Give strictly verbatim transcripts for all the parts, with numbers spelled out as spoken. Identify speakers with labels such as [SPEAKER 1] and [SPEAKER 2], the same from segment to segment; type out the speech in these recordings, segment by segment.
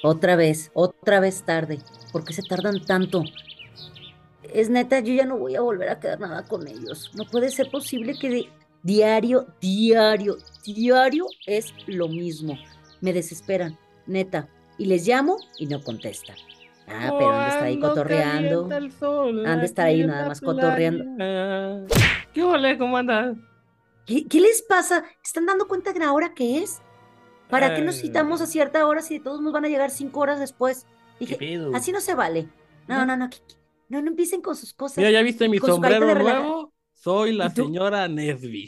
[SPEAKER 1] Otra vez, otra vez tarde. ¿Por qué se tardan tanto? Es neta, yo ya no voy a volver a quedar nada con ellos. No puede ser posible que de- diario, diario, diario es lo mismo. Me desesperan, neta. Y les llamo y no contestan. Ah, pero han de estar ahí
[SPEAKER 2] Cuando calienta
[SPEAKER 1] cotorreando.
[SPEAKER 2] el sol
[SPEAKER 1] Han de estar
[SPEAKER 2] aquí
[SPEAKER 1] ahí
[SPEAKER 2] en
[SPEAKER 1] nada
[SPEAKER 2] la
[SPEAKER 1] más cotorreando.
[SPEAKER 2] playa. ¿Qué ole? ¿Cómo andas?
[SPEAKER 1] ¿Qué, qué les pasa? ¿Están dando cuenta de la hora que es? ¿Para qué nos citamos a
[SPEAKER 2] Eh,
[SPEAKER 1] cierta hora si de todos nos van a llegar cinco horas después?
[SPEAKER 2] ¿Qué
[SPEAKER 1] Dije,
[SPEAKER 2] pedo?
[SPEAKER 1] así no se vale. No,
[SPEAKER 2] ¿No?
[SPEAKER 1] no, no, que- que- no, no empiecen con sus
[SPEAKER 2] Mira,
[SPEAKER 1] cosas
[SPEAKER 2] ¿ya viste
[SPEAKER 1] y
[SPEAKER 2] mi
[SPEAKER 1] con su carita
[SPEAKER 2] sombrero
[SPEAKER 1] de relaja.
[SPEAKER 2] nuevo? Soy la
[SPEAKER 1] ¿Y tú?
[SPEAKER 2] señora Nesby.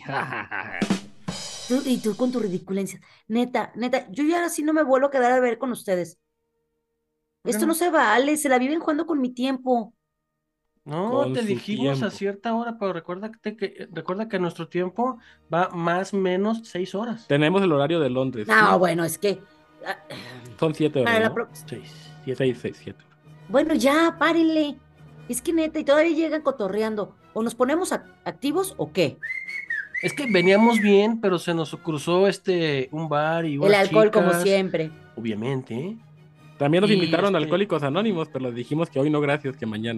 [SPEAKER 1] Tú- y tú con tu ridiculencia. Neta, neta, yo ya así no me vuelvo a quedar a ver con ustedes.
[SPEAKER 2] ¿Por qué
[SPEAKER 1] Esto no
[SPEAKER 2] no?
[SPEAKER 1] se vale, se la viven jugando con mi tiempo.
[SPEAKER 2] No,
[SPEAKER 1] ¿Qué?
[SPEAKER 2] te
[SPEAKER 3] Con su
[SPEAKER 2] dijimos a
[SPEAKER 3] tiempo.
[SPEAKER 2] cierta hora, pero recuerda que, que- recuerda que nuestro tiempo va más o menos seis horas.
[SPEAKER 3] Tenemos el horario de Londres,
[SPEAKER 1] No,
[SPEAKER 3] sí.
[SPEAKER 1] bueno, es que ah,
[SPEAKER 3] Son siete horas,
[SPEAKER 1] para la
[SPEAKER 3] ¿no?
[SPEAKER 1] próxima.
[SPEAKER 2] Seis, siete.
[SPEAKER 3] Seis, seis, siete.
[SPEAKER 1] Bueno, ya, párenle. Es que neta, y todavía llegan cotorreando. ¿O nos ponemos ac- activos o qué?
[SPEAKER 2] Es que veníamos bien, pero se nos cruzó este un bar y
[SPEAKER 1] El
[SPEAKER 2] unas
[SPEAKER 1] alcohol, como
[SPEAKER 2] chicas,
[SPEAKER 1] siempre.
[SPEAKER 2] obviamente, ¿eh?
[SPEAKER 3] También nos
[SPEAKER 2] Y
[SPEAKER 3] invitaron a
[SPEAKER 2] este,
[SPEAKER 3] Alcohólicos Anónimos, pero les dijimos que hoy no, gracias, que mañana.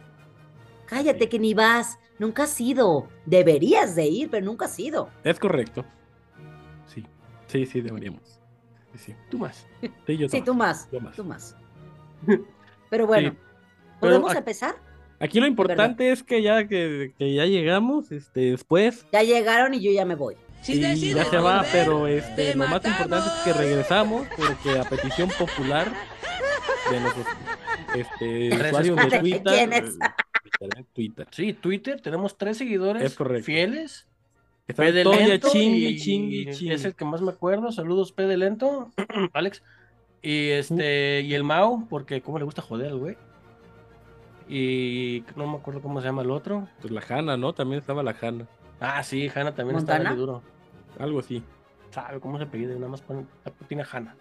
[SPEAKER 2] así
[SPEAKER 1] Cállate
[SPEAKER 2] es.
[SPEAKER 1] que ni vas. Nunca has ido. Deberías de ir, pero nunca has ido.
[SPEAKER 3] Es correcto. Sí, sí, sí, deberíamos. Sí, sí.
[SPEAKER 2] Tú más.
[SPEAKER 3] Sí, yo
[SPEAKER 1] Sí,
[SPEAKER 3] más.
[SPEAKER 1] tú más,
[SPEAKER 3] Yo más.
[SPEAKER 1] tú más. Pero
[SPEAKER 3] Sí.
[SPEAKER 1] bueno,
[SPEAKER 2] Pero
[SPEAKER 1] ¿podemos
[SPEAKER 2] a-
[SPEAKER 1] empezar?
[SPEAKER 3] Aquí lo
[SPEAKER 1] De verdad.
[SPEAKER 3] importante es que ya, que, que ya llegamos, este, después,
[SPEAKER 1] Ya llegaron y yo ya me voy.
[SPEAKER 4] Si
[SPEAKER 3] y ya
[SPEAKER 4] decides
[SPEAKER 3] se va,
[SPEAKER 4] volver,
[SPEAKER 3] pero este,
[SPEAKER 4] te
[SPEAKER 3] lo más importante es que
[SPEAKER 4] matamos.
[SPEAKER 3] regresamos, porque a petición popular de nuestros este,
[SPEAKER 2] tres
[SPEAKER 3] usuarios de
[SPEAKER 2] escuchas.
[SPEAKER 3] Twitter,
[SPEAKER 1] ¿Quién es?
[SPEAKER 3] eh, Twitter,
[SPEAKER 2] Sí, Twitter, tenemos tres
[SPEAKER 3] es
[SPEAKER 2] seguidores
[SPEAKER 3] correcto.
[SPEAKER 2] fieles. P
[SPEAKER 3] Están
[SPEAKER 2] de
[SPEAKER 3] todavía
[SPEAKER 2] Lento
[SPEAKER 3] chingue, chingue,
[SPEAKER 2] y es
[SPEAKER 3] chingue.
[SPEAKER 2] el que más me acuerdo. Saludos, P de Lento, Alex. Y este, y el Mao, porque cómo le gusta joder al güey. Y no me acuerdo cómo se llama el otro.
[SPEAKER 3] Pues la Hanna, ¿no? También estaba la Hanna,
[SPEAKER 2] Ah, sí, Hanna también está dale
[SPEAKER 1] ¿Montana?
[SPEAKER 2] duro.
[SPEAKER 3] algo así.
[SPEAKER 2] ¿Sabe cómo se apellida? Nada más pone, tiene Hanna.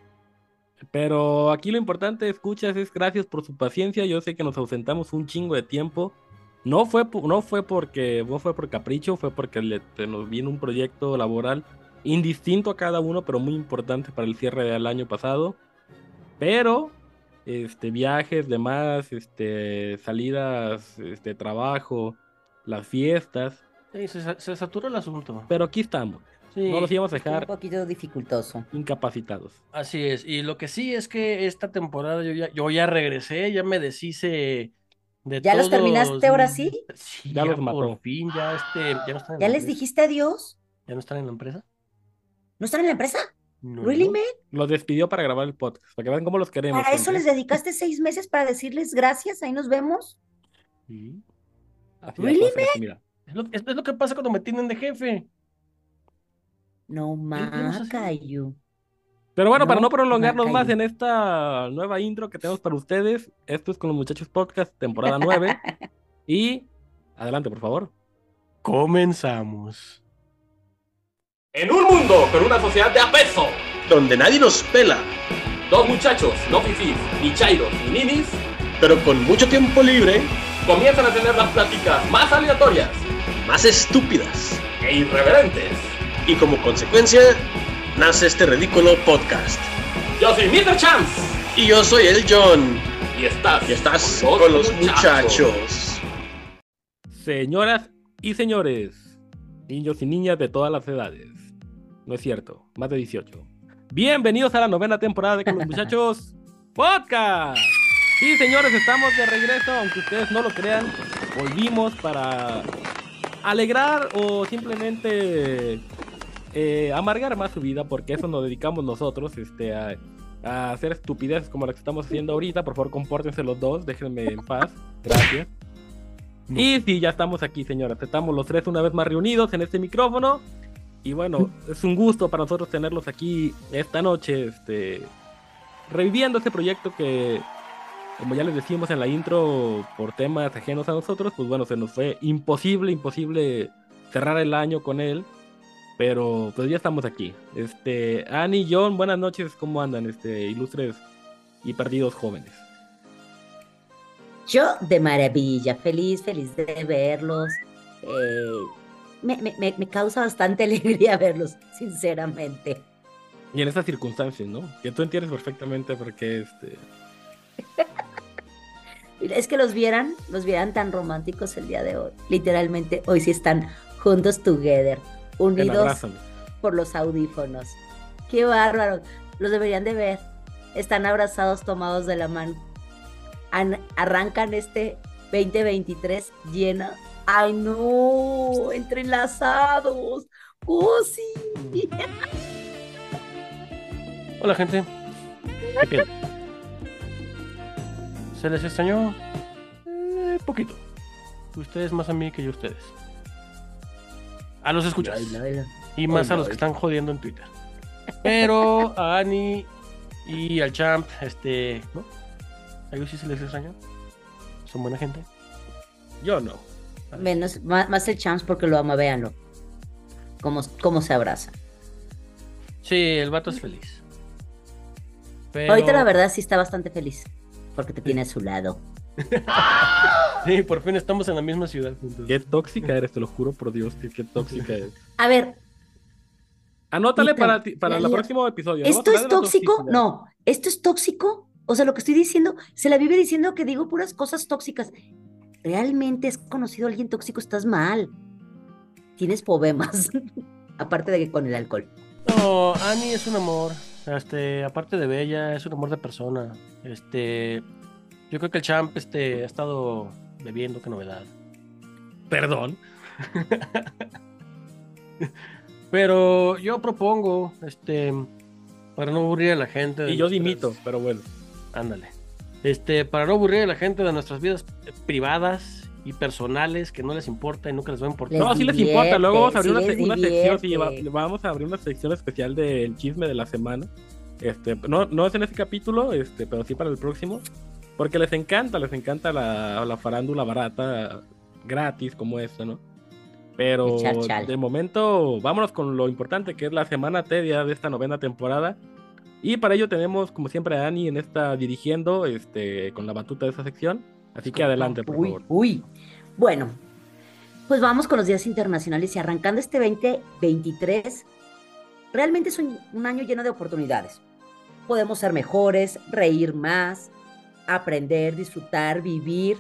[SPEAKER 3] Pero aquí lo importante, escuchas, es gracias por su paciencia. Yo sé que nos ausentamos un chingo de tiempo. No fue, po- no fue porque, no fue por capricho, fue porque le- se nos vino un proyecto laboral indistinto a cada uno, pero muy importante para el cierre del año pasado. Pero, este, viajes, demás, este, salidas, este, trabajo, las fiestas.
[SPEAKER 2] Sí, se, sa- se saturó el asunto.
[SPEAKER 3] Pero aquí estamos. No los
[SPEAKER 2] Sí,
[SPEAKER 3] íbamos a
[SPEAKER 1] Estuvo un
[SPEAKER 3] dejar
[SPEAKER 1] poquito dificultoso.
[SPEAKER 3] incapacitados.
[SPEAKER 2] así es. Y lo que sí es que esta temporada yo ya, yo ya regresé, ya me deshice de
[SPEAKER 1] ¿Ya los
[SPEAKER 2] todos
[SPEAKER 1] terminaste ahora
[SPEAKER 2] mis...
[SPEAKER 1] sí?
[SPEAKER 2] Sí,
[SPEAKER 3] Ya los
[SPEAKER 2] ya por
[SPEAKER 3] mató.
[SPEAKER 2] fin, ya este, ya no están en la
[SPEAKER 1] ¿Ya les
[SPEAKER 2] empresa.
[SPEAKER 1] dijiste adiós?
[SPEAKER 2] ¿Ya no están en la empresa?
[SPEAKER 1] ¿No están en la empresa? ¿Really,
[SPEAKER 2] No.
[SPEAKER 1] man?
[SPEAKER 3] Los despidió para grabar el podcast, para que vean cómo los queremos,
[SPEAKER 1] ¿Para eso
[SPEAKER 3] gente.
[SPEAKER 1] les dedicaste seis meses para decirles gracias? Ahí nos vemos.
[SPEAKER 2] Sí.
[SPEAKER 3] Así las
[SPEAKER 1] ¿Really,
[SPEAKER 3] cosas,
[SPEAKER 1] man?
[SPEAKER 3] aquí, mira.
[SPEAKER 2] Es lo, es, es lo que pasa cuando me tienen de jefe.
[SPEAKER 1] No
[SPEAKER 2] ¿Qué le queremos hacer?
[SPEAKER 1] macayo.
[SPEAKER 3] Pero bueno, para no
[SPEAKER 1] No
[SPEAKER 3] prolongarnos más
[SPEAKER 1] macayo.
[SPEAKER 3] en esta nueva intro que tenemos para ustedes, esto es con los muchachos podcast, temporada nueve. Y adelante, por favor.
[SPEAKER 2] Comenzamos.
[SPEAKER 5] En un mundo con una sociedad de apeso,
[SPEAKER 6] donde nadie nos pela,
[SPEAKER 5] dos muchachos, no fifís, ni chairos, ni ninis,
[SPEAKER 6] pero con mucho tiempo libre,
[SPEAKER 5] comienzan a tener las pláticas más aleatorias
[SPEAKER 6] más estúpidas.
[SPEAKER 5] e irreverentes.
[SPEAKER 6] Y como consecuencia, nace este ridículo podcast.
[SPEAKER 5] Yo soy mister Chance
[SPEAKER 6] Y yo soy el John,
[SPEAKER 5] y estás,
[SPEAKER 6] y estás con los muchachos.
[SPEAKER 3] Señoras y señores, niños y niñas de todas las edades. No es cierto, más de dieciocho. Bienvenidos a la novena temporada de Con los Muchachos Podcast. Sí, señores, estamos de regreso, aunque ustedes no lo crean. Volvimos para alegrar o simplemente eh, amargar más su vida, porque eso nos dedicamos nosotros, este, a, a hacer estupideces como la que estamos haciendo ahorita. Por favor, compórtense los dos, déjenme en paz. Gracias. Y sí, ya estamos aquí, señoras. Estamos los tres una vez más reunidos en este micrófono. Y bueno, es un gusto para nosotros tenerlos aquí esta noche, este, reviviendo este proyecto que, como ya les decimos en la intro, por temas ajenos a nosotros, pues bueno, se nos fue imposible, imposible cerrar el año con él. Pero pues ya estamos aquí. Este, Annie, John, buenas noches, ¿cómo andan, este, ilustres y perdidos jóvenes?
[SPEAKER 1] Yo de maravilla, feliz, feliz de verlos. Eh, me, me- me- me causa bastante alegría verlos, sinceramente.
[SPEAKER 3] Y en esas circunstancias, ¿no? Que tú entiendes perfectamente por qué este...
[SPEAKER 1] Es que los vieran, los vieran tan románticos el día de hoy. Literalmente, hoy sí están juntos together, unidos por los audífonos. ¡Qué bárbaro! Los deberían de ver. Están abrazados, tomados de la mano. An- arrancan este veinte veintitrés llena. ¡Ay, no! Entrelazados. ¡Oh, sí!
[SPEAKER 2] Hola, gente. ¿Qué pedo? ¿Se les extrañó? Eh, poquito. Ustedes más a mí que yo a ustedes. A los escuchas.
[SPEAKER 1] Ay, no, no.
[SPEAKER 2] Y más
[SPEAKER 1] Ay,
[SPEAKER 2] a los
[SPEAKER 1] no.
[SPEAKER 2] que están jodiendo en Twitter. Pero a Ani y al Champ, este, ¿no? ¿A ellos sí se les extrañó? ¿Son buena gente?
[SPEAKER 3] Yo no.
[SPEAKER 1] Menos, más, más el Champs porque lo ama, véanlo. Cómo, cómo se abraza.
[SPEAKER 2] Sí, el vato es feliz. Pero...
[SPEAKER 1] Ahorita la verdad sí está bastante feliz. Porque te tiene a su lado.
[SPEAKER 2] Sí, por fin estamos en la misma ciudad juntos.
[SPEAKER 3] Qué tóxica eres, te lo juro por Dios, que qué tóxica eres.
[SPEAKER 1] A ver,
[SPEAKER 3] Anótale
[SPEAKER 1] Neta,
[SPEAKER 3] para, ti- para
[SPEAKER 1] ya,
[SPEAKER 3] el
[SPEAKER 1] ya.
[SPEAKER 3] próximo episodio. ¿no?
[SPEAKER 1] ¿esto
[SPEAKER 3] Vamos a
[SPEAKER 1] es
[SPEAKER 3] hablar de la
[SPEAKER 1] tóxico?
[SPEAKER 3] toxicidad.
[SPEAKER 1] No, ¿esto es tóxico? O sea, lo que estoy diciendo, se la vive diciendo que digo puras cosas tóxicas. ¿Realmente has conocido a alguien tóxico? Estás mal. Tienes problemas. Aparte de que con el alcohol.
[SPEAKER 2] No, Ani es un amor. Este, aparte de bella, es un amor de persona. Este, yo creo que el Champ, este, ha estado bebiendo, qué novedad.
[SPEAKER 3] Perdón.
[SPEAKER 2] Pero yo propongo, este, para no aburrir a la gente. de
[SPEAKER 3] Y yo
[SPEAKER 2] nuestras-
[SPEAKER 3] dimito, pero bueno.
[SPEAKER 2] Ándale. Este, para no aburrir a la gente de nuestras vidas privadas y personales que no les importa y nunca les va a importar.
[SPEAKER 1] Les
[SPEAKER 3] No, sí les
[SPEAKER 1] divierte,
[SPEAKER 3] importa. Luego vamos a abrir
[SPEAKER 1] sí
[SPEAKER 3] una,
[SPEAKER 1] les
[SPEAKER 3] se- una sección. Sí,
[SPEAKER 1] divierte.
[SPEAKER 3] va- vamos a abrir una sección especial del chisme de la semana. Este, no, no es en este capítulo, este, pero sí para el próximo. Porque les encanta, les encanta la, la farándula barata, gratis como esta, ¿no? Pero
[SPEAKER 1] El chal, chal.
[SPEAKER 3] de momento, vámonos con lo importante que es la semana tedia de esta novena temporada. Y para ello tenemos, como siempre, a Ani en esta dirigiendo, este, con la batuta de esa sección. Así que adelante, por
[SPEAKER 1] Uy,
[SPEAKER 3] favor.
[SPEAKER 1] uy. Bueno, pues vamos con los días internacionales y arrancando este veinte veintitrés, realmente es un, un año lleno de oportunidades. Podemos ser mejores, reír más, aprender, disfrutar, vivir.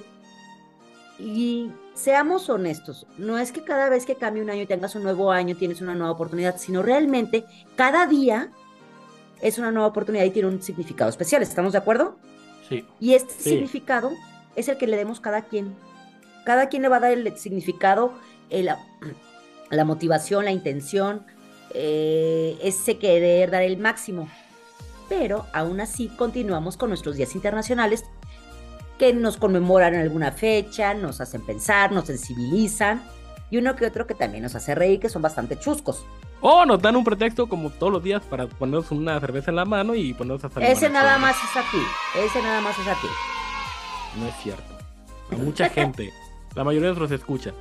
[SPEAKER 1] Y seamos honestos, no es que cada vez que cambie un año y tengas un nuevo año tienes una nueva oportunidad, sino realmente cada día es una nueva oportunidad y tiene un significado especial. ¿Estamos de acuerdo?
[SPEAKER 2] Sí.
[SPEAKER 1] Y este
[SPEAKER 3] Sí.
[SPEAKER 1] significado es el que le demos cada quien. Cada quien le va a dar el significado, el- la, la motivación, la intención, eh, ese querer dar el máximo. Pero aún así continuamos con nuestros días internacionales que nos conmemoran en alguna fecha, nos hacen pensar, nos sensibilizan y uno que otro que también nos hace reír, que son bastante chuscos.
[SPEAKER 3] O nos dan un pretexto como todos los días para ponernos una cerveza en la mano y ponernos a salir.
[SPEAKER 1] Ese nada más es a ti, ese nada más es a ti.
[SPEAKER 3] No es cierto. A mucha gente. La mayoría de nosotros escucha.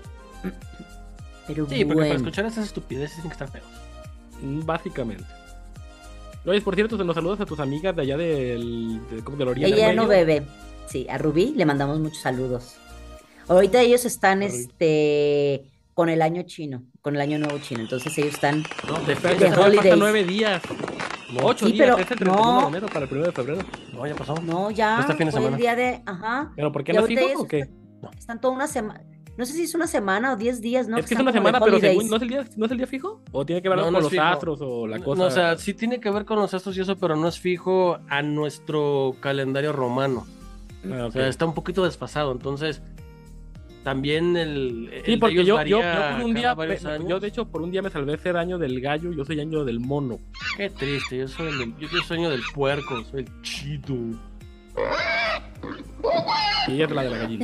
[SPEAKER 1] Pero
[SPEAKER 2] Sí, porque para
[SPEAKER 1] bueno.
[SPEAKER 2] escuchar esas estupideces tienen que estar feos.
[SPEAKER 3] Mm, Básicamente. Oye, por cierto, nos saludas a tus amigas de allá del, de, ¿cómo? Del Oriente
[SPEAKER 1] Ella no
[SPEAKER 3] Medio.
[SPEAKER 1] bebe. Sí, a Rubí le mandamos muchos saludos. Ahorita ellos están
[SPEAKER 2] A Rubí.
[SPEAKER 1] este con el año chino, con el año nuevo chino. Entonces ellos están.
[SPEAKER 3] No, de
[SPEAKER 1] De
[SPEAKER 3] fecha, todavía
[SPEAKER 1] holidays.
[SPEAKER 3] faltan nueve días.
[SPEAKER 2] No,
[SPEAKER 3] Ocho
[SPEAKER 1] Sí,
[SPEAKER 3] días,
[SPEAKER 1] pero
[SPEAKER 3] es el treinta y uno
[SPEAKER 1] no.
[SPEAKER 3] de enero para el primero de febrero.
[SPEAKER 2] no, ya pasó.
[SPEAKER 1] No, ya.
[SPEAKER 2] Este fin de
[SPEAKER 1] fue
[SPEAKER 2] semana.
[SPEAKER 1] el día de. Ajá.
[SPEAKER 3] ¿Pero por qué
[SPEAKER 1] Y
[SPEAKER 3] no
[SPEAKER 1] ahorita
[SPEAKER 3] fijo
[SPEAKER 1] ellos
[SPEAKER 3] o qué?
[SPEAKER 1] están, están toda una semana. No sé si es una semana o diez días, ¿no?
[SPEAKER 3] es que es
[SPEAKER 1] Están
[SPEAKER 3] una
[SPEAKER 1] como de
[SPEAKER 3] semana, pero
[SPEAKER 1] holidays.
[SPEAKER 3] según, ¿no es, el día, ¿no es el día fijo? ¿O tiene que ver
[SPEAKER 2] No,
[SPEAKER 3] algo
[SPEAKER 2] no
[SPEAKER 3] con
[SPEAKER 2] es
[SPEAKER 3] los
[SPEAKER 2] fijo.
[SPEAKER 3] astros o la cosa?
[SPEAKER 2] No, o sea, sí tiene que ver con los astros y eso, pero no es fijo a nuestro calendario romano.
[SPEAKER 3] Ah,
[SPEAKER 2] O
[SPEAKER 3] ok.
[SPEAKER 2] sea, está un poquito desfasado. Entonces, también el.
[SPEAKER 3] Sí,
[SPEAKER 2] el de
[SPEAKER 3] porque
[SPEAKER 2] ellos
[SPEAKER 3] yo, yo,
[SPEAKER 2] varía
[SPEAKER 3] yo por un
[SPEAKER 2] cada
[SPEAKER 3] día,
[SPEAKER 2] varios
[SPEAKER 3] me-
[SPEAKER 2] años.
[SPEAKER 3] yo de hecho por un día me salvé ser año del gallo, yo soy año del mono.
[SPEAKER 2] Qué triste, yo soy el del, yo, yo soy año del puerco, soy el chito.
[SPEAKER 3] Y ella es la de la gallina.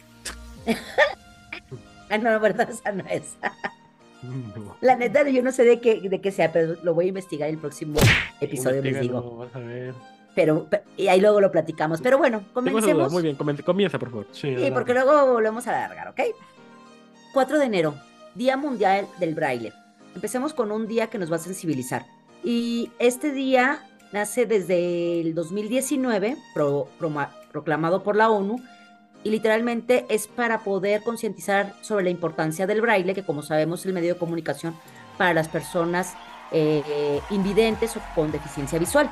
[SPEAKER 1] Ah, no, la verdad, esa no es.
[SPEAKER 2] No.
[SPEAKER 1] La neta, yo no sé de qué, de qué sea, pero lo voy a investigar el próximo episodio, les
[SPEAKER 2] Investígalo,
[SPEAKER 1] digo.
[SPEAKER 2] vas a ver.
[SPEAKER 1] Pero, pe- y ahí luego lo platicamos. Pero bueno,
[SPEAKER 3] Tengo esa duda,
[SPEAKER 1] comencemos.
[SPEAKER 3] muy bien, comen- comienza por favor.
[SPEAKER 2] Sí,
[SPEAKER 1] Sí,
[SPEAKER 2] adelante.
[SPEAKER 1] porque luego volvemos a alargar, ¿ok? cuatro de enero, Día Mundial del Braille. Empecemos con un día que nos va a sensibilizar. Y este día nace desde el dos mil diecinueve, pro- proma- proclamado por la ONU, y literalmente es para poder concientizar sobre la importancia del braille, que como sabemos es el medio de comunicación para las personas eh, invidentes o con deficiencia visual.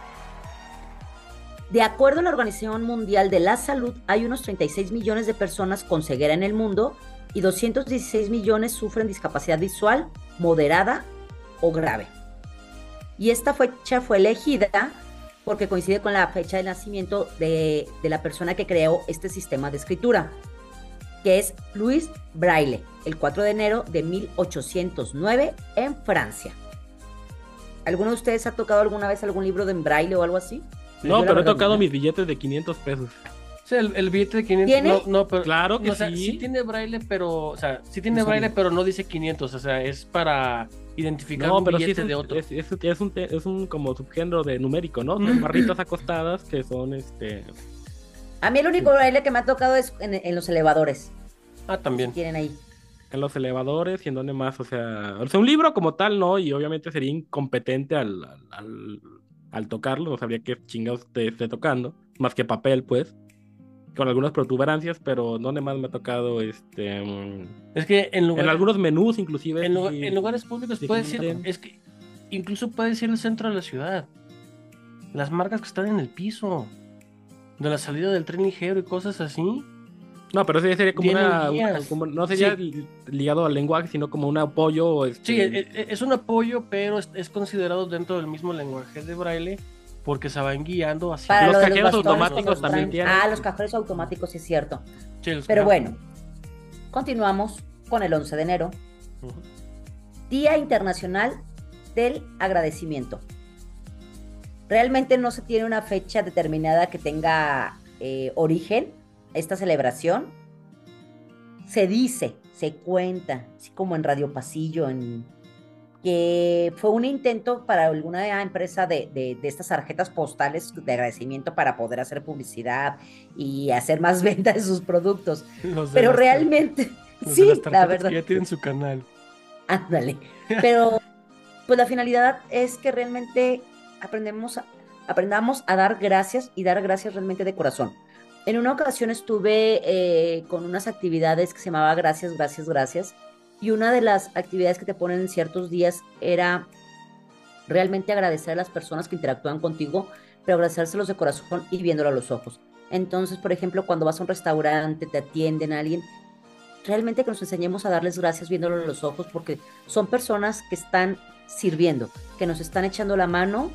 [SPEAKER 1] De acuerdo a la Organización Mundial de la Salud, hay unos treinta y seis millones de personas con ceguera en el mundo y doscientos dieciséis millones sufren discapacidad visual moderada o grave. Y esta fecha fue elegida porque coincide con la fecha de nacimiento de, de la persona que creó este sistema de escritura, que es Louis Braille, el cuatro de enero de mil ochocientos nueve en Francia. ¿Alguno de ustedes ha tocado alguna vez algún libro de Braille o algo así?
[SPEAKER 3] No,
[SPEAKER 1] Yo
[SPEAKER 3] pero
[SPEAKER 1] la
[SPEAKER 3] he tocado
[SPEAKER 1] verdad,
[SPEAKER 3] mis billetes de quinientos pesos.
[SPEAKER 2] Sí, el, el billete de quinientos.
[SPEAKER 1] ¿Tiene?
[SPEAKER 2] No, no, pero,
[SPEAKER 3] Claro que
[SPEAKER 2] no, o sea,
[SPEAKER 3] sí.
[SPEAKER 2] sí tiene braille, pero. O sea, sí tiene
[SPEAKER 3] No sabía.
[SPEAKER 2] braille, pero no dice quinientos. O sea, es para identificar
[SPEAKER 3] No,
[SPEAKER 2] un
[SPEAKER 3] pero sí
[SPEAKER 2] billete
[SPEAKER 3] es un,
[SPEAKER 2] de otro.
[SPEAKER 3] es, es, es un, te- es un como subgénero de numérico, ¿no? Son barritas acostadas que son este.
[SPEAKER 1] A mí el único Braille que me ha tocado es en, en los elevadores.
[SPEAKER 2] Ah, también.
[SPEAKER 1] Tienen ahí.
[SPEAKER 3] En los elevadores y en donde más, o sea, o sea, un libro como tal, ¿no? Y obviamente sería incompetente al, al, al, al tocarlo, no sabría qué chingados te esté tocando, más que papel, pues, con algunas protuberancias, pero donde más me ha tocado, este, mm,
[SPEAKER 2] Es que en lugar
[SPEAKER 3] en algunos menús inclusive.
[SPEAKER 2] En, lugar-
[SPEAKER 3] sí,
[SPEAKER 2] en lugares públicos
[SPEAKER 3] sí
[SPEAKER 2] puede
[SPEAKER 3] existen.
[SPEAKER 2] ser, es que incluso puede ser el centro de la ciudad. Las marcas que están en el piso, de la salida del tren ligero y cosas así.
[SPEAKER 3] No, pero eso ya sería como
[SPEAKER 2] Vienen
[SPEAKER 3] una, una-
[SPEAKER 2] guías.
[SPEAKER 3] como- no sería
[SPEAKER 2] Sí.
[SPEAKER 3] li- ligado al lenguaje, sino como un apoyo, este,
[SPEAKER 2] Sí, e- e- es un apoyo, pero es, es considerado dentro del mismo lenguaje de braille porque se van guiando hacia
[SPEAKER 1] Para
[SPEAKER 3] Los
[SPEAKER 1] lo de
[SPEAKER 3] cajeros
[SPEAKER 1] bastones
[SPEAKER 3] automáticos
[SPEAKER 1] que nos
[SPEAKER 3] también
[SPEAKER 1] traen.
[SPEAKER 3] tienen.
[SPEAKER 1] Ah, los cajeros automáticos, sí es cierto.
[SPEAKER 2] Sí, los
[SPEAKER 1] Pero
[SPEAKER 2] cajeros.
[SPEAKER 1] bueno, continuamos con el once de enero,
[SPEAKER 2] Ujú.
[SPEAKER 1] Día Internacional del Agradecimiento. Realmente no se tiene una fecha determinada que tenga eh, origen esta celebración. Se dice, se cuenta, así como en Radio Pasillo, en, que fue un intento para alguna empresa de, de, de estas tarjetas postales de agradecimiento para poder hacer publicidad y hacer más venta de sus productos.
[SPEAKER 2] Los de
[SPEAKER 1] Pero
[SPEAKER 2] las tar-
[SPEAKER 1] realmente,
[SPEAKER 2] los de
[SPEAKER 1] sí,
[SPEAKER 2] las
[SPEAKER 1] la
[SPEAKER 2] tarjetas
[SPEAKER 1] verdad.
[SPEAKER 2] que ya tienen su canal.
[SPEAKER 1] Ándale. Pero, pues la finalidad es que realmente aprendemos a- aprendamos a dar gracias y dar gracias realmente de corazón. En una ocasión estuve eh, con unas actividades que se llamaba Gracias, Gracias, Gracias. Y una de las actividades que te ponen en ciertos días era realmente agradecer a las personas que interactúan contigo, pero agradecérselos de corazón y viéndolo a los ojos. Entonces, por ejemplo, cuando vas a un restaurante, te atienden a alguien, realmente que nos enseñemos a darles gracias viéndolo a los ojos, porque son personas que están sirviendo, que nos están echando la mano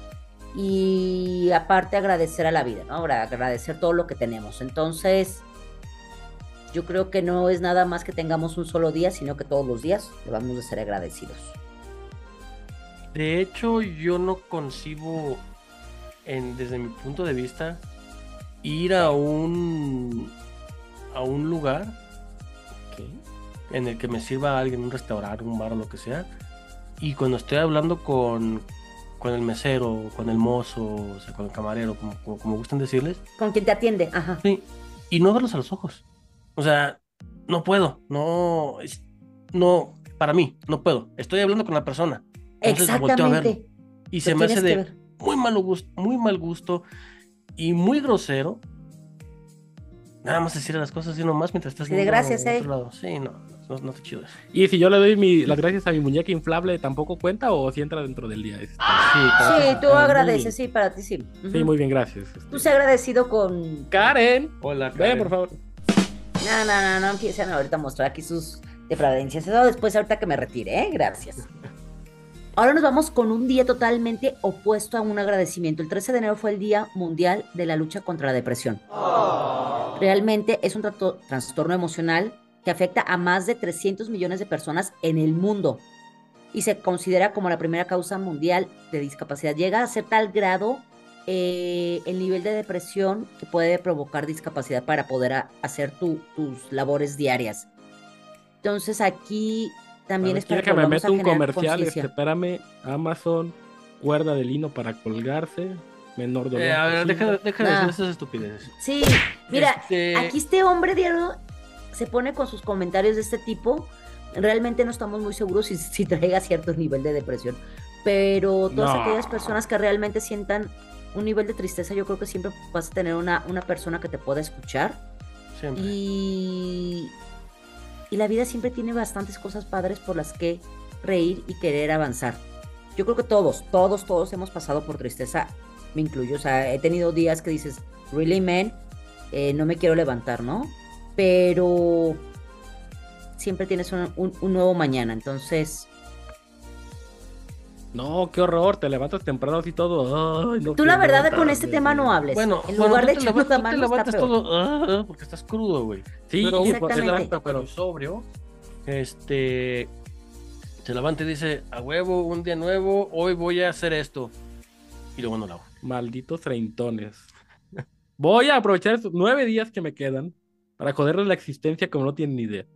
[SPEAKER 1] y aparte agradecer a la vida, ¿no? Ahora, agradecer todo lo que tenemos. Entonces, yo creo que no es nada más que tengamos un solo día, sino que todos los días debamos de ser agradecidos.
[SPEAKER 2] De hecho, yo no concibo, en, desde mi punto de vista, ir a un a un lugar en el que me sirva alguien, un restaurante, un bar o lo que sea, y cuando estoy hablando con, con el mesero, con el mozo, o sea, con el camarero, como, como, como gustan decirles,
[SPEAKER 1] Con quien te atiende, ajá.
[SPEAKER 2] sí, y no verlos a los ojos. O sea, no puedo, no, es- no, para mí, no puedo. Estoy hablando con la persona. Entonces volteo a verlo.
[SPEAKER 1] Exactamente.
[SPEAKER 2] Y
[SPEAKER 1] Lo
[SPEAKER 2] se me hace
[SPEAKER 1] tienes que
[SPEAKER 2] de
[SPEAKER 1] ver.
[SPEAKER 2] muy mal gusto, muy mal gusto y muy grosero. Nada más decir las cosas así nomás mientras estás
[SPEAKER 1] Sí, de
[SPEAKER 2] viendo
[SPEAKER 1] gracias,
[SPEAKER 2] a
[SPEAKER 1] eh.
[SPEAKER 2] otro lado. Sí, no, no, no está chido eso.
[SPEAKER 3] Y si yo le doy mi, las gracias a mi muñeca inflable, ¿tampoco cuenta o si entra dentro del día? Este?
[SPEAKER 2] Sí, para
[SPEAKER 1] Sí,
[SPEAKER 2] eso-
[SPEAKER 1] tú
[SPEAKER 3] Ah, muy
[SPEAKER 1] agradeces,
[SPEAKER 3] bien.
[SPEAKER 1] sí, para ti sí. Ujú.
[SPEAKER 3] Sí, muy bien, gracias. este.
[SPEAKER 1] Tú sé agradecido con...
[SPEAKER 3] Karen,
[SPEAKER 2] Hola,
[SPEAKER 3] ven
[SPEAKER 2] Karen.
[SPEAKER 3] por favor.
[SPEAKER 1] No, no, no, no empiecen ahorita a mostrar aquí sus depravencias. Eso después ahorita que me retire, ¿eh? Gracias. Ahora nos vamos con un día totalmente opuesto a un agradecimiento. El trece de enero fue el Día Mundial de la Lucha contra la Depresión. Realmente es un trato- trastorno emocional que afecta a más de trescientos millones de personas en el mundo y se considera como la primera causa mundial de discapacidad. Llega a ser tal grado eh, el nivel de depresión que puede provocar discapacidad para poder a- hacer tu- tus labores diarias. Entonces aquí también
[SPEAKER 3] A ver,
[SPEAKER 1] es para
[SPEAKER 3] quiere que me
[SPEAKER 1] volvamos
[SPEAKER 3] meta
[SPEAKER 1] a
[SPEAKER 3] un
[SPEAKER 1] generar
[SPEAKER 3] comercial, este,
[SPEAKER 1] conciencia.
[SPEAKER 3] espérame. Amazon, cuerda de lino para colgarse, menor dolor.
[SPEAKER 2] Eh, a ver,
[SPEAKER 3] posible.
[SPEAKER 2] deja, deja de
[SPEAKER 1] Ah.
[SPEAKER 2] hacer esas estupideces.
[SPEAKER 1] Sí, mira,
[SPEAKER 2] Este-
[SPEAKER 1] aquí este hombre diario se pone con sus comentarios de este tipo. Realmente no estamos muy seguros si, si traiga cierto nivel de depresión, pero todas
[SPEAKER 3] No.
[SPEAKER 1] aquellas personas que realmente sientan un nivel de tristeza, yo creo que siempre vas a tener una, una persona que te pueda escuchar
[SPEAKER 2] Siempre.
[SPEAKER 1] y, y la vida siempre tiene bastantes cosas padres por las que reír y querer avanzar. yo creo que todos, todos, todos hemos pasado por tristeza, me incluyo, o sea, he tenido días que dices, really man, eh, no me quiero levantar, ¿no? Pero siempre tienes un, un, un nuevo mañana, entonces...
[SPEAKER 3] No, qué horror, te levantas temprano así todo. Ay, no
[SPEAKER 1] Tú la
[SPEAKER 3] quiero
[SPEAKER 1] verdad con este
[SPEAKER 3] levantarme.
[SPEAKER 1] tema no hables.
[SPEAKER 2] Bueno,
[SPEAKER 1] en
[SPEAKER 2] bueno,
[SPEAKER 1] lugar
[SPEAKER 2] tú
[SPEAKER 1] de
[SPEAKER 2] te
[SPEAKER 1] echarnos
[SPEAKER 2] levantas,
[SPEAKER 1] la
[SPEAKER 2] tú te
[SPEAKER 1] mano está
[SPEAKER 2] levantas
[SPEAKER 1] peor.
[SPEAKER 2] todo ah, ah, porque estás crudo, güey.
[SPEAKER 3] Sí,
[SPEAKER 2] pero
[SPEAKER 3] por-
[SPEAKER 1] Exactamente.
[SPEAKER 3] exacto,
[SPEAKER 2] pero
[SPEAKER 3] pero
[SPEAKER 2] sobrio, este, se levanta y dice, a huevo, un día nuevo, hoy voy a hacer esto. Y luego no lo hago.
[SPEAKER 3] malditos treintones. Voy a aprovechar estos nueve días que me quedan para joderles la existencia como no tienen ni idea.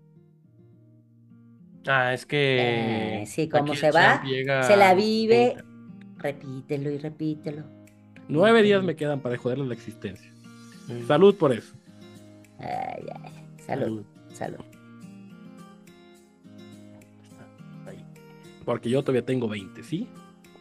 [SPEAKER 2] Ah, es que
[SPEAKER 1] Eh, sí, como
[SPEAKER 2] aquí
[SPEAKER 1] se
[SPEAKER 2] el
[SPEAKER 1] va,
[SPEAKER 2] champ llega
[SPEAKER 1] se la
[SPEAKER 2] a los
[SPEAKER 1] vive,
[SPEAKER 2] treinta.
[SPEAKER 1] repítelo y repítelo.
[SPEAKER 3] Nueve días
[SPEAKER 1] repítelo.
[SPEAKER 3] me quedan para joderles la existencia.
[SPEAKER 2] Sí.
[SPEAKER 3] Salud por eso.
[SPEAKER 1] Ay, ay, salud, salud.
[SPEAKER 2] Está ahí.
[SPEAKER 3] Porque yo todavía tengo veinte, ¿sí?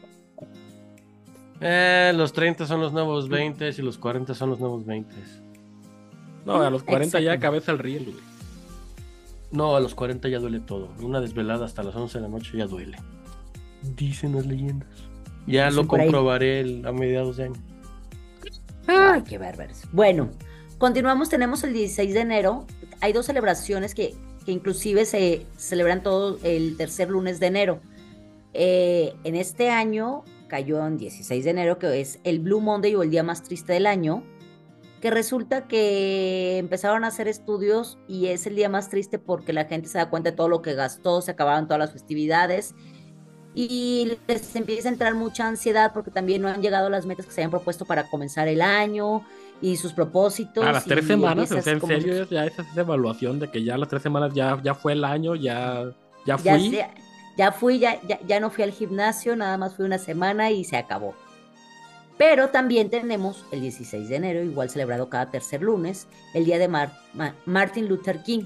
[SPEAKER 2] Eh, los treinta son los nuevos veinte y los cuarenta son los nuevos veinte.
[SPEAKER 3] No, a los cuarenta ya
[SPEAKER 1] Exacto.
[SPEAKER 3] cabeza al riel, güey.
[SPEAKER 2] No, a los cuarenta ya duele todo. Una desvelada hasta las once de la noche ya duele. Dicen las leyendas. Ya
[SPEAKER 1] Dicen
[SPEAKER 2] lo
[SPEAKER 1] por ahí.
[SPEAKER 2] comprobaré el- a mediados de año.
[SPEAKER 1] Ay, qué bárbaros. Bueno, continuamos, tenemos el dieciséis de enero. Hay dos celebraciones que, que inclusive se celebran todo el tercer lunes de enero. Eh, en este año cayó en dieciséis de enero, que es el Blue Monday o el día más triste del año, que resulta que empezaron a hacer estudios y es el día más triste porque la gente se da cuenta de todo lo que gastó, se acabaron todas las festividades y les empieza a entrar mucha ansiedad porque también no han llegado a las metas que se habían propuesto para comenzar el año y sus propósitos.
[SPEAKER 3] A las tres
[SPEAKER 1] y
[SPEAKER 3] semanas, o
[SPEAKER 1] empiezas
[SPEAKER 3] sea, en
[SPEAKER 1] como-
[SPEAKER 3] serio, ya esa es esa evaluación de que ya las tres semanas ya, ya fue el año, ya, ya
[SPEAKER 1] Ya,
[SPEAKER 3] fui.
[SPEAKER 1] ya, ya fui, ya, ya, ya no fui al gimnasio, nada más fui una semana y se acabó. Pero también tenemos el dieciséis de enero, igual celebrado cada tercer lunes, el día de Mar- Ma- Martin Luther King.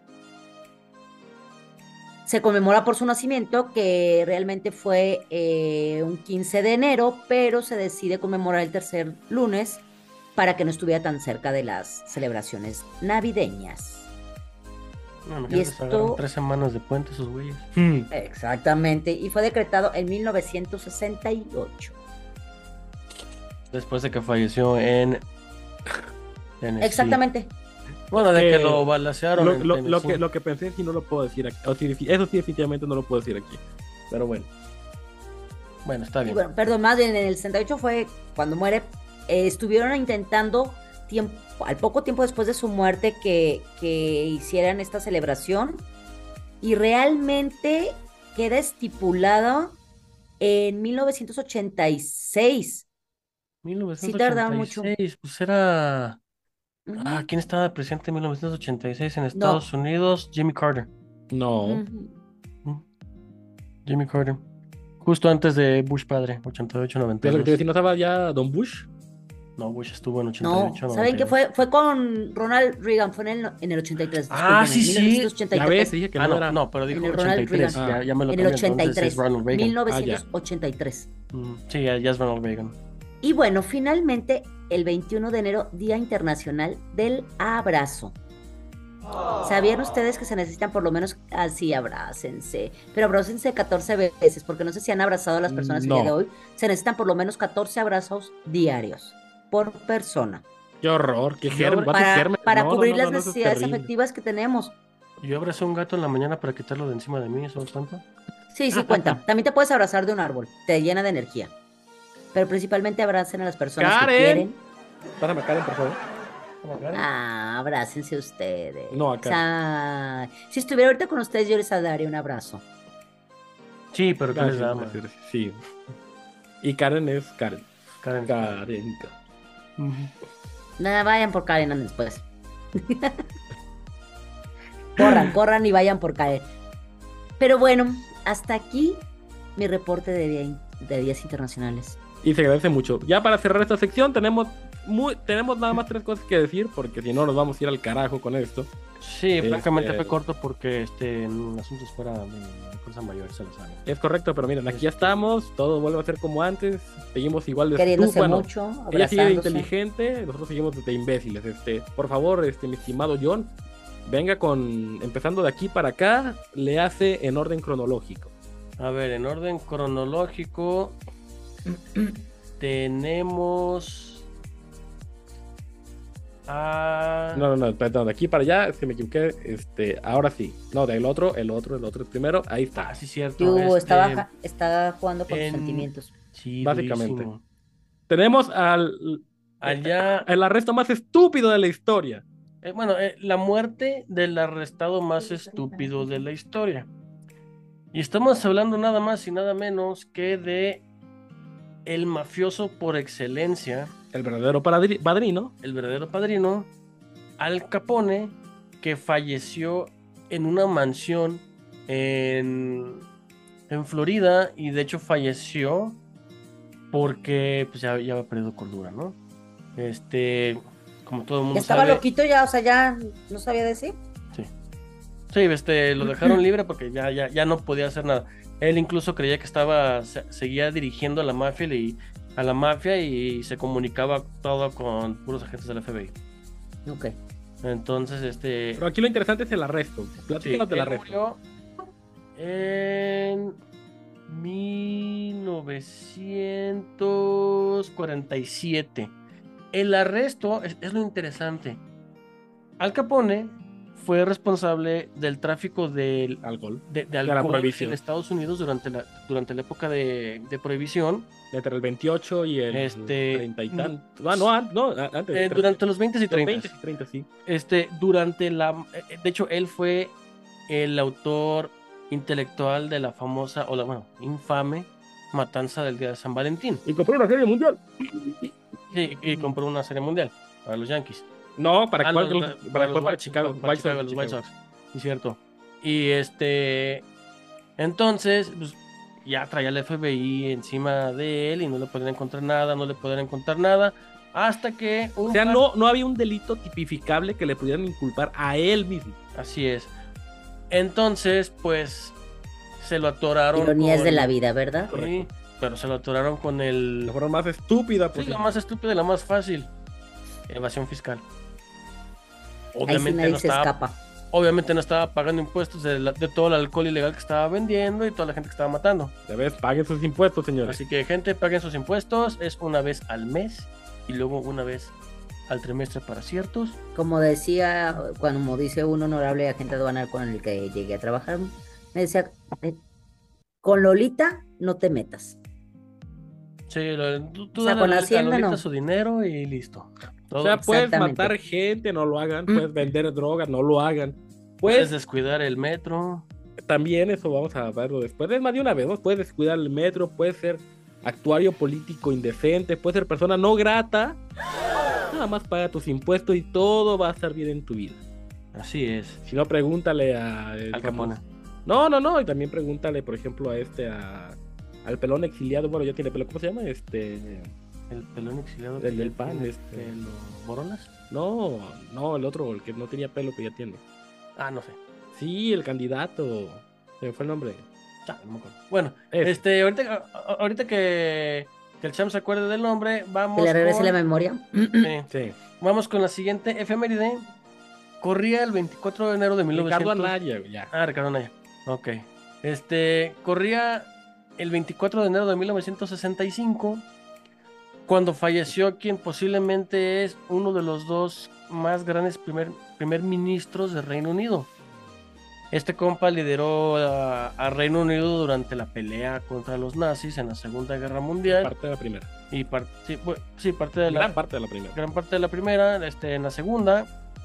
[SPEAKER 1] Se conmemora por su nacimiento, que realmente fue eh, un quince de enero, pero se decide conmemorar el tercer lunes para que no estuviera tan cerca de las celebraciones navideñas.
[SPEAKER 2] No, me
[SPEAKER 1] Y
[SPEAKER 2] esto...
[SPEAKER 1] esto-
[SPEAKER 2] tres semanas de puente esos güeyes.
[SPEAKER 3] Hmm.
[SPEAKER 1] Exactamente, y fue decretado en mil novecientos sesenta y ocho.
[SPEAKER 2] Después de que falleció en Tennessee.
[SPEAKER 1] Exactamente.
[SPEAKER 2] Bueno, de que
[SPEAKER 3] Eh,
[SPEAKER 2] lo balacearon
[SPEAKER 3] Lo,
[SPEAKER 2] en
[SPEAKER 3] lo- lo
[SPEAKER 2] Tennessee.
[SPEAKER 3] que, lo que pensé sí no lo puedo decir aquí. O sí, eso sí definitivamente no lo puedo decir aquí. Pero bueno.
[SPEAKER 2] Bueno, está
[SPEAKER 1] Y
[SPEAKER 2] bien.
[SPEAKER 1] bueno, perdón, más bien en el sesenta y ocho fue cuando muere. Eh, estuvieron intentando tiempo, al poco tiempo después de su muerte que, que hicieran esta celebración y realmente queda estipulado en mil novecientos ochenta y seis.
[SPEAKER 2] mil novecientos
[SPEAKER 1] sí tardaron mucho.
[SPEAKER 2] ochenta y seis, pues era...
[SPEAKER 1] Ujú.
[SPEAKER 2] Ah, ¿quién estaba presente en mil novecientos ochenta y seis en Estados Unidos? Jimmy Carter.
[SPEAKER 3] No.
[SPEAKER 1] Ujú.
[SPEAKER 2] Mm. Jimmy Carter. Justo antes de Bush padre, ochenta y ocho noventa y
[SPEAKER 3] Pero que
[SPEAKER 2] dos.
[SPEAKER 3] si no estaba ya Don Bush.
[SPEAKER 2] No, Bush estuvo en ochenta y
[SPEAKER 1] No,
[SPEAKER 2] ocho
[SPEAKER 1] ¿saben qué
[SPEAKER 2] noventa y dos.
[SPEAKER 1] fue? Fue con Ronald Reagan, fue en el, en el ochenta y tres.
[SPEAKER 2] Ah,
[SPEAKER 1] discúlpenme,
[SPEAKER 2] sí, sí.
[SPEAKER 1] mil novecientos ochenta y
[SPEAKER 3] Ya
[SPEAKER 1] tres.
[SPEAKER 3] ves, dije que
[SPEAKER 2] Ah,
[SPEAKER 3] no
[SPEAKER 2] no,
[SPEAKER 3] era.
[SPEAKER 2] no, pero dijo
[SPEAKER 1] En el Ronald
[SPEAKER 2] ochenta y tres.
[SPEAKER 3] Reagan.
[SPEAKER 2] Ya, ya me lo
[SPEAKER 1] En el
[SPEAKER 2] cambié,
[SPEAKER 1] ochenta y
[SPEAKER 2] entonces
[SPEAKER 1] tres.
[SPEAKER 2] es Ronald Reagan.
[SPEAKER 1] mil novecientos ochenta y tres.
[SPEAKER 2] Mm, sí, ya, ya es Ronald Reagan.
[SPEAKER 1] Y bueno, finalmente, el veintiuno de enero, Día Internacional del Abrazo. ¿Sabían ustedes que se necesitan por lo menos, así, abrácense, pero abrácense catorce veces, porque no sé si han abrazado a las personas el
[SPEAKER 3] No.
[SPEAKER 1] día de hoy, se necesitan por lo menos catorce abrazos diarios por persona,
[SPEAKER 3] Qué horror, qué
[SPEAKER 2] Yo
[SPEAKER 3] germen.
[SPEAKER 2] abra-
[SPEAKER 3] what is
[SPEAKER 1] para,
[SPEAKER 3] germen?
[SPEAKER 1] para
[SPEAKER 3] No, no,
[SPEAKER 1] cubrir
[SPEAKER 3] no,
[SPEAKER 1] las
[SPEAKER 3] no, no, eso es
[SPEAKER 1] necesidades
[SPEAKER 3] terrible.
[SPEAKER 1] afectivas que tenemos.
[SPEAKER 2] Yo abracé a un gato en la mañana para quitarlo de encima de mí, ¿eso cuánto?
[SPEAKER 1] Sí, sí cuenta. También te puedes abrazar de un árbol, te llena de energía. Pero principalmente abracen a las personas
[SPEAKER 3] ¡Karen!
[SPEAKER 1] que quieren.
[SPEAKER 3] Pásame a Karen, por favor.
[SPEAKER 1] Ah, abrácense ustedes.
[SPEAKER 3] No, acá.
[SPEAKER 1] Ah, si estuviera ahorita con ustedes, yo les daría un abrazo.
[SPEAKER 2] Sí, pero ¿qué les
[SPEAKER 3] Gracias,
[SPEAKER 2] da, man?
[SPEAKER 3] gracias, gracias. Sí. Y Karen es Karen.
[SPEAKER 2] Karen.
[SPEAKER 3] Karen.
[SPEAKER 2] Ujú.
[SPEAKER 1] Nada, vayan por Karen anden después. corran, corran y vayan por Karen. Pero bueno, hasta aquí mi reporte de, día, de días internacionales.
[SPEAKER 3] Y se agradece mucho. Ya para cerrar esta sección tenemos muy, tenemos nada más tres cosas que decir, porque si no nos vamos a ir al carajo con esto.
[SPEAKER 2] Sí,
[SPEAKER 3] Este-
[SPEAKER 2] francamente fue corto porque este, en asuntos fuera de, de fuerza mayor se lo sabe.
[SPEAKER 3] Es correcto, pero miren, aquí ya estamos, todo vuelve a ser como antes, seguimos igual de
[SPEAKER 1] Queriéndose
[SPEAKER 3] estúpidos, bueno,
[SPEAKER 1] mucho,
[SPEAKER 3] ella sigue de
[SPEAKER 1] abrazándose.
[SPEAKER 3] inteligente, nosotros seguimos de imbéciles. Este, por favor, este, mi estimado John, venga con, empezando de aquí para acá, le hace en orden cronológico.
[SPEAKER 2] A ver, en orden cronológico tenemos a...
[SPEAKER 3] No, no, no, perdón, de aquí para allá, es que me equivoqué, este, ahora sí. No, del otro, el otro, el otro es primero, ahí está.
[SPEAKER 2] Ah, sí, cierto.
[SPEAKER 1] ¿Qué hubo?
[SPEAKER 2] este,
[SPEAKER 1] Está, baja- está jugando con
[SPEAKER 2] en-
[SPEAKER 1] sus sentimientos.
[SPEAKER 2] Sí,
[SPEAKER 3] Básicamente.
[SPEAKER 2] durísimo.
[SPEAKER 3] Tenemos al
[SPEAKER 2] Allá,
[SPEAKER 3] el arresto más estúpido de la historia.
[SPEAKER 2] eh, bueno, eh, la muerte del arrestado más estúpido de la historia. Y estamos hablando nada más y nada menos que de el mafioso por excelencia,
[SPEAKER 3] El verdadero padri- padrino.
[SPEAKER 2] el verdadero padrino, Al Capone, que falleció en una mansión en, en Florida, y de hecho falleció porque pues ya, ya había perdido cordura, ¿no? Este, como todo el mundo
[SPEAKER 1] Ya estaba
[SPEAKER 2] sabe,
[SPEAKER 1] loquito ya, o sea, ya no sabía decir.
[SPEAKER 2] sí, sí, este, lo dejaron libre porque ya, ya, ya no podía hacer nada. Él incluso creía que estaba, se- seguía dirigiendo a la mafia y a la mafia y se comunicaba todo con puros agentes del F B I.
[SPEAKER 1] Ok.
[SPEAKER 2] Entonces, este,
[SPEAKER 3] Pero aquí lo interesante es el arresto.
[SPEAKER 2] sí,
[SPEAKER 3] Platícanos del
[SPEAKER 2] él
[SPEAKER 3] arresto.
[SPEAKER 2] murió en mil novecientos cuarenta y siete. El arresto es, es lo interesante. Al Capone fue responsable del tráfico del,
[SPEAKER 3] Alcohol.
[SPEAKER 2] de, de
[SPEAKER 3] la
[SPEAKER 2] alcohol
[SPEAKER 3] prohibición.
[SPEAKER 2] en Estados Unidos durante la, durante la época de, de prohibición.
[SPEAKER 3] Entre el veintiocho y el
[SPEAKER 2] Este,
[SPEAKER 3] treinta y tantos. Ah, no, an- no, a- antes.
[SPEAKER 2] Eh, durante los veinte y
[SPEAKER 3] los
[SPEAKER 2] treinta.
[SPEAKER 3] veinte y treinta, sí.
[SPEAKER 2] Este, durante la... eh, De hecho, él fue el autor intelectual de la famosa, o la, bueno, infame matanza del día de San Valentín.
[SPEAKER 3] Y compró una serie mundial.
[SPEAKER 2] Sí, y compró una serie mundial para los Yankees.
[SPEAKER 3] No, para
[SPEAKER 2] Ah,
[SPEAKER 3] cuál,
[SPEAKER 2] no,
[SPEAKER 3] para,
[SPEAKER 2] para
[SPEAKER 3] para,
[SPEAKER 2] los
[SPEAKER 3] para
[SPEAKER 2] White-
[SPEAKER 3] Chicago.
[SPEAKER 2] para
[SPEAKER 3] White
[SPEAKER 2] Chicago,
[SPEAKER 3] Sox,
[SPEAKER 2] los White
[SPEAKER 3] Chicago.
[SPEAKER 2] Sox. Sí, cierto. Y este... Entonces, pues, ya traía el F B I encima de él y no le podían encontrar nada, no le podían encontrar nada, hasta que... un
[SPEAKER 3] O sea,
[SPEAKER 2] par-
[SPEAKER 3] no, no había un delito tipificable que le pudieran inculpar a él mismo.
[SPEAKER 2] Así es. Entonces, pues, se lo atoraron
[SPEAKER 1] Ironías
[SPEAKER 2] con-
[SPEAKER 1] de la vida, ¿verdad?
[SPEAKER 2] Sí, pero se lo atoraron con el...
[SPEAKER 3] La forma más estúpida
[SPEAKER 2] Sí,
[SPEAKER 3] posible.
[SPEAKER 2] la más estúpida y la más fácil. Evasión fiscal.
[SPEAKER 1] Ahí sí
[SPEAKER 2] Obviamente
[SPEAKER 1] nadie
[SPEAKER 2] no
[SPEAKER 1] se
[SPEAKER 2] estaba,
[SPEAKER 1] escapa.
[SPEAKER 2] obviamente no estaba pagando impuestos de, la- de todo el alcohol ilegal que estaba vendiendo y toda la gente que estaba matando.
[SPEAKER 3] Ya ves, paguen sus impuestos, señores.
[SPEAKER 2] Así que, gente, paguen sus impuestos. Es una vez al mes y luego una vez al trimestre para ciertos.
[SPEAKER 1] Como decía, cuando dice un honorable agente aduanal con el que llegué a trabajar, me decía, eh, con Lolita no te metas.
[SPEAKER 2] Sí, lo- tú, tú
[SPEAKER 1] O sea,
[SPEAKER 2] dale
[SPEAKER 1] con
[SPEAKER 2] a
[SPEAKER 1] Hacienda
[SPEAKER 2] Lolita
[SPEAKER 1] no.
[SPEAKER 2] su dinero y listo. Todo.
[SPEAKER 3] O sea, puedes
[SPEAKER 1] Exactamente.
[SPEAKER 3] matar gente, no lo hagan.
[SPEAKER 1] Mm.
[SPEAKER 3] Puedes vender drogas, no lo hagan.
[SPEAKER 2] Puedes
[SPEAKER 3] Pues
[SPEAKER 2] descuidar el metro.
[SPEAKER 3] también eso vamos a verlo después. Es más de una vez, ¿no? Puedes descuidar el metro, puedes ser actuario político indecente, puedes ser persona no grata. Nada más paga tus impuestos y todo va a estar bien en tu vida.
[SPEAKER 2] Así es.
[SPEAKER 3] Si no, pregúntale a... el
[SPEAKER 2] Al Capone.
[SPEAKER 3] No, no, no. Y también pregúntale, por ejemplo, a este, a... al pelón exiliado. Bueno, ya tiene pelo. ¿Cómo se llama? Este...
[SPEAKER 2] El pelón exiliado.
[SPEAKER 3] El
[SPEAKER 2] que
[SPEAKER 3] del
[SPEAKER 2] ya
[SPEAKER 3] pan,
[SPEAKER 2] tiene
[SPEAKER 3] este.
[SPEAKER 2] pelo. ¿Boronas?
[SPEAKER 3] No, no, el otro, el que no tenía pelo, que ya tiene.
[SPEAKER 2] Ah, no sé.
[SPEAKER 3] Sí, el candidato. Se me fue el nombre.
[SPEAKER 2] Ah, no me acuerdo. Bueno,
[SPEAKER 3] Ese.
[SPEAKER 2] este, ahorita, a- a- ahorita que, que el Cham se acuerde del nombre, vamos
[SPEAKER 1] Que le regrese
[SPEAKER 2] con,
[SPEAKER 1] la memoria.
[SPEAKER 2] sí,
[SPEAKER 3] Sí.
[SPEAKER 2] vamos con la siguiente efeméride. Corría el veinticuatro de enero de mil
[SPEAKER 3] Ricardo
[SPEAKER 2] novecientos...
[SPEAKER 3] Anaya, ya.
[SPEAKER 2] Ah, Ricardo Anaya. Ok. Este, corría el veinticuatro de enero de mil novecientos sesenta y cinco, cuando falleció quien posiblemente es uno de los dos más grandes primer, primer ministros de Reino Unido. Este compa lideró a, a Reino Unido durante la pelea contra los nazis en la Segunda Guerra Mundial.
[SPEAKER 3] Parte de la primera.
[SPEAKER 2] Y par- sí, bu- sí, parte de la,
[SPEAKER 3] Gran parte de la primera.
[SPEAKER 2] gran parte de la primera. Este, en la segunda,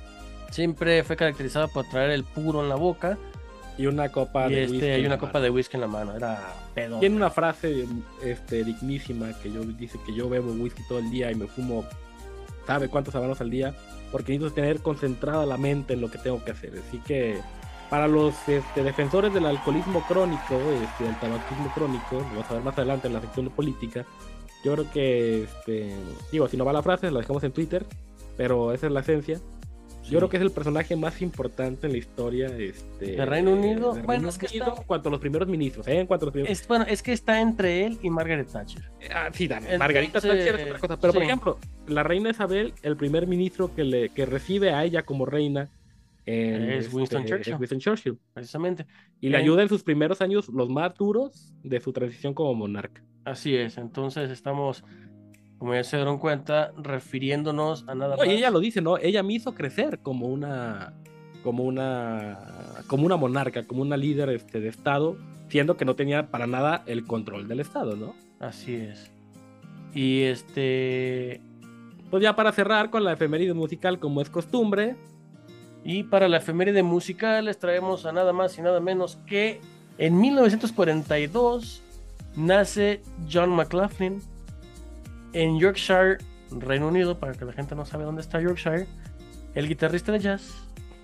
[SPEAKER 2] siempre fue caracterizado por traer el puro en la boca.
[SPEAKER 3] Y una copa
[SPEAKER 2] y
[SPEAKER 3] de
[SPEAKER 2] este,
[SPEAKER 3] whisky.
[SPEAKER 2] hay
[SPEAKER 3] en
[SPEAKER 2] una
[SPEAKER 3] la
[SPEAKER 2] copa
[SPEAKER 3] mano.
[SPEAKER 2] de whisky en la mano. Era pedo.
[SPEAKER 3] Tiene una frase este, dignísima que yo dice que yo bebo whisky todo el día y me fumo sabe cuántos habanos al día porque necesito tener concentrada la mente en lo que tengo que hacer. Así que para los este, defensores del alcoholismo crónico, este, del tabaquismo crónico, lo vamos a ver más adelante en la sección de política, yo creo que, este, digo, si no va la frase, la dejamos en Twitter, pero esa es la esencia. Yo creo que es el personaje más importante en la historia este,
[SPEAKER 2] ¿De Reino Unido?
[SPEAKER 3] de
[SPEAKER 2] Bueno,
[SPEAKER 3] Reino
[SPEAKER 2] es que
[SPEAKER 3] Unido
[SPEAKER 2] está-
[SPEAKER 3] en cuanto a los primeros ministros, ¿eh? En cuanto a los primeros...
[SPEAKER 2] Es, bueno, es que está entre él y Margaret Thatcher.
[SPEAKER 3] Ah, sí, Dan,
[SPEAKER 2] Entonces,
[SPEAKER 3] Margarita Thatcher es otra cosa. Pero, por
[SPEAKER 2] sí.
[SPEAKER 3] ejemplo, la reina Isabel, el primer ministro que, le, que recibe a ella como reina, En,
[SPEAKER 2] Es
[SPEAKER 3] este,
[SPEAKER 2] Winston
[SPEAKER 3] es
[SPEAKER 2] Churchill,
[SPEAKER 3] Winston Churchill.
[SPEAKER 2] precisamente.
[SPEAKER 3] Y le
[SPEAKER 2] En-
[SPEAKER 3] ayuda en sus primeros años, los más duros de su transición como monarca.
[SPEAKER 2] Así es, entonces estamos, como ya se dieron cuenta, refiriéndonos a nada
[SPEAKER 3] No, y
[SPEAKER 2] más.
[SPEAKER 3] ella lo dice, ¿no? Ella me hizo crecer como una, como una, como una monarca, como una líder este, de Estado, siendo que no tenía para nada el control del Estado, ¿no?
[SPEAKER 2] Así es. Y este...
[SPEAKER 3] Pues ya para cerrar con la efeméride musical, como es costumbre,
[SPEAKER 2] Y para la efeméride musical les traemos a nada más y nada menos que en mil novecientos cuarenta y dos nace John McLaughlin en Yorkshire, Reino Unido, para que la gente no sabe dónde está Yorkshire, el guitarrista de jazz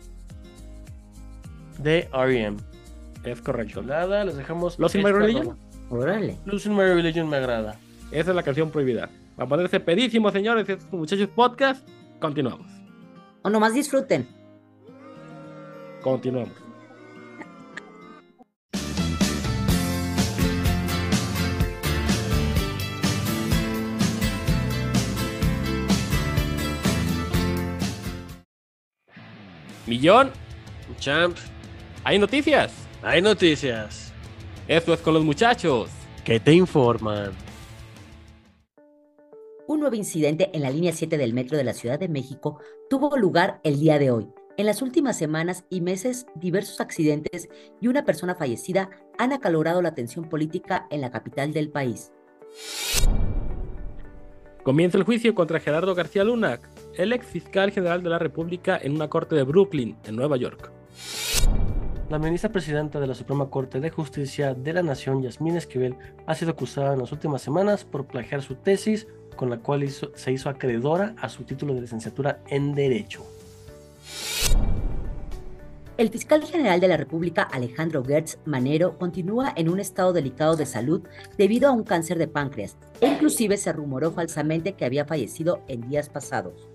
[SPEAKER 2] de R E M.
[SPEAKER 3] es correcto.
[SPEAKER 2] Chulada, les dejamos
[SPEAKER 3] ¿Los in My
[SPEAKER 2] esta
[SPEAKER 3] Religion?
[SPEAKER 2] rola.
[SPEAKER 1] Órale.
[SPEAKER 2] Losing My Religion me agrada.
[SPEAKER 3] Esa es la canción prohibida. Va a ponerse pedísimo, señores. Estos muchachos podcast. Continuamos.
[SPEAKER 1] O nomás disfruten.
[SPEAKER 3] Continuamos. Millón,
[SPEAKER 6] Champ,
[SPEAKER 3] hay noticias.
[SPEAKER 6] hay noticias.
[SPEAKER 3] Esto es con los muchachos.
[SPEAKER 6] ¿Qué te informan?
[SPEAKER 1] Un nuevo incidente en la línea siete del metro de la Ciudad de México tuvo lugar el día de hoy. En las últimas semanas y meses, diversos accidentes y una persona fallecida han acalorado la tensión política en la capital del país.
[SPEAKER 3] Comienza el juicio contra Gerardo García Luna, el ex fiscal general de la República, en una corte de Brooklyn, en Nueva York.
[SPEAKER 2] La ministra presidenta de la Suprema Corte de Justicia de la Nación, Yasmín Esquivel, ha sido acusada en las últimas semanas por plagiar su tesis, con la cual hizo, se hizo acreedora a su título de licenciatura en Derecho.
[SPEAKER 1] El fiscal general de la República, Alejandro Gertz Manero, continúa en un estado delicado de salud debido a un cáncer de páncreas, e inclusive se rumoró falsamente que había fallecido en días pasados.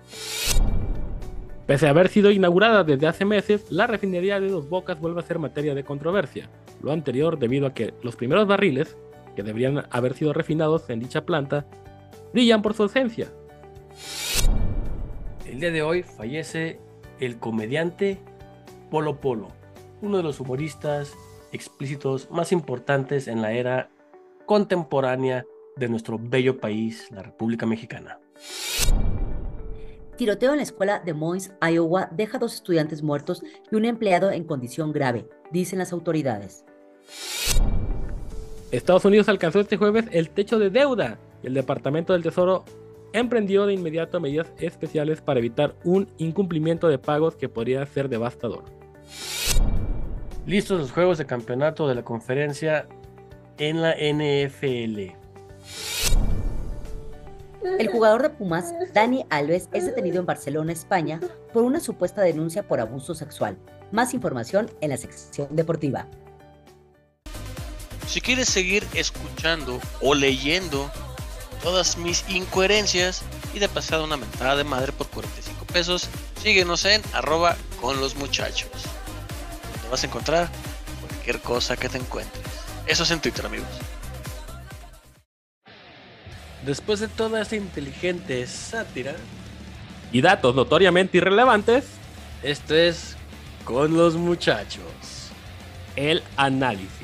[SPEAKER 3] Pese a haber sido inaugurada desde hace meses, la refinería de Dos Bocas vuelve a ser materia de controversia. Lo anterior debido a que los primeros barriles, que deberían haber sido refinados en dicha planta, brillan por su ausencia.
[SPEAKER 2] El día de hoy fallece el comediante Polo Polo, uno de los humoristas explícitos más importantes en la era contemporánea de nuestro bello país, la República Mexicana.
[SPEAKER 1] Tiroteo en la escuela de Moines, Iowa, deja dos estudiantes muertos y un empleado en condición grave, dicen las autoridades.
[SPEAKER 3] Estados Unidos alcanzó este jueves el techo de deuda y el Departamento del Tesoro emprendió de inmediato medidas especiales para evitar un incumplimiento de pagos que podría ser devastador.
[SPEAKER 2] Listos los juegos de campeonato de la conferencia en la N F L.
[SPEAKER 1] El jugador de Pumas, Dani Alves, es detenido en Barcelona, España, por una supuesta denuncia por abuso sexual. Más información en la sección deportiva.
[SPEAKER 6] Si quieres seguir escuchando o leyendo todas mis incoherencias y de pasada una mentada de madre por cuarenta y cinco pesos, síguenos en arroba con los muchachos. Donde vas a encontrar cualquier cosa que te encuentres. Eso es en Twitter, amigos.
[SPEAKER 2] Después de toda esta inteligente sátira,
[SPEAKER 3] Y datos notoriamente irrelevantes,
[SPEAKER 2] esto es Con los Muchachos.
[SPEAKER 3] el análisis.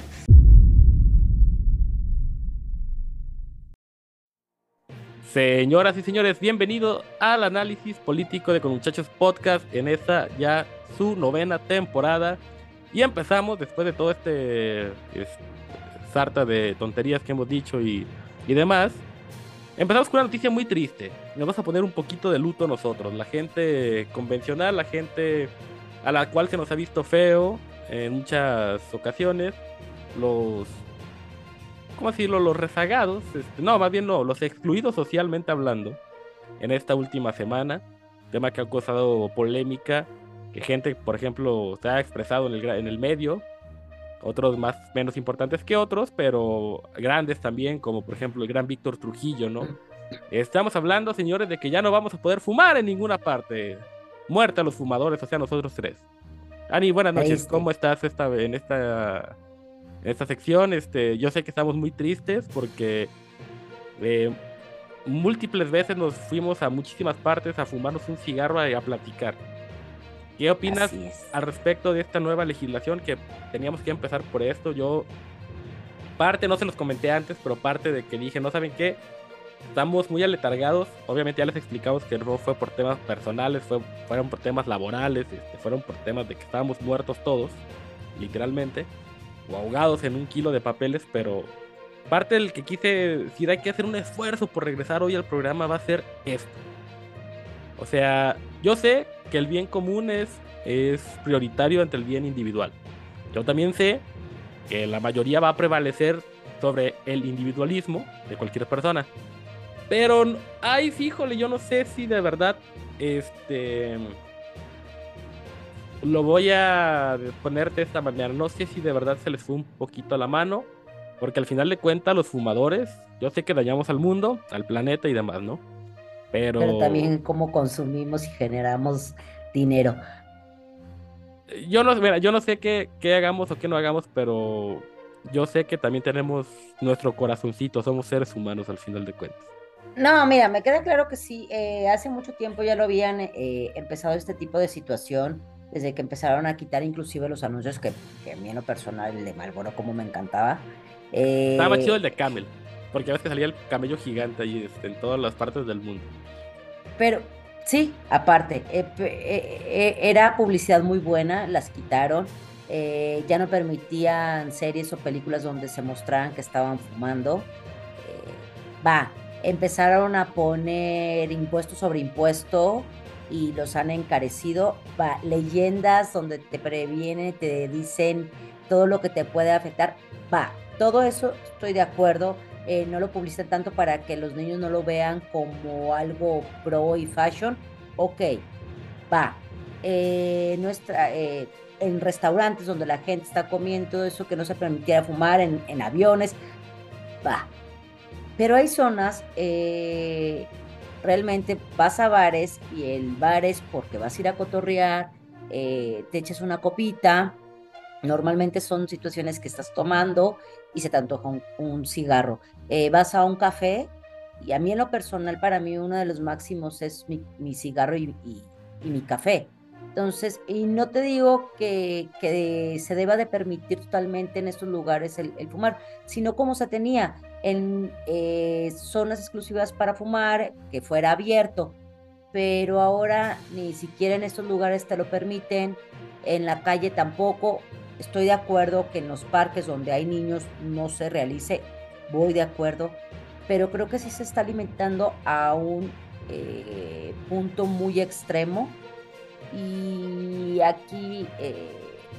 [SPEAKER 3] Señoras y señores, bienvenidos al análisis político de Con Muchachos Podcast en esta ya su novena temporada. Y empezamos después de todo este, este sarta de tonterías que hemos dicho y, y demás. Empezamos con una noticia muy triste. Nos vamos a poner un poquito de luto nosotros, la gente convencional, la gente a la cual se nos ha visto feo en muchas ocasiones, los, ¿cómo decirlo? Los rezagados, este, no, más bien no, los excluidos socialmente hablando, en esta última semana, tema que ha causado polémica, que gente, por ejemplo, se ha expresado en el, en el medio, otros más menos importantes que otros, pero grandes también, como por ejemplo el gran Víctor Trujillo, ¿no? Estamos hablando, señores, de que ya no vamos a poder fumar en ninguna parte. Muerte a los fumadores, o sea, nosotros tres. Ani, buenas noches,
[SPEAKER 1] Triste.
[SPEAKER 3] ¿cómo estás esta, en, esta, en esta sección? Este, yo sé que estamos muy tristes porque eh, múltiples veces nos fuimos a muchísimas partes a fumarnos un cigarro y a platicar. ¿Qué opinas
[SPEAKER 1] Así es.
[SPEAKER 3] al respecto de esta nueva legislación? Que teníamos que empezar por esto. Yo, parte, no se los comenté antes, pero parte de que dije, no saben qué, estamos muy aletargados. Obviamente ya les explicamos que no fue por temas personales, fue, fueron por temas laborales, este, fueron por temas de que estábamos muertos todos, literalmente, o ahogados en un kilo de papeles, pero parte del que quise decir, hay que hacer un esfuerzo por regresar hoy al programa, va a ser esto. O sea, yo sé que el bien común es, es prioritario ante el bien individual. Yo también sé que la mayoría va a prevalecer sobre el individualismo de cualquier persona. Pero, ay, fíjole, yo no sé si de verdad, este, lo voy a poner de esta manera. No sé si de verdad se les fue un poquito a la mano, porque al final de cuentas los fumadores, yo sé que dañamos al mundo, al planeta y demás, ¿no? Pero,
[SPEAKER 1] Pero también cómo consumimos y generamos dinero.
[SPEAKER 3] yo no, mira, yo no sé qué, qué hagamos o qué no hagamos, pero yo sé que también tenemos nuestro corazoncito, somos seres humanos al final de cuentas.
[SPEAKER 1] No, mira, me queda claro que sí, eh, hace mucho tiempo ya lo habían eh, empezado este tipo de situación, desde que empezaron a quitar inclusive los anuncios que, que a mí en lo personal, el de Marlboro, como me encantaba.
[SPEAKER 3] Estaba más chido
[SPEAKER 1] Eh,
[SPEAKER 3] el de Camel, porque a veces salía el camello gigante ahí este, en todas las partes del mundo.
[SPEAKER 1] Pero sí, aparte, eh, pe- eh, eh, era publicidad muy buena, las quitaron, eh, ya no permitían series o películas donde se mostraran que estaban fumando. Eh, va, empezaron a poner impuesto sobre impuesto y los han encarecido. Va, leyendas donde te previenen, te dicen todo lo que te puede afectar. Va, todo eso estoy de acuerdo. Eh, no lo publicitan tanto para que los niños no lo vean como algo pro y fashion. Ok, va. Eh, nuestra, eh, en restaurantes donde la gente está comiendo, todo eso que no se permitiera fumar, en, en aviones, va. Pero hay zonas, eh, realmente vas a bares y el bar es porque vas a ir a cotorrear, eh, te echas una copita. Normalmente son situaciones que estás tomando y se te antoja un, un cigarro. Eh, vas a un café y a mí en lo personal, para mí uno de los máximos es mi, mi cigarro y, y- y mi café. Entonces, y no te digo que, que se deba de permitir totalmente en estos lugares el, el fumar, sino como se tenía en eh, zonas exclusivas para fumar, que fuera abierto, pero ahora ni siquiera en estos lugares te lo permiten, en la calle tampoco. Estoy de acuerdo que en los parques donde hay niños no se realice, voy de acuerdo, pero creo que sí se está alimentando a un eh, punto muy extremo. Y aquí, eh,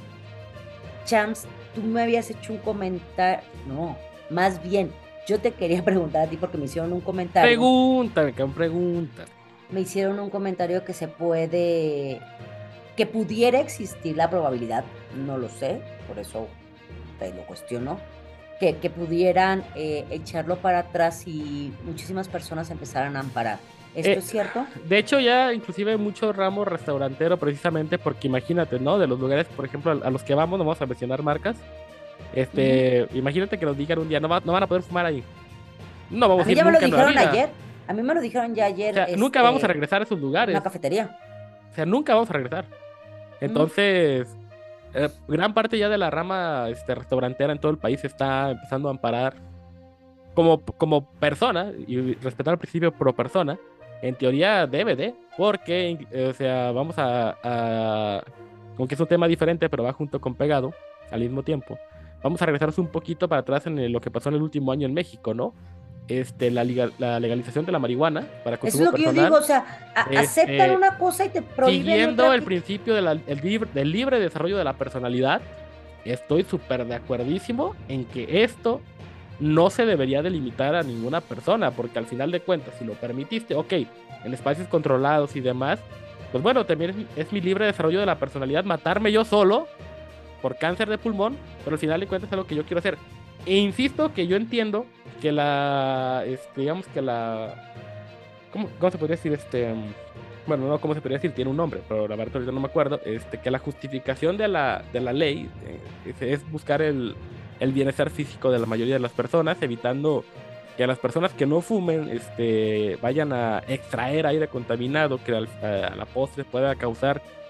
[SPEAKER 1] Champs, tú me habías hecho un comentario, no, más bien, yo te quería preguntar a ti porque me hicieron un comentario.
[SPEAKER 3] Pregunta, que pregunta.
[SPEAKER 1] Me hicieron un comentario que se puede, que pudiera existir la probabilidad, no lo sé, por eso te lo cuestiono, que, que pudieran eh, echarlo para atrás y muchísimas personas empezaran a amparar. ¿Esto
[SPEAKER 3] Eh,
[SPEAKER 1] es cierto?
[SPEAKER 3] De hecho, ya inclusive mucho ramo restaurantero, precisamente porque imagínate, ¿no? De los lugares, por ejemplo, a, a los que vamos, no vamos a mencionar marcas. Este, imagínate que nos digan un día, no, va- no van a poder fumar ahí. No
[SPEAKER 1] A
[SPEAKER 3] vamos a
[SPEAKER 1] mí
[SPEAKER 3] ir
[SPEAKER 1] ya me lo
[SPEAKER 3] nunca en la
[SPEAKER 1] dijeron
[SPEAKER 3] vida.
[SPEAKER 1] ayer, a mí me lo dijeron ya
[SPEAKER 3] O
[SPEAKER 1] ayer,
[SPEAKER 3] sea, nunca vamos a
[SPEAKER 1] este,
[SPEAKER 3] regresar a esos
[SPEAKER 1] en
[SPEAKER 3] lugares.
[SPEAKER 1] una cafetería.
[SPEAKER 3] O sea, nunca vamos a regresar. Entonces, eh, gran parte ya de la rama este, restaurantera en todo el país está empezando a amparar como, como persona y respetar el principio pro persona. En teoría debe de, porque, eh, o sea, vamos a, a, como que es un tema diferente, pero va junto con pegado al mismo tiempo. Vamos a regresarnos un poquito para atrás en el- lo que pasó en el último año en México, ¿no? Este, la, liga- la legalización de la marihuana para
[SPEAKER 1] Eso
[SPEAKER 3] consumo
[SPEAKER 1] es lo que yo
[SPEAKER 3] personal.
[SPEAKER 1] digo, o sea, a-
[SPEAKER 3] este,
[SPEAKER 1] aceptan una cosa y te prohíben
[SPEAKER 3] Siguiendo
[SPEAKER 1] otra.
[SPEAKER 3] el
[SPEAKER 1] que-
[SPEAKER 3] principio de la- el libre, del libre desarrollo de la personalidad, estoy súper de acuerdísimo en que esto no se debería delimitar a ninguna persona, porque al final de cuentas, si lo permitiste, ok, en espacios controlados y demás, pues bueno, también es, mi- es mi libre desarrollo de la personalidad matarme yo solo por cáncer de pulmón, pero al final de cuentas es algo que yo quiero hacer. E insisto que yo entiendo que la, este, digamos que la, ¿cómo, cómo se podría decir? Este, mm, bueno, no, ¿cómo se podría decir? Tiene un nombre, pero la verdad ahorita no me acuerdo, este, que la justificación de la, de la ley eh, es, es buscar el, el bienestar físico de la mayoría de las personas, evitando que a las personas que no fumen este, vayan a extraer aire contaminado que al- a, a la postre pueda causar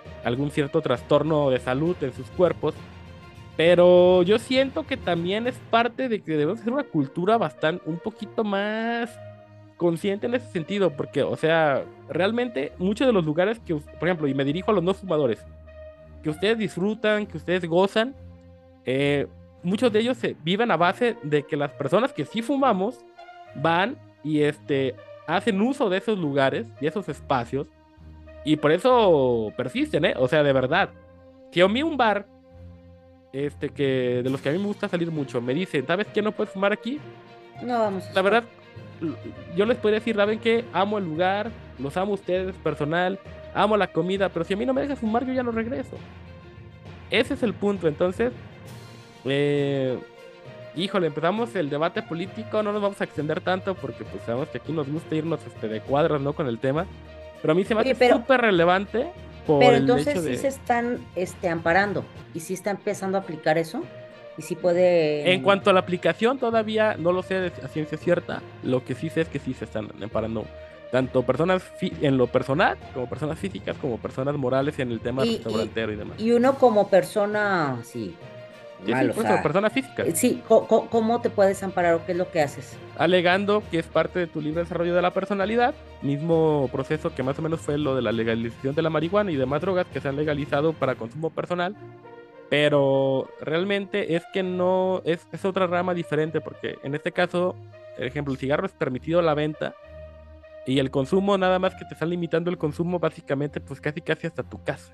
[SPEAKER 3] algún cierto trastorno de salud en sus cuerpos. Pero yo siento que también es parte de que debemos hacer una cultura bastante, un poquito más consciente en ese sentido, porque, o sea, realmente muchos de los lugares que, por ejemplo, y me dirijo a los no fumadores, que ustedes disfrutan, que ustedes gozan, eh, muchos de ellos se viven a base de que las personas que sí fumamos van y este, hacen uso de esos lugares y esos espacios, y por eso persisten, ¿eh? O sea, de verdad, si a mí un bar Este, que de los que a mí me gusta salir mucho, me dicen, ¿sabes qué? No puedes fumar aquí.
[SPEAKER 1] No vamos a
[SPEAKER 3] La verdad, yo les podría decir, ¿saben qué? Amo el lugar, los amo a ustedes, personal, amo la comida, pero si a mí no me dejas fumar, yo ya no regreso. Ese es el punto. Entonces, eh, híjole, empezamos el debate político, no nos vamos a extender tanto porque pues sabemos que aquí nos gusta irnos este, de cuadros, ¿no? Con el tema, pero a mí se me
[SPEAKER 1] Oye,
[SPEAKER 3] hace
[SPEAKER 1] pero-
[SPEAKER 3] súper relevante por
[SPEAKER 1] Pero
[SPEAKER 3] el
[SPEAKER 1] entonces
[SPEAKER 3] hecho
[SPEAKER 1] sí
[SPEAKER 3] de...
[SPEAKER 1] se están este, amparando y sí está empezando a aplicar eso y sí puede...
[SPEAKER 3] En cuanto a la aplicación, todavía no lo sé de- a ciencia cierta. Lo que sí sé es que sí se están amparando tanto personas fi- en lo personal, como personas físicas, como personas morales en el tema
[SPEAKER 1] Y- y-
[SPEAKER 3] restaurantero y, demás.
[SPEAKER 1] Y uno como persona, sí,
[SPEAKER 3] Sí,
[SPEAKER 1] mal,
[SPEAKER 3] sí,
[SPEAKER 1] o
[SPEAKER 3] pues,
[SPEAKER 1] sea,
[SPEAKER 3] como personas físicas,
[SPEAKER 1] eh, sí, co- co- ¿cómo te puedes amparar o qué es lo que haces?
[SPEAKER 3] alegando que es parte de tu libre desarrollo de la personalidad, mismo proceso que más o menos fue lo de la legalización de la marihuana y demás drogas que se han legalizado para consumo personal, pero realmente es que no, es, es otra rama diferente, porque en este caso, por ejemplo, el cigarro es permitido la venta, y el consumo, nada más que te están limitando el consumo, básicamente, pues casi casi hasta tu casa.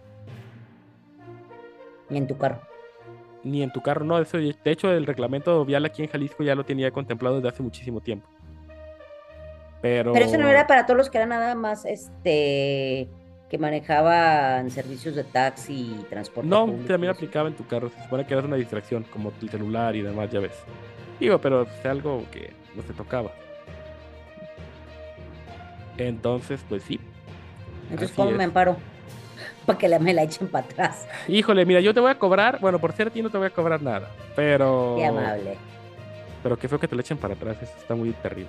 [SPEAKER 1] Y en tu carro.
[SPEAKER 3] Ni en tu carro, no. Eso, de hecho, el reglamento vial aquí en Jalisco ya lo tenía contemplado desde hace muchísimo tiempo. Pero...
[SPEAKER 1] Pero eso no era para todos los que eran nada más, este, que manejaban servicios de taxi y transporte
[SPEAKER 3] No,
[SPEAKER 1] público.
[SPEAKER 3] también
[SPEAKER 1] y eso.
[SPEAKER 3] aplicaba en tu carro. Se supone que era una distracción, como el celular y demás, ya ves. Digo, pero es algo que no se tocaba. Entonces, pues sí.
[SPEAKER 1] Entonces,
[SPEAKER 3] así
[SPEAKER 1] ¿cómo
[SPEAKER 3] es.
[SPEAKER 1] me amparo? Para que la, me la echen para atrás.
[SPEAKER 3] Híjole, mira, yo te voy a cobrar. Bueno, por ser a ti no te voy a cobrar nada. Pero.
[SPEAKER 1] Qué amable.
[SPEAKER 3] Pero qué feo que te lo echen para atrás. Eso está muy terrible.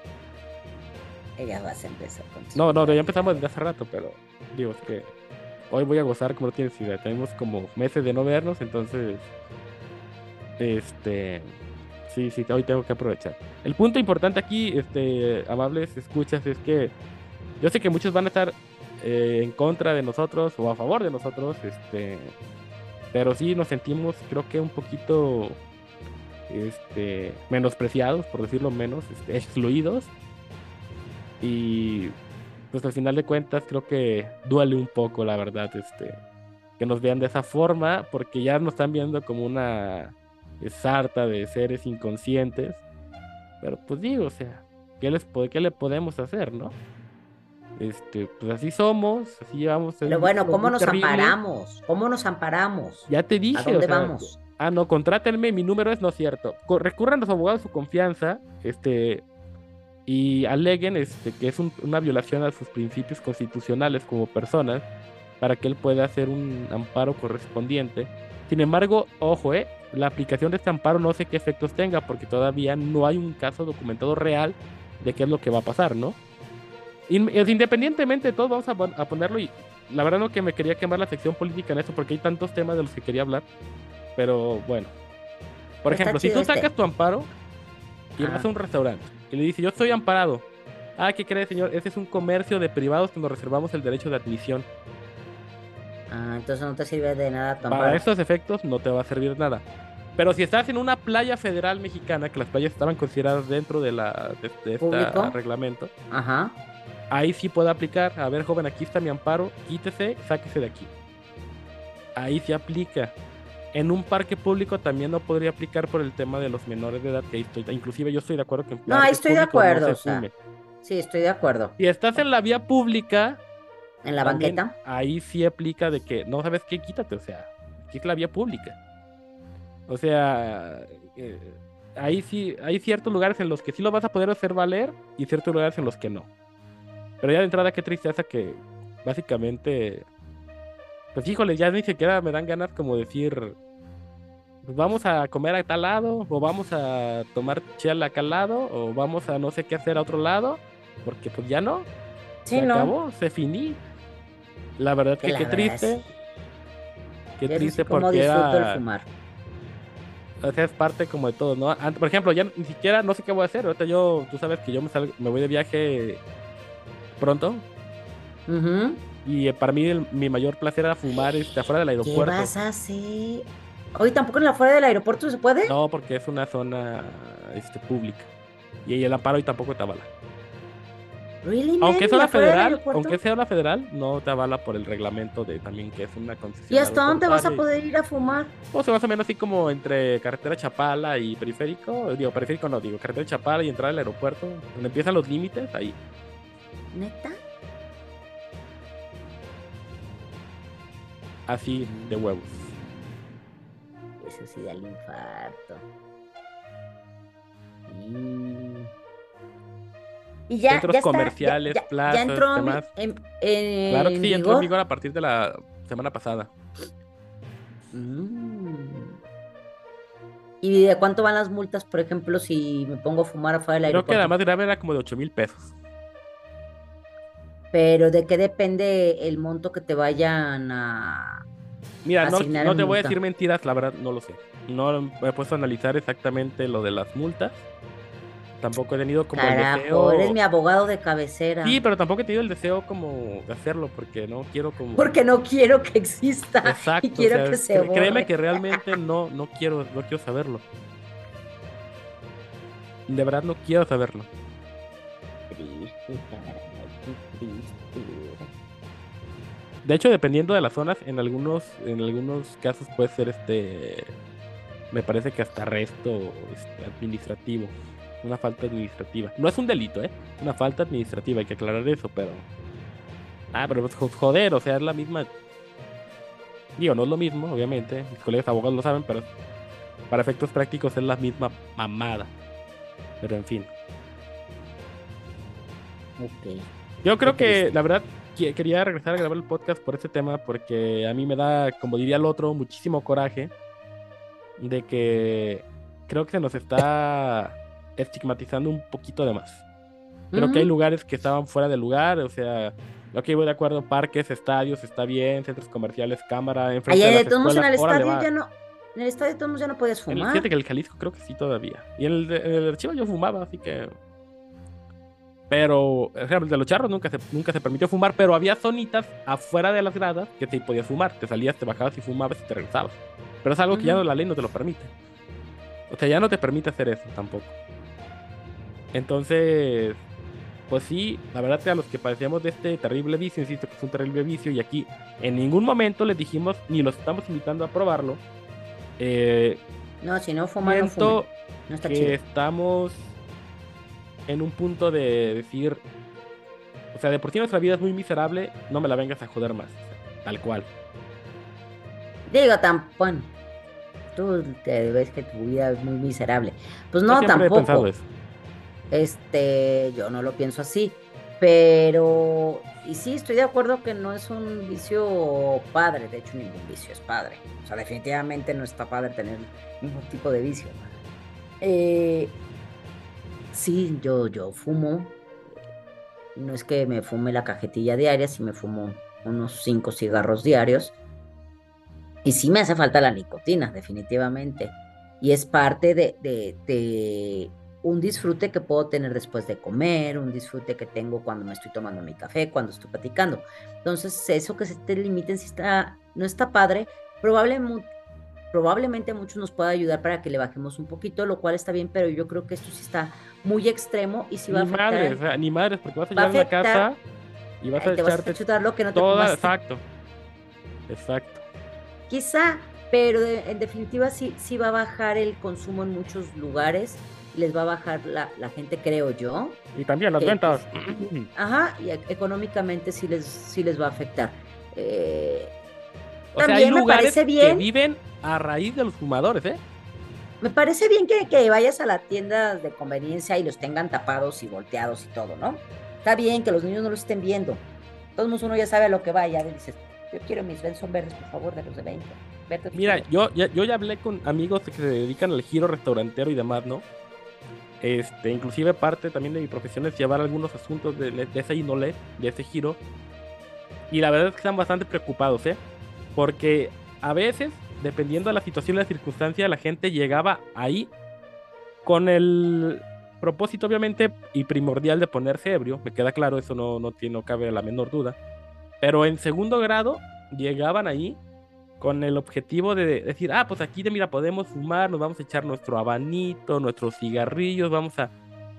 [SPEAKER 1] Ella vas a empezar con su-
[SPEAKER 3] No, no, ya empezamos desde hace rato, pero digo, es que hoy voy a gozar como no tienes idea. Tenemos como meses de no vernos, entonces, este, sí, sí, hoy tengo que aprovechar. El punto importante aquí, este, amables escuchas, es que yo sé que muchos van a estar eh, en contra de nosotros o a favor de nosotros, este, pero sí nos sentimos, creo que un poquito, este, menospreciados, por decirlo menos, este, excluidos. Y pues al final de cuentas creo que duele un poco, la verdad, este, que nos vean de esa forma, porque ya nos están viendo como una sarta de seres inconscientes. Pero pues digo, o sea, ¿qué, les, po- qué le podemos hacer, no? Este, pues así somos, así llevamos. es
[SPEAKER 1] Pero
[SPEAKER 3] un
[SPEAKER 1] bueno,
[SPEAKER 3] mundo
[SPEAKER 1] ¿cómo
[SPEAKER 3] muy
[SPEAKER 1] nos
[SPEAKER 3] terrible.
[SPEAKER 1] amparamos? ¿Cómo nos amparamos?
[SPEAKER 3] Ya te dije,
[SPEAKER 1] ¿A dónde
[SPEAKER 3] o sea,
[SPEAKER 1] vamos?
[SPEAKER 3] Ah, no, contrátenme, mi número es no cierto. Co- Recurran a los abogados de su confianza, este, y aleguen este, que es un- una violación a sus principios constitucionales como personas, para que él pueda hacer un amparo correspondiente. Sin embargo, ojo, eh, la aplicación de este amparo no sé qué efectos tenga, porque todavía no hay un caso documentado real de qué es lo que va a pasar, ¿no? In- es- Independientemente de todo, vamos a, pon- a ponerlo, y la verdad no que me quería quemar la sección política en esto, porque hay tantos temas de los que quería hablar, pero bueno. Por
[SPEAKER 1] Pero está
[SPEAKER 3] ejemplo, si
[SPEAKER 1] chido
[SPEAKER 3] tú
[SPEAKER 1] este.
[SPEAKER 3] sacas tu amparo y
[SPEAKER 1] Ajá.
[SPEAKER 3] vas a un restaurante y le dices, yo estoy amparado. Ah, ¿qué crees, señor? Ese es un comercio de privados que nos reservamos el derecho de admisión.
[SPEAKER 1] Ah, entonces no te sirve de nada tu
[SPEAKER 3] Para
[SPEAKER 1] amparo.
[SPEAKER 3] estos efectos no te va a servir nada. Pero si estás en una playa federal mexicana, que las playas estaban consideradas dentro de la de, de este
[SPEAKER 1] ¿Público?
[SPEAKER 3] reglamento,
[SPEAKER 1] Ajá.
[SPEAKER 3] ahí sí puede aplicar. A ver, joven, aquí está mi amparo, quítese, sáquese de aquí. Ahí sí aplica. En un parque público también no podría aplicar por el tema de los menores de edad, que ahí estoy, inclusive yo estoy de acuerdo que en
[SPEAKER 1] No, ahí
[SPEAKER 3] parques
[SPEAKER 1] estoy de
[SPEAKER 3] públicos no
[SPEAKER 1] acuerdo,
[SPEAKER 3] se
[SPEAKER 1] o sea,
[SPEAKER 3] fume.
[SPEAKER 1] Sí, estoy de acuerdo.
[SPEAKER 3] Si estás en la vía pública,
[SPEAKER 1] En la
[SPEAKER 3] también
[SPEAKER 1] banqueta.
[SPEAKER 3] ahí sí aplica de que no sabes qué, quítate, o sea, aquí es la vía pública. O sea, eh, ahí sí, hay ciertos lugares en los que sí lo vas a poder hacer valer y ciertos lugares en los que no. Pero ya de entrada, qué tristeza que básicamente, pues híjole, ya ni siquiera me dan ganas como decir, pues vamos a comer a tal lado, o vamos a tomar chela a acá lado, o vamos a no sé qué hacer a otro lado, porque pues ya no.
[SPEAKER 1] Sí,
[SPEAKER 3] Se
[SPEAKER 1] no.
[SPEAKER 3] acabó, se finí. La verdad
[SPEAKER 1] Que
[SPEAKER 3] que
[SPEAKER 1] la
[SPEAKER 3] qué
[SPEAKER 1] verdad
[SPEAKER 3] triste.
[SPEAKER 1] sí.
[SPEAKER 3] Qué
[SPEAKER 1] Eso sí
[SPEAKER 3] triste
[SPEAKER 1] como
[SPEAKER 3] porque
[SPEAKER 1] disfruto el
[SPEAKER 3] era,
[SPEAKER 1] fumar.
[SPEAKER 3] o sea, es parte como de todo, ¿no? Ant- Por ejemplo, ya ni siquiera no sé qué voy a hacer. Ahorita yo, tú sabes que yo me salgo, me voy de viaje pronto
[SPEAKER 1] Ujú.
[SPEAKER 3] y eh, para mí el- mi mayor placer era fumar este, afuera del
[SPEAKER 1] ¿Qué
[SPEAKER 3] aeropuerto.
[SPEAKER 1] vas a hacer? Hoy tampoco en la fuera del aeropuerto se puede.
[SPEAKER 3] No, porque es una zona este, pública y ahí el amparo y tampoco te avala.
[SPEAKER 1] Really, man,
[SPEAKER 3] Aunque es
[SPEAKER 1] ¿y
[SPEAKER 3] una
[SPEAKER 1] afuera del
[SPEAKER 3] federal,
[SPEAKER 1] aeropuerto?
[SPEAKER 3] aunque sea una federal, no te avala por el reglamento de también que es una
[SPEAKER 1] ¿Y
[SPEAKER 3] concesión
[SPEAKER 1] hasta dónde vas a
[SPEAKER 3] aeroportuaria.
[SPEAKER 1] poder ir a fumar?
[SPEAKER 3] O sea, más o menos así como entre carretera Chapala y periférico. Digo, periférico no, digo, carretera Chapala y entrar al aeropuerto, donde empiezan los límites, ahí.
[SPEAKER 1] ¿Neta?
[SPEAKER 3] Así de huevos.
[SPEAKER 1] Eso sí da el infarto. Y, y ya,
[SPEAKER 3] Centros
[SPEAKER 1] ya está,
[SPEAKER 3] comerciales,
[SPEAKER 1] ya, ya-
[SPEAKER 3] plazas,
[SPEAKER 1] ya entró en,
[SPEAKER 3] demás.
[SPEAKER 1] en, en
[SPEAKER 3] Claro que sí, entró en
[SPEAKER 1] vigor.
[SPEAKER 3] vigor a partir de la semana pasada.
[SPEAKER 1] Mm. ¿Y de cuánto van las multas, por ejemplo, si me pongo a fumar afuera del
[SPEAKER 3] Creo que la
[SPEAKER 1] aeropuerto?
[SPEAKER 3] más grave era como de ocho mil pesos.
[SPEAKER 1] Pero ¿de qué depende el monto que te vayan a
[SPEAKER 3] Mira, no,
[SPEAKER 1] asignar
[SPEAKER 3] no
[SPEAKER 1] en
[SPEAKER 3] te voy a
[SPEAKER 1] multa?
[SPEAKER 3] decir mentiras, la verdad no lo sé. No me he puesto a analizar exactamente lo de las multas. Tampoco he tenido como el
[SPEAKER 1] Carajo, eres
[SPEAKER 3] deseo.
[SPEAKER 1] mi abogado de cabecera.
[SPEAKER 3] Sí, pero tampoco he tenido el deseo como de hacerlo, porque no quiero como.
[SPEAKER 1] Porque no quiero que exista
[SPEAKER 3] Exacto,
[SPEAKER 1] y quiero
[SPEAKER 3] o sea,
[SPEAKER 1] que se
[SPEAKER 3] cre- créeme
[SPEAKER 1] borre.
[SPEAKER 3] que realmente no, no quiero, no quiero saberlo. De verdad no quiero saberlo.
[SPEAKER 1] Triste, caray, qué triste.
[SPEAKER 3] De hecho, dependiendo de las zonas, en algunos, en algunos casos puede ser este, me parece que hasta arresto este, administrativo, una falta administrativa. No es un delito, ¿eh? Una falta administrativa, hay que aclarar eso, pero, ah, pero pues, jo- joder, o sea, es la misma. Digo, no es lo mismo, obviamente, mis colegas abogados lo saben, pero para efectos prácticos es la misma mamada. Pero en fin.
[SPEAKER 1] Ok.
[SPEAKER 3] Yo creo
[SPEAKER 1] Qué
[SPEAKER 3] que,
[SPEAKER 1] triste.
[SPEAKER 3] la verdad, que- quería regresar a grabar el podcast por este tema porque a mí me da, como diría el otro, muchísimo coraje de que creo que se nos está estigmatizando un poquito de más. Creo que hay
[SPEAKER 1] Ujú.
[SPEAKER 3] lugares que estaban fuera de lugar, o sea, ok, voy de acuerdo, parques, estadios, está bien, centros comerciales, cámara, enfrente
[SPEAKER 1] Allá
[SPEAKER 3] de
[SPEAKER 1] de
[SPEAKER 3] las
[SPEAKER 1] todos modos en
[SPEAKER 3] escuelas,
[SPEAKER 1] el
[SPEAKER 3] órale,
[SPEAKER 1] estadio
[SPEAKER 3] va.
[SPEAKER 1] ya no, en el estadio de todos modos ya no podías
[SPEAKER 3] En el,
[SPEAKER 1] fumar.
[SPEAKER 3] fíjate que el Jalisco creo que sí todavía. Y en el, de- en el archivo yo fumaba, así que... Pero, por ejemplo, de los charros nunca se, nunca se permitió fumar, pero había zonitas afuera de las gradas que te podías fumar. Te salías, te bajabas y fumabas y te regresabas. Pero es algo que ya
[SPEAKER 1] Ujú.
[SPEAKER 3] no, la ley no te lo permite. O sea, ya no te permite hacer eso tampoco. Entonces, pues sí, la verdad que a los que padecíamos de este terrible vicio, insisto que es un terrible vicio, y aquí en ningún momento les dijimos, ni los estamos invitando a probarlo, eh,
[SPEAKER 1] No, si no fuman, no
[SPEAKER 3] siento
[SPEAKER 1] fumen. No está
[SPEAKER 3] que
[SPEAKER 1] chido.
[SPEAKER 3] estamos en un punto de decir, o sea, de por sí nuestra vida es muy miserable, no me la vengas a joder más, o sea, tal cual.
[SPEAKER 1] Digo, tan, bueno, tú te ves que tu vida es muy miserable. Pues
[SPEAKER 3] Yo
[SPEAKER 1] no,
[SPEAKER 3] siempre he pensado
[SPEAKER 1] tampoco.
[SPEAKER 3] eso.
[SPEAKER 1] Este, yo no lo pienso así, pero, y sí, estoy de acuerdo que no es un vicio padre, de hecho ningún vicio es padre, o sea, definitivamente no está padre tener ningún tipo de vicio. Eh, sí, yo, yo fumo, no es que me fume la cajetilla diaria, sí me fumo unos cinco cigarros diarios, y sí me hace falta la nicotina, definitivamente, y es parte de, de, de un disfrute que puedo tener después de comer, un disfrute que tengo cuando me estoy tomando mi café, cuando estoy platicando. Entonces, eso que se te limiten si está, no está padre, probablemente, probablemente a muchos nos pueda ayudar para que le bajemos un poquito, lo cual está bien, pero yo creo que esto sí está muy extremo y sí va a
[SPEAKER 3] Ni
[SPEAKER 1] afectar.
[SPEAKER 3] madres, o sea, ni madres, porque vas a
[SPEAKER 1] Va a
[SPEAKER 3] llegar a una
[SPEAKER 1] afectar-
[SPEAKER 3] casa y vas
[SPEAKER 1] eh,
[SPEAKER 3] a
[SPEAKER 1] te vas a
[SPEAKER 3] echarte
[SPEAKER 1] chutar lo que no te
[SPEAKER 3] toda,
[SPEAKER 1] fumaste.
[SPEAKER 3] exacto, exacto.
[SPEAKER 1] Quizá, pero de- en definitiva sí, sí va a bajar el consumo en muchos lugares, les va a bajar la, la gente, creo yo.
[SPEAKER 3] Y también las
[SPEAKER 1] que-
[SPEAKER 3] ventas.
[SPEAKER 1] Ajá, y e- económicamente sí les, sí les va a afectar. Eh,
[SPEAKER 3] O sea, hay
[SPEAKER 1] También me
[SPEAKER 3] lugares
[SPEAKER 1] parece
[SPEAKER 3] que
[SPEAKER 1] bien.
[SPEAKER 3] viven a raíz de los fumadores, ¿eh?
[SPEAKER 1] me parece bien que, que vayas a las tiendas de conveniencia y los tengan tapados y volteados y todo, ¿no? Está bien que los niños no los estén viendo. Todos uno ya sabe a lo que va, ya dices, yo quiero mis Benson verdes, por favor, de los de veinte. Verdes, por
[SPEAKER 3] Mira,
[SPEAKER 1] favor.
[SPEAKER 3] yo ya, yo ya hablé con amigos que se dedican al giro restaurantero y demás, ¿no? Este, inclusive parte también de mi profesión es llevar algunos asuntos de, de esa índole, de ese giro. Y la verdad es que están bastante preocupados, ¿eh? Porque a veces, dependiendo de la situación y la circunstancia, la gente llegaba ahí con el propósito, obviamente, y primordial de ponerse ebrio. Me queda claro, eso no, no, tiene, no cabe la menor duda. Pero en segundo grado, llegaban ahí con el objetivo de decir, ah, pues aquí, mira, podemos fumar, nos vamos a echar nuestro habanito, nuestros cigarrillos, vamos a...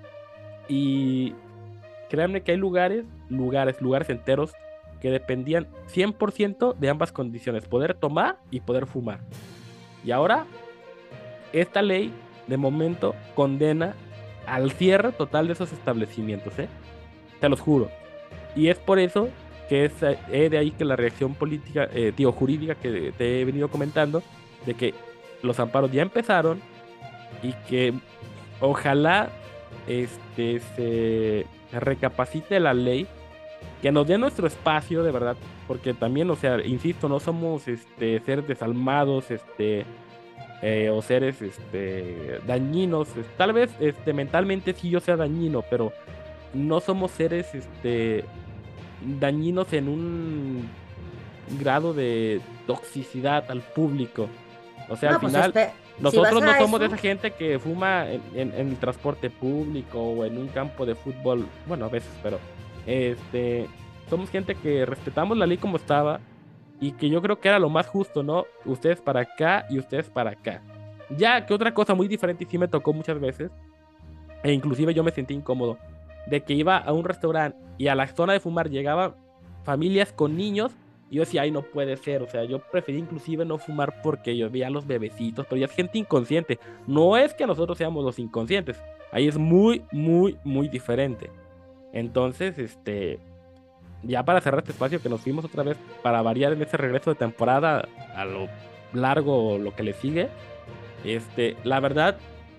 [SPEAKER 3] Y créanme que hay lugares, lugares, lugares enteros que dependían cien por ciento de ambas condiciones, poder tomar y poder fumar. Y ahora, esta ley, de momento, condena al cierre total de esos establecimientos, ¿eh? Te los juro. Y es por eso que es eh, de ahí que la reacción política, eh, tío, jurídica que te he venido comentando, de que los amparos ya empezaron y que ojalá este, se recapacite la ley, que nos dé nuestro espacio de verdad, porque también, o sea, insisto, no somos este, seres desalmados, este, eh, o seres este, dañinos, tal vez este, mentalmente sí yo sea dañino, pero no somos seres este, dañinos en un grado de toxicidad al público. O sea,
[SPEAKER 1] No,
[SPEAKER 3] al
[SPEAKER 1] pues
[SPEAKER 3] final,
[SPEAKER 1] espe- si
[SPEAKER 3] nosotros
[SPEAKER 1] vas
[SPEAKER 3] no
[SPEAKER 1] a
[SPEAKER 3] somos de
[SPEAKER 1] eso,
[SPEAKER 3] esa gente que fuma en, en- en el transporte público o en un campo de fútbol, bueno, a veces, pero este, somos gente que respetamos la ley como estaba y que yo creo que era lo más justo, ¿no? Ustedes para acá y ustedes para acá. Ya que otra cosa muy diferente y sí me tocó muchas veces, e inclusive yo me sentí incómodo, de que iba a un restaurante y a la zona de fumar llegaban familias con niños y yo decía, ay, no puede ser, o sea, yo preferí inclusive no fumar porque yo veía a los bebecitos, pero ya es gente inconsciente, no es que nosotros seamos los inconscientes, ahí es muy, muy, muy diferente. Entonces, este, ya para cerrar este espacio que nos fuimos otra vez para variar en ese regreso de temporada a lo largo, lo que le sigue, este, la verdad,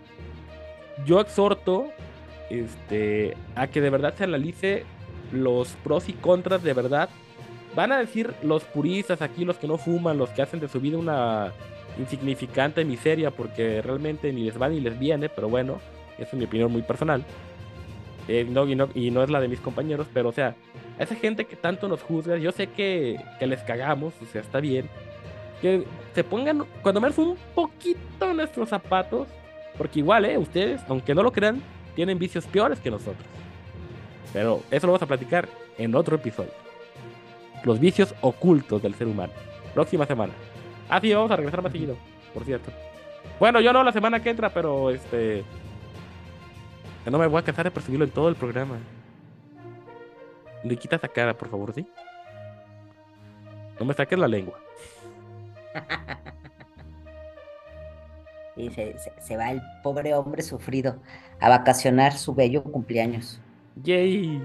[SPEAKER 3] yo exhorto este, a que de verdad se analice los pros y contras de verdad. Van a decir los puristas aquí, los que no fuman, los que hacen de su vida una insignificante miseria porque realmente ni les va ni les viene, pero bueno, esa es mi opinión muy personal. Eh, no, y, no, y no es la de mis compañeros, pero o sea, a esa gente que tanto nos juzga, yo sé que, que les cagamos, o sea, está bien. Que se pongan, cuando menos un poquito en nuestros zapatos, porque igual, eh, ustedes, aunque no lo crean, tienen vicios peores que nosotros. Pero eso lo vamos a platicar en otro episodio. Los vicios ocultos del ser humano. Próxima semana. Ah, sí, vamos a regresar más seguido, por cierto. Bueno, yo no la semana que entra, pero este... no me voy a cansar de percibirlo en todo el programa. Le quita esa cara, por favor, ¿sí? No me saques la lengua.
[SPEAKER 1] y se, se- se va el pobre hombre sufrido a vacacionar su bello cumpleaños.
[SPEAKER 3] Yay.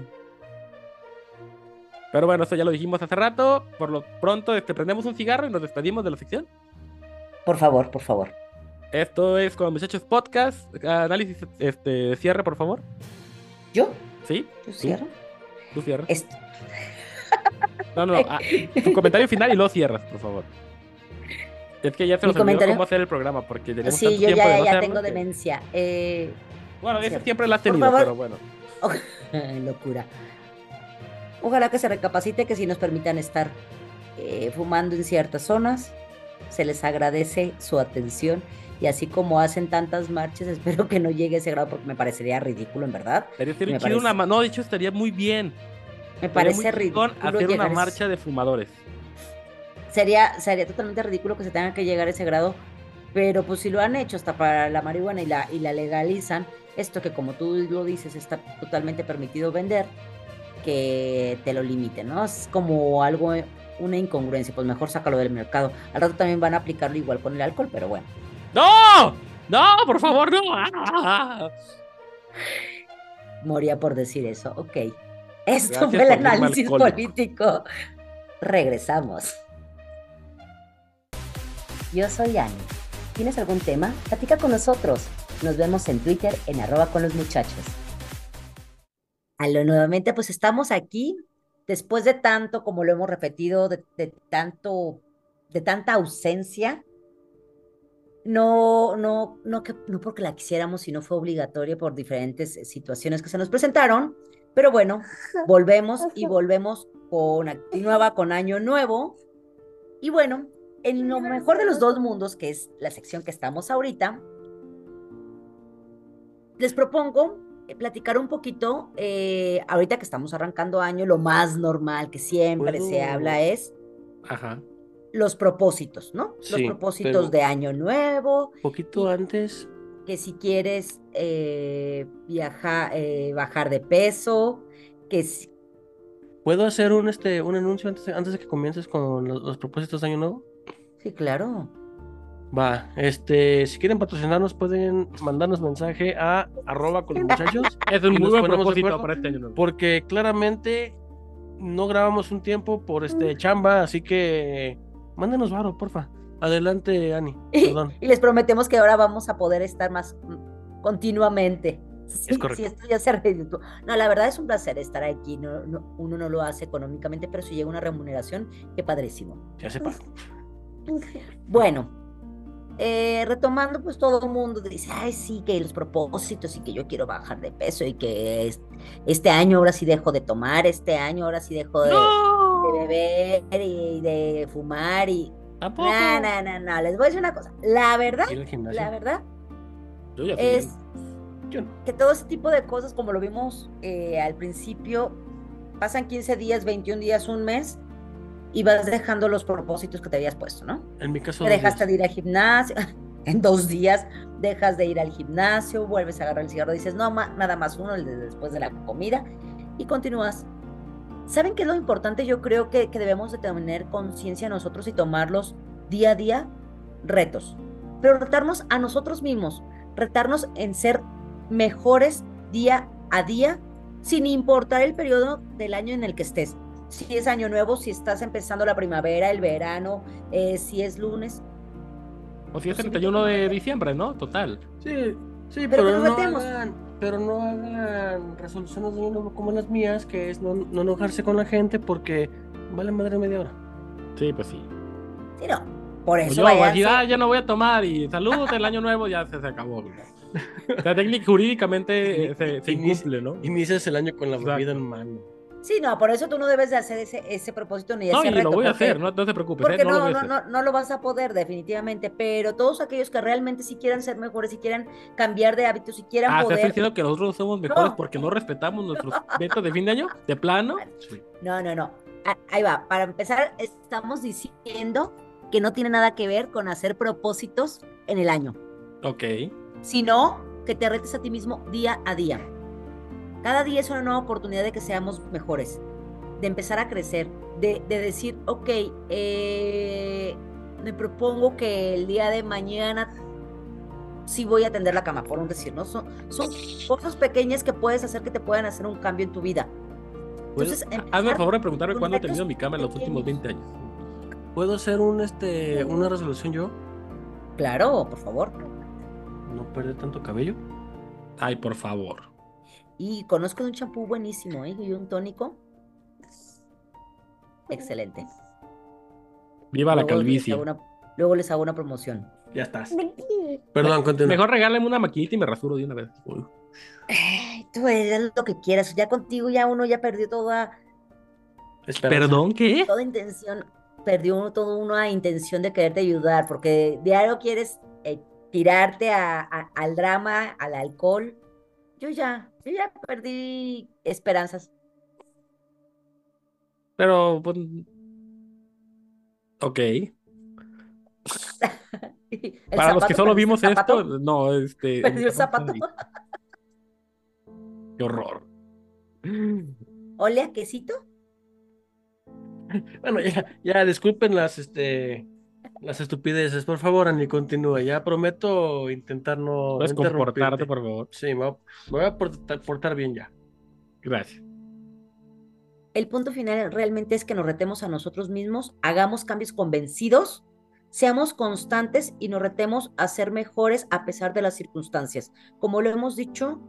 [SPEAKER 3] Pero bueno, eso ya lo dijimos hace rato. Por lo pronto, este, prendemos un cigarro y nos despedimos de la sección.
[SPEAKER 1] Por favor, por favor.
[SPEAKER 3] Esto es Con los Muchachos Podcast. Análisis, este, cierre, por favor.
[SPEAKER 1] ¿Yo?
[SPEAKER 3] ¿Sí?
[SPEAKER 1] ¿Yo
[SPEAKER 3] ¿Tú?
[SPEAKER 1] cierro?
[SPEAKER 3] ¿Tú cierras?
[SPEAKER 1] Est-
[SPEAKER 3] No, no, no. ah, tu comentario final y luego cierras, por favor. Es que ya se
[SPEAKER 1] Mi
[SPEAKER 3] nos olvidó
[SPEAKER 1] comentario.
[SPEAKER 3] cómo hacer el programa porque tenemos
[SPEAKER 1] Sí,
[SPEAKER 3] tanto
[SPEAKER 1] yo
[SPEAKER 3] tiempo de
[SPEAKER 1] ya,
[SPEAKER 3] no
[SPEAKER 1] ya
[SPEAKER 3] hacerlo
[SPEAKER 1] tengo
[SPEAKER 3] que-
[SPEAKER 1] demencia. Eh,
[SPEAKER 3] Bueno, esa
[SPEAKER 1] cierto.
[SPEAKER 3] siempre la has
[SPEAKER 1] Por
[SPEAKER 3] tenido,
[SPEAKER 1] favor.
[SPEAKER 3] pero bueno.
[SPEAKER 1] Locura. Ojalá que se recapacite que si nos permitan estar eh, fumando en ciertas zonas, se les agradece su atención y así como hacen tantas marchas, espero que no llegue a ese grado porque me parecería ridículo, en verdad.
[SPEAKER 3] Estaría
[SPEAKER 1] Me
[SPEAKER 3] chido
[SPEAKER 1] parece-
[SPEAKER 3] una ma- No, de hecho estaría muy bien.
[SPEAKER 1] Me
[SPEAKER 3] Estaría
[SPEAKER 1] parece
[SPEAKER 3] muy chingón
[SPEAKER 1] ridículo
[SPEAKER 3] hacer una
[SPEAKER 1] llegar a ese-
[SPEAKER 3] marcha de fumadores.
[SPEAKER 1] Sería, sería totalmente ridículo que se tenga que llegar a ese grado, pero pues si lo han hecho hasta para la marihuana y la, y la legalizan, esto que como tú lo dices está totalmente permitido vender, que te lo limiten, ¿no? Es como algo, una incongruencia, pues mejor sácalo del mercado. Al rato también van a aplicarlo igual con el alcohol, pero bueno.
[SPEAKER 3] ¡No! ¡No, por favor, no! ¡Ah!
[SPEAKER 1] Moría por decir eso, ok. Esto
[SPEAKER 3] Gracias
[SPEAKER 1] fue el
[SPEAKER 3] por decirme
[SPEAKER 1] análisis
[SPEAKER 3] alcohólico.
[SPEAKER 1] político. Regresamos. Yo soy Ani. ¿Tienes algún tema? Platica con nosotros. Nos vemos en Twitter en arroba con los muchachos. Aló, nuevamente, pues estamos aquí después de tanto, como lo hemos repetido, de, de tanto, de tanta ausencia. No, no, no, que, no porque la quisiéramos, sino fue obligatoria por diferentes situaciones que se nos presentaron. Pero bueno, volvemos y volvemos continuaba con Año Nuevo. Y bueno, en lo mejor de los dos mundos, que es la sección que estamos ahorita, les propongo eh, platicar un poquito, eh, ahorita que estamos arrancando año, lo más normal que siempre se
[SPEAKER 2] ¿Puedo?
[SPEAKER 1] habla es
[SPEAKER 3] Ajá.
[SPEAKER 1] los propósitos, ¿no? Los
[SPEAKER 2] Sí,
[SPEAKER 1] propósitos
[SPEAKER 2] pero
[SPEAKER 1] de Año Nuevo,
[SPEAKER 2] poquito
[SPEAKER 1] y
[SPEAKER 2] antes,
[SPEAKER 1] que si quieres eh, viajar, eh, bajar de peso, que si...
[SPEAKER 2] ¿puedo hacer un, este, un anuncio antes de, antes de que comiences con los, los propósitos de Año Nuevo?
[SPEAKER 1] Sí, claro.
[SPEAKER 2] Va, este, si quieren patrocinarnos, pueden mandarnos mensaje a arroba con los muchachos
[SPEAKER 3] Es un
[SPEAKER 2] y
[SPEAKER 3] muy
[SPEAKER 2] nos
[SPEAKER 3] buen
[SPEAKER 2] ponemos de
[SPEAKER 3] propósito
[SPEAKER 2] acuerdo,
[SPEAKER 3] para este año nuevo.
[SPEAKER 2] porque claramente no grabamos un tiempo por este chamba, así que mándenos varo, porfa. Adelante, Ani,
[SPEAKER 1] Y,
[SPEAKER 2] perdón.
[SPEAKER 1] y les prometemos que ahora vamos a poder estar más mm, continuamente. Sí,
[SPEAKER 2] Es correcto.
[SPEAKER 1] sí, esto ya se redituó. No, la verdad es un placer estar aquí. No, no, uno no lo hace económicamente, pero si llega una remuneración, qué padrísimo.
[SPEAKER 2] Ya sepa.
[SPEAKER 1] Bueno, eh, retomando, pues todo el mundo dice, ay, sí, que los propósitos y que yo quiero bajar de peso y que es- este año ahora sí dejo de tomar, este año ahora sí dejo de, de
[SPEAKER 3] ¡No!
[SPEAKER 1] beber y de fumar y...
[SPEAKER 3] ¿Tampoco?
[SPEAKER 1] No, no, no, no, les voy a decir una cosa. La verdad,
[SPEAKER 2] Ir al gimnasio.
[SPEAKER 1] la verdad
[SPEAKER 3] Yo ya estoy
[SPEAKER 1] es
[SPEAKER 3] bien.
[SPEAKER 2] Yo no.
[SPEAKER 1] que todo ese tipo de cosas, como lo vimos eh, al principio, pasan quince días, veintiún días, un mes, y vas dejando los propósitos que te habías puesto, ¿no?
[SPEAKER 2] En mi caso,
[SPEAKER 1] Te
[SPEAKER 2] dos
[SPEAKER 1] dejaste
[SPEAKER 2] días.
[SPEAKER 1] de ir al gimnasio, en dos días dejas de ir al gimnasio, vuelves a agarrar el cigarro, dices, no, ma- nada más uno, el de después de la comida, y continúas. ¿Saben qué es lo importante? Yo creo que, que debemos de tener conciencia nosotros y tomarlos día a día, retos, pero retarnos a nosotros mismos, retarnos en ser mejores día a día, sin importar el periodo del año en el que estés. Si es año nuevo, si estás empezando la primavera, el verano, eh, si es lunes,
[SPEAKER 3] O si es
[SPEAKER 1] Pues
[SPEAKER 3] treinta y uno de diciembre, ¿no? Total.
[SPEAKER 2] Sí, sí,
[SPEAKER 1] Pero
[SPEAKER 2] pero,
[SPEAKER 1] que nos
[SPEAKER 2] no
[SPEAKER 1] retemos.
[SPEAKER 2] hagan, pero no hagan resoluciones de año nuevo como las mías, que es no, no enojarse con la gente porque vale madre media hora.
[SPEAKER 3] Sí, pues sí.
[SPEAKER 1] sí, no, por
[SPEAKER 3] O
[SPEAKER 1] eso
[SPEAKER 3] yo voy a
[SPEAKER 1] váyanse.
[SPEAKER 3] decir, ah, ya no voy a tomar y salud, el año nuevo ya se, se acabó. O sea, técnicamente, jurídicamente eh, se, se
[SPEAKER 2] Inici-
[SPEAKER 3] incumple, ¿no?
[SPEAKER 2] Inicias el año con la
[SPEAKER 3] Exacto.
[SPEAKER 2] bebida en mano.
[SPEAKER 1] Sí, no, por eso tú no debes de hacer ese, ese propósito ni
[SPEAKER 3] No,
[SPEAKER 1] ese
[SPEAKER 3] y
[SPEAKER 1] reto.
[SPEAKER 3] lo voy a
[SPEAKER 1] porque,
[SPEAKER 3] hacer, no, no te preocupes, ¿eh?
[SPEAKER 1] porque
[SPEAKER 3] No lo
[SPEAKER 1] no,
[SPEAKER 3] voy a
[SPEAKER 1] no,
[SPEAKER 3] hacer.
[SPEAKER 1] no, no lo vas a poder definitivamente, pero todos aquellos que realmente sí quieran ser mejores, si quieran cambiar de hábitos, si quieran
[SPEAKER 3] Ah, ¿estás
[SPEAKER 1] poder...
[SPEAKER 3] diciendo que nosotros somos mejores
[SPEAKER 1] No.
[SPEAKER 3] porque no respetamos nuestros metas de fin de año? ¿De plano?
[SPEAKER 2] Sí.
[SPEAKER 1] No, no, no. Ah, ahí va. Para empezar, estamos diciendo que no tiene nada que ver con hacer propósitos en el año,
[SPEAKER 3] Ok.
[SPEAKER 1] sino que te retes a ti mismo día a día. Cada día es una nueva oportunidad de que seamos mejores, de empezar a crecer, de, de decir, ok, eh, me propongo que el día de mañana sí voy a tender la cama, por un decir, ¿no? Son, son cosas pequeñas que puedes hacer que te puedan hacer un cambio en tu vida.
[SPEAKER 2] ¿Puedo,
[SPEAKER 1] Entonces,
[SPEAKER 3] Hazme el
[SPEAKER 1] empezar
[SPEAKER 3] favor de preguntarme
[SPEAKER 1] con
[SPEAKER 3] cuándo he
[SPEAKER 1] retos
[SPEAKER 3] tenido mi cama en los últimos
[SPEAKER 1] pequeños.
[SPEAKER 3] veinte años.
[SPEAKER 2] ¿puedo hacer un, este, una resolución yo?
[SPEAKER 1] Claro, por favor.
[SPEAKER 2] No perder tanto cabello.
[SPEAKER 3] Ay, por favor.
[SPEAKER 1] Y conozco un champú buenísimo, ¿eh? Y un tónico. Excelente.
[SPEAKER 3] Viva la
[SPEAKER 1] Luego les
[SPEAKER 3] calvicie.
[SPEAKER 1] hago una, luego les hago una promoción.
[SPEAKER 2] Ya estás. Perdón, continúa.
[SPEAKER 3] Mejor regálame una maquinita y me rasuro de una vez. Uy.
[SPEAKER 1] Ay, tú eres lo que quieras. Ya contigo ya uno ya perdió toda,
[SPEAKER 2] Esperanza.
[SPEAKER 3] ¿Perdón? ¿Qué?
[SPEAKER 1] toda intención, perdió toda una intención de quererte ayudar, porque diario quieres eh, tirarte a, a- al drama, al alcohol. Yo ya, yo ya perdí esperanzas.
[SPEAKER 3] Pero, pues... Ok.
[SPEAKER 1] El
[SPEAKER 3] Para los que
[SPEAKER 1] zapato,
[SPEAKER 3] solo
[SPEAKER 1] perdiste el
[SPEAKER 3] vimos esto,
[SPEAKER 1] zapato,
[SPEAKER 3] no, este...
[SPEAKER 1] perdió el zapato.
[SPEAKER 3] Qué horror.
[SPEAKER 1] Ole a quesito.
[SPEAKER 2] Bueno, ya, ya, disculpen las, este, las estupideces. Por favor, Ani, continúa. Ya prometo intentar no
[SPEAKER 3] Puedes comportarte,
[SPEAKER 2] interrumpirte.
[SPEAKER 3] por favor.
[SPEAKER 2] Sí, me voy a, me voy a portar, portar bien ya.
[SPEAKER 3] Gracias.
[SPEAKER 1] El punto final realmente es que nos retemos a nosotros mismos, hagamos cambios convencidos, seamos constantes y nos retemos a ser mejores a pesar de las circunstancias. Como lo hemos dicho,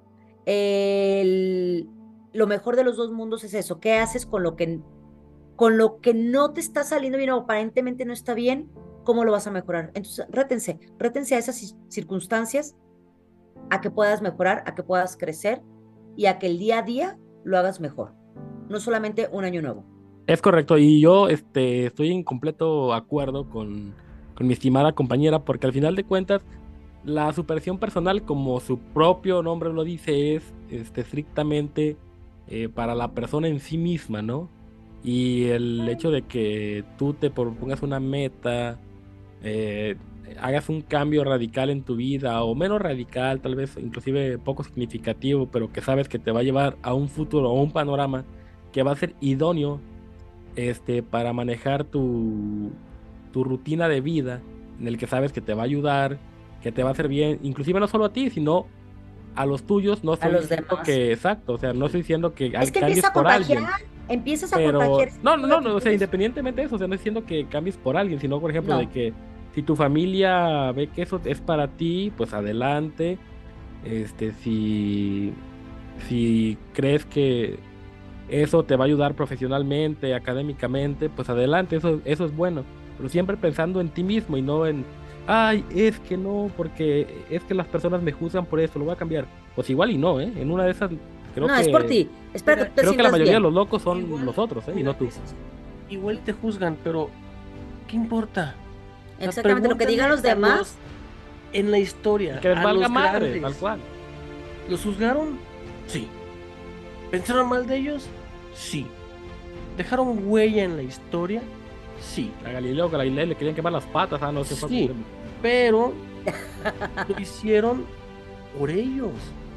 [SPEAKER 1] el- lo mejor de los dos mundos es eso. ¿Qué haces con lo que, con lo que no te está saliendo bien o aparentemente no está bien? ¿Cómo lo vas a mejorar? Entonces, rétense, rétense a esas ci- circunstancias, a que puedas mejorar, a que puedas crecer y a que el día a día lo hagas mejor. no solamente un año nuevo.
[SPEAKER 3] Es correcto, y yo este, estoy en completo acuerdo con, con mi estimada compañera, porque al final de cuentas, la superación personal, como su propio nombre lo dice, es este, estrictamente eh, para la persona en sí misma, ¿no? Y el hecho de que tú te propongas una meta, eh, hagas un cambio radical en tu vida, o menos radical, tal vez inclusive poco significativo, pero que sabes que te va a llevar a un futuro o un panorama que va a ser idóneo este, para manejar tu, tu rutina de vida, en el que sabes que te va a ayudar, que te va a hacer bien, inclusive no solo a ti, sino a los tuyos. No estoy
[SPEAKER 1] A los
[SPEAKER 3] diciendo
[SPEAKER 1] demás.
[SPEAKER 3] que, exacto, o sea, no estoy diciendo que
[SPEAKER 1] Es que
[SPEAKER 3] cambies
[SPEAKER 1] empieza a
[SPEAKER 3] por alguien.
[SPEAKER 1] contagiar, empiezas a
[SPEAKER 3] Pero,
[SPEAKER 1] contagiar. ese
[SPEAKER 3] no,
[SPEAKER 1] tipo
[SPEAKER 3] no,
[SPEAKER 1] de
[SPEAKER 3] no, o sea,
[SPEAKER 1] actitudes.
[SPEAKER 3] independientemente de eso, o sea, no estoy diciendo que cambies por alguien, sino, por ejemplo,
[SPEAKER 1] No.
[SPEAKER 3] de que si tu familia ve que eso es para ti, pues adelante. Este, si, si crees que eso te va a ayudar profesionalmente, académicamente, pues adelante, eso, eso es bueno. Pero siempre pensando en ti mismo y no en, ay, es que no, porque es que las personas me juzgan por eso, lo voy a cambiar. Pues igual y no, ¿eh? En una de esas, creo
[SPEAKER 1] no,
[SPEAKER 3] que...
[SPEAKER 1] es por ti. Espera que tú te
[SPEAKER 3] Creo que la
[SPEAKER 1] sientas
[SPEAKER 3] mayoría
[SPEAKER 1] bien.
[SPEAKER 3] de los locos son
[SPEAKER 2] Igual,
[SPEAKER 3] nosotros, ¿eh? Y
[SPEAKER 2] mira,
[SPEAKER 3] no tú.
[SPEAKER 2] es- Igual te juzgan, pero ¿qué importa? O sea,
[SPEAKER 1] Exactamente, lo que digan los
[SPEAKER 2] pregúntale a
[SPEAKER 1] demás.
[SPEAKER 2] los- En la historia,
[SPEAKER 3] Que les
[SPEAKER 2] a
[SPEAKER 3] valga
[SPEAKER 2] los
[SPEAKER 3] madre,
[SPEAKER 2] grandes,
[SPEAKER 3] tal cual.
[SPEAKER 2] ¿los juzgaron? Sí. ¿Pensaron mal de ellos? Sí. ¿Dejaron huella en la historia? Sí.
[SPEAKER 3] A Galileo Galilei le querían quemar las patas, ah, no sé. fue-
[SPEAKER 2] Sí. Pero lo hicieron por ellos.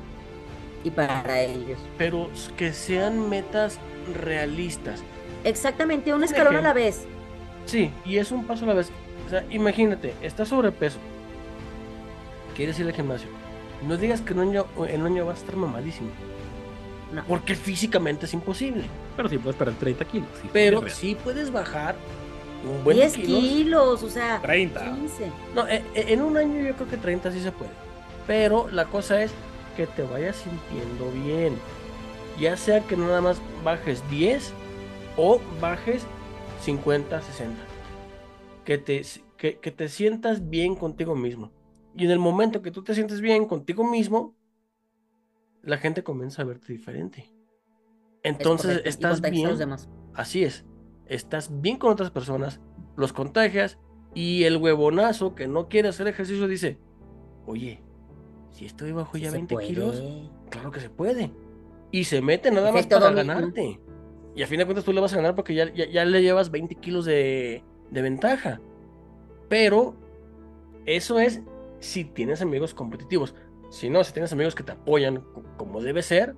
[SPEAKER 1] Y para ellos.
[SPEAKER 2] Pero que sean metas realistas.
[SPEAKER 1] Exactamente, un
[SPEAKER 2] Un
[SPEAKER 1] escalón a la
[SPEAKER 2] ejemplo.
[SPEAKER 1] vez.
[SPEAKER 2] Sí, y es un paso a la vez. O sea, imagínate, estás sobrepeso. Quieres ir al gimnasio. No digas que en un año, en un año vas a estar mamadísimo.
[SPEAKER 1] No.
[SPEAKER 2] Porque físicamente es imposible.
[SPEAKER 3] Pero sí puedes perder treinta kilos. sí,
[SPEAKER 2] Pero
[SPEAKER 3] puedes.
[SPEAKER 2] sí puedes bajar un buen
[SPEAKER 1] diez
[SPEAKER 2] kilos.
[SPEAKER 1] kilos, o sea,
[SPEAKER 3] treinta.
[SPEAKER 1] quince.
[SPEAKER 2] No, eh, eh, en un año yo creo que treinta sí se puede. Pero la cosa es que te vayas sintiendo bien. Ya sea que nada más bajes diez o bajes cincuenta, sesenta. Que te, que, que te sientas bien contigo mismo. Y en el momento que tú te sientes bien contigo mismo, la gente comienza a verte diferente.
[SPEAKER 1] Es
[SPEAKER 2] Entonces
[SPEAKER 1] correcto, y
[SPEAKER 2] estás
[SPEAKER 1] contagias a
[SPEAKER 2] bien.
[SPEAKER 1] los demás.
[SPEAKER 2] Así es. Estás bien con otras personas, los contagias y el huevonazo que no quiere hacer ejercicio dice, oye, si estoy bajo
[SPEAKER 1] Sí
[SPEAKER 2] ya
[SPEAKER 1] se
[SPEAKER 2] veinte
[SPEAKER 1] puede.
[SPEAKER 2] kilos, claro que se puede. Y se mete nada
[SPEAKER 1] Efecto
[SPEAKER 2] más para
[SPEAKER 1] dominó.
[SPEAKER 2] ganarte. Y a fin de cuentas tú le vas a ganar porque ya, ya, ya le llevas veinte kilos de, de ventaja. Pero eso es si tienes amigos competitivos. Si no, si tienes amigos que te apoyan co- como debe ser,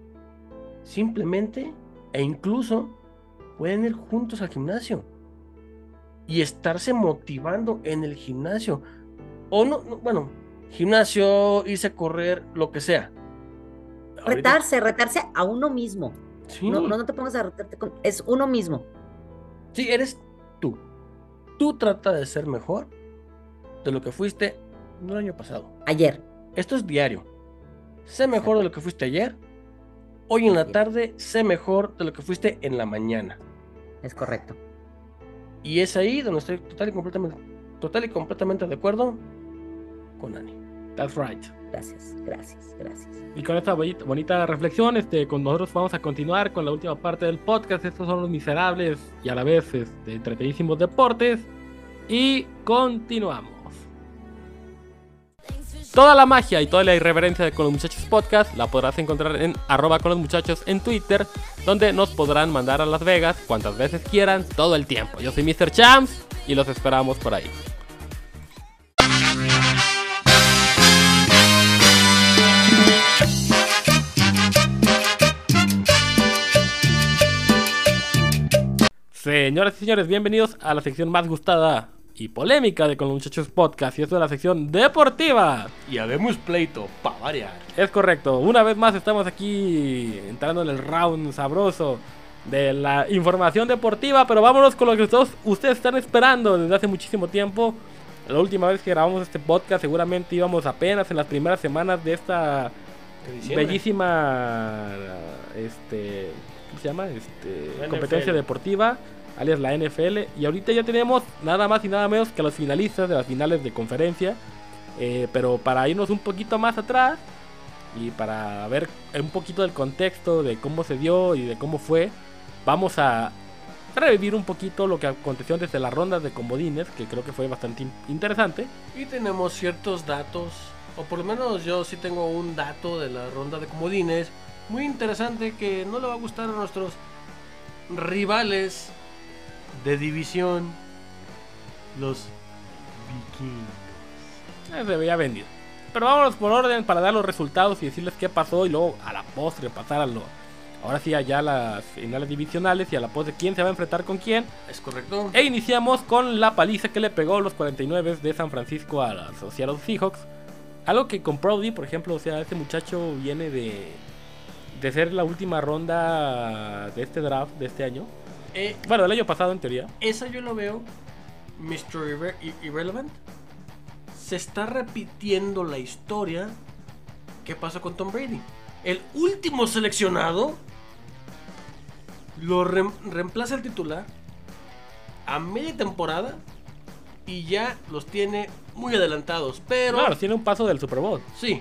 [SPEAKER 2] simplemente e incluso pueden ir juntos al gimnasio y estarse motivando en el gimnasio. O no, no, bueno, gimnasio, irse a correr, lo que sea. Ahorita-
[SPEAKER 1] Retarse, retarse a uno mismo.
[SPEAKER 2] Sí,
[SPEAKER 1] No, no, no te pongas a retarte con. Es uno mismo.
[SPEAKER 2] sí, eres tú. Tú trata de ser mejor de lo que fuiste no el año pasado.
[SPEAKER 1] Ayer.
[SPEAKER 2] Esto es diario. Sé mejor de lo que fuiste ayer. Hoy en la tarde, sé mejor de lo que fuiste en la mañana.
[SPEAKER 1] Es correcto.
[SPEAKER 2] Y es ahí donde estoy total y completamente, total y completamente de acuerdo con Ani.
[SPEAKER 3] That's right.
[SPEAKER 1] Gracias, gracias, gracias.
[SPEAKER 3] Y con esta bonita, bonita reflexión, este, con nosotros vamos a continuar con la última parte del podcast. Estos son los miserables y a la vez este, entretenidísimos deportes. Y continuamos. Toda la magia y toda la irreverencia de Con los Muchachos Podcast la podrás encontrar en arroba con los muchachos en Twitter, donde nos podrán mandar a Las Vegas cuantas veces quieran, todo el tiempo. Yo soy mister Champs y los esperamos por ahí. Señoras y señores, bienvenidos a la sección más gustada y polémica de Con los Muchachos Podcast, y esto es la sección deportiva.
[SPEAKER 2] Y habemos pleito, pa' variar.
[SPEAKER 3] Es correcto, una vez más estamos aquí entrando en el round sabroso de la información deportiva, pero vámonos con lo que todos ustedes están esperando desde hace muchísimo tiempo. La última vez que grabamos este podcast seguramente íbamos apenas en las primeras semanas de esta
[SPEAKER 2] De diciembre.
[SPEAKER 3] bellísima este, ¿cómo se llama? Este,
[SPEAKER 2] N F L.
[SPEAKER 3] competencia deportiva, alias la N F L, y ahorita ya tenemos nada más y nada menos que a los finalistas de las finales de conferencia. Eh, pero para irnos un poquito más atrás, Y para ver un poquito del contexto de cómo se dio y de cómo fue, vamos a revivir un poquito lo que aconteció desde las rondas de comodines, que creo que fue bastante in- interesante.
[SPEAKER 2] Y tenemos ciertos datos, o por lo menos yo sí tengo un dato de la ronda de comodines muy interesante que no le va a gustar a nuestros rivales de división, los vikingos.
[SPEAKER 3] Eh, se veía vendido. Pero vámonos por orden para dar los resultados y decirles qué pasó y luego a la postre pasar a lo... Ahora sí, allá a las finales divisionales y a la postre quién se va a enfrentar con quién.
[SPEAKER 2] Es correcto.
[SPEAKER 3] E iniciamos con la paliza que le pegó los cuarenta y nueve de San Francisco a los Seattle Seahawks. Algo que con Brody, por ejemplo, o sea, este muchacho viene de, de ser la última ronda de este draft de este año.
[SPEAKER 2] Eh,
[SPEAKER 3] Bueno, del año pasado en teoría.
[SPEAKER 2] esa yo lo veo, mister Irre- Irrelevant. Se está repitiendo la historia que pasó con Tom Brady. El último seleccionado lo re- reemplaza el titular a media temporada y ya los tiene muy adelantados. Pero
[SPEAKER 3] Claro, tiene un paso del Super Bowl.
[SPEAKER 2] sí,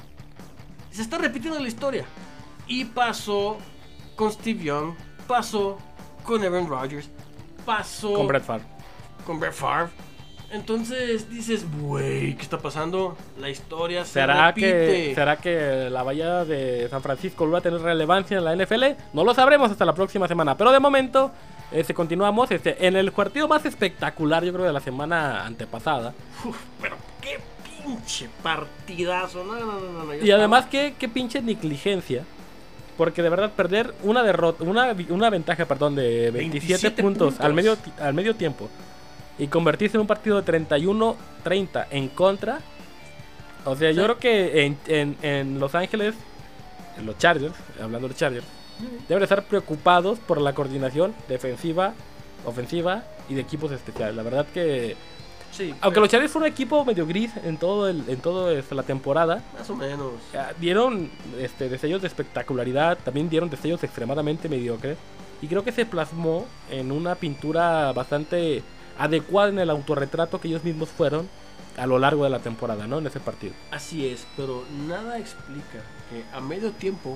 [SPEAKER 2] se está repitiendo la historia. Y pasó con Steve Young, pasó con Aaron Rodgers, pasó
[SPEAKER 3] Con Brett Favre.
[SPEAKER 2] con Brett Favre. Entonces dices, güey, ¿qué está pasando? La historia se
[SPEAKER 3] ¿Será
[SPEAKER 2] repite.
[SPEAKER 3] que, ¿Será que la valla de San Francisco va a tener relevancia en la N F L? No lo sabremos hasta la próxima semana. Pero de momento, este, continuamos este, en el partido más espectacular, yo creo, de la semana antepasada.
[SPEAKER 2] Uf, pero qué pinche partidazo. No, no, no, no, no, yo
[SPEAKER 3] Y
[SPEAKER 2] estaba-
[SPEAKER 3] además, qué, qué pinche negligencia. Porque de verdad, perder una derrota, una, una ventaja, perdón, de veintisiete,
[SPEAKER 2] veintisiete
[SPEAKER 3] puntos,
[SPEAKER 2] puntos.
[SPEAKER 3] Al, medio, ti- al medio tiempo. Y convertirse en un partido de treinta y uno treinta en contra. O sea, yo
[SPEAKER 2] Sí.
[SPEAKER 3] creo que en, en, en Los Ángeles, en los Chargers, hablando de Chargers, deben estar preocupados por la coordinación defensiva, ofensiva y de equipos especiales. La verdad que,
[SPEAKER 2] Sí,
[SPEAKER 3] aunque
[SPEAKER 2] pero
[SPEAKER 3] los Chargers fue un equipo medio gris en todo el, en todo este, la temporada,
[SPEAKER 2] más o menos.
[SPEAKER 3] ah, dieron este, destellos de espectacularidad, también dieron destellos extremadamente mediocres. Y creo que se plasmó en una pintura bastante adecuada en el autorretrato que ellos mismos fueron a lo largo de la temporada, ¿no? En ese partido.
[SPEAKER 2] Así es, pero nada explica que a medio tiempo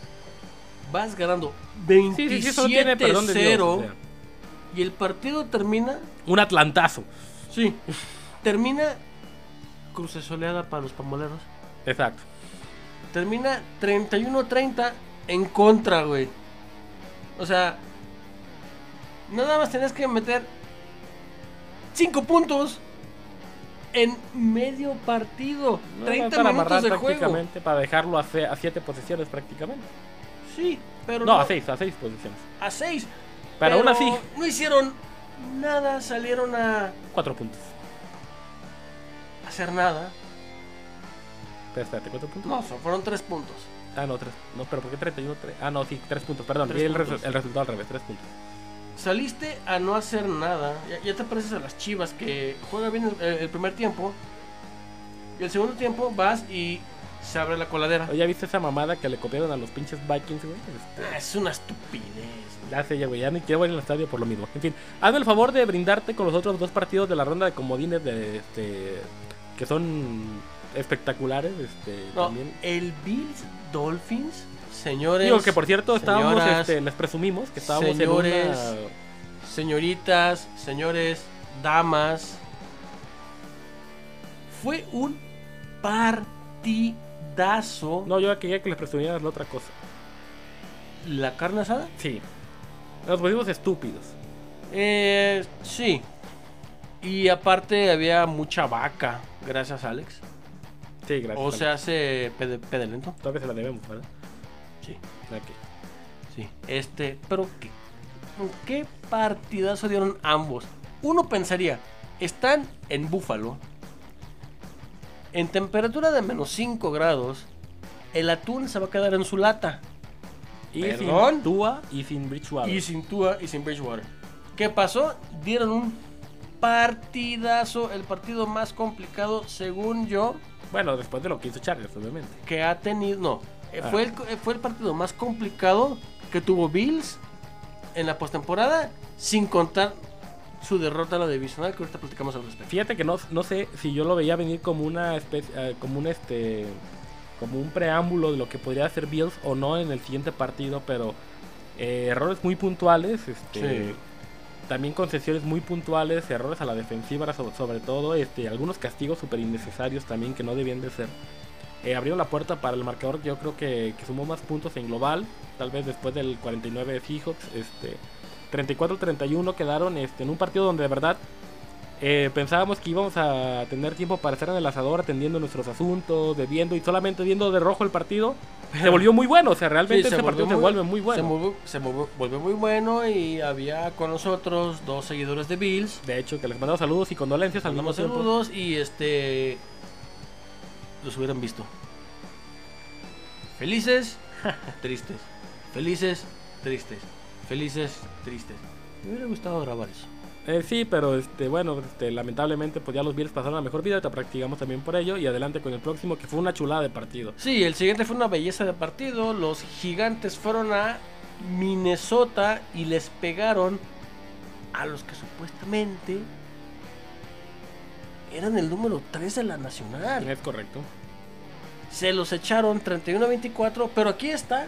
[SPEAKER 2] vas ganando
[SPEAKER 3] Sí, sí, sí, eso no tiene perdón de Dios,
[SPEAKER 2] veintisiete cero
[SPEAKER 3] o sea,
[SPEAKER 2] y el partido termina,
[SPEAKER 3] un atlantazo.
[SPEAKER 2] sí, termina crucesoleada para los pamoleros.
[SPEAKER 3] Exacto.
[SPEAKER 2] Termina treinta y uno treinta en contra, güey. O sea, nada más tenías que meter cinco puntos en medio partido.
[SPEAKER 3] No,
[SPEAKER 2] treinta
[SPEAKER 3] para
[SPEAKER 2] minutos
[SPEAKER 3] amarrar
[SPEAKER 2] de juego.
[SPEAKER 3] prácticamente, para dejarlo a, ce- a siete posiciones prácticamente.
[SPEAKER 2] Sí, pero
[SPEAKER 3] No,
[SPEAKER 2] no,
[SPEAKER 3] a seis, a seis posiciones.
[SPEAKER 2] a seis.
[SPEAKER 3] Pero aún así,
[SPEAKER 2] no hicieron nada, salieron a
[SPEAKER 3] cuatro puntos.
[SPEAKER 2] hacer nada.
[SPEAKER 3] Pero espérate, ¿cuatro puntos?
[SPEAKER 2] No, son- fueron tres puntos.
[SPEAKER 3] Ah, no, tres. No, pero ¿por qué treinta y uno? Tre- Ah, no, sí, tres puntos, perdón.
[SPEAKER 2] Tres
[SPEAKER 3] vi el,
[SPEAKER 2] puntos.
[SPEAKER 3] resu- el resultado al revés, tres puntos.
[SPEAKER 2] Saliste a no hacer nada. Ya, ya te pareces a las Chivas que juega bien el, el primer tiempo. Y el segundo tiempo vas y se abre la coladera.
[SPEAKER 3] Oye, ¿ya viste esa mamada que le copiaron a los pinches Vikings, güey? Este,
[SPEAKER 2] Ah, es una estupidez.
[SPEAKER 3] ya sé, ya, güey, ya ni quiero ir al estadio por lo mismo. En fin, hazme el favor de brindarte con los otros dos partidos de la ronda de comodines de este que son espectaculares, este,
[SPEAKER 2] No,
[SPEAKER 3] también.
[SPEAKER 2] el Bills Dolphins, señores.
[SPEAKER 3] Digo que por cierto estábamos,
[SPEAKER 2] señoras,
[SPEAKER 3] este, les presumimos que estábamos
[SPEAKER 2] señores,
[SPEAKER 3] en una...
[SPEAKER 2] señoritas, señores, damas. Fue un partidazo.
[SPEAKER 3] No, yo quería que les presumieras la otra cosa.
[SPEAKER 2] ¿La carne asada?
[SPEAKER 3] Sí. Nos volvimos estúpidos.
[SPEAKER 2] Eh, sí. Y aparte había mucha vaca, gracias Alex.
[SPEAKER 3] Sí, gracias.
[SPEAKER 2] O se hace pede, pedelento.
[SPEAKER 3] todavía se la debemos, ¿verdad?
[SPEAKER 2] Sí,
[SPEAKER 3] Ok.
[SPEAKER 2] sí. Este, pero ¿qué, qué partidazo dieron ambos? Uno pensaría, están en Búfalo, en temperatura de menos cinco grados, el atún se va a quedar en su lata.
[SPEAKER 3] Y
[SPEAKER 2] ¿Perdón?
[SPEAKER 3] sin Tua y sin Bridgewater.
[SPEAKER 2] Y sin Tua y sin Bridgewater. ¿Qué pasó? Dieron un partidazo, el partido más complicado, según yo,
[SPEAKER 3] Bueno, después de lo que hizo Chargers, obviamente.
[SPEAKER 2] que ha tenido. No, eh,
[SPEAKER 3] Ah.
[SPEAKER 2] fue, el, eh, fue el partido más complicado que tuvo Bills en la postemporada, sin contar su derrota a la divisional, que ahorita platicamos al respecto.
[SPEAKER 3] Fíjate que no, no sé si yo lo veía venir como una especie, eh, como un este, como un preámbulo de lo que podría hacer Bills o no en el siguiente partido, pero eh, errores muy puntuales, este,
[SPEAKER 2] Sí.
[SPEAKER 3] también concesiones muy puntuales, errores a la defensiva sobre, sobre todo, este, algunos castigos súper innecesarios también que no debían de ser. Eh, abrieron la puerta para el marcador que yo creo que, que sumó más puntos en global, tal vez después del cuarenta y nueve de Seahawks, este, treinta y cuatro a treinta y uno quedaron este, en un partido donde de verdad eh, pensábamos que íbamos a tener tiempo para estar en el asador atendiendo nuestros asuntos, bebiendo y solamente viendo de rojo el partido. Se volvió muy bueno, o sea, realmente
[SPEAKER 2] Sí,
[SPEAKER 3] ese partido se vuelve muy bueno.
[SPEAKER 2] Se, movió- se movió- volvió muy bueno y había con nosotros dos seguidores de Bills.
[SPEAKER 3] De hecho, que les mandamos saludos y condolencias al mismo
[SPEAKER 2] Mandamos
[SPEAKER 3] tiempo.
[SPEAKER 2] saludos y este los hubieran visto. Felices, tristes. Felices, tristes. Felices, tristes. Me hubiera gustado grabar eso.
[SPEAKER 3] Eh, sí, pero este, bueno, este, lamentablemente pues ya los Bills pasaron a mejor vida, te practicamos también por ello y adelante con el próximo que fue una chulada de partido.
[SPEAKER 2] Sí, el siguiente fue una belleza de partido. Los Gigantes fueron a Minnesota y les pegaron a los que supuestamente eran el número tres de la nacional.
[SPEAKER 3] Es correcto.
[SPEAKER 2] Se los echaron treinta y uno a veinticuatro, pero aquí está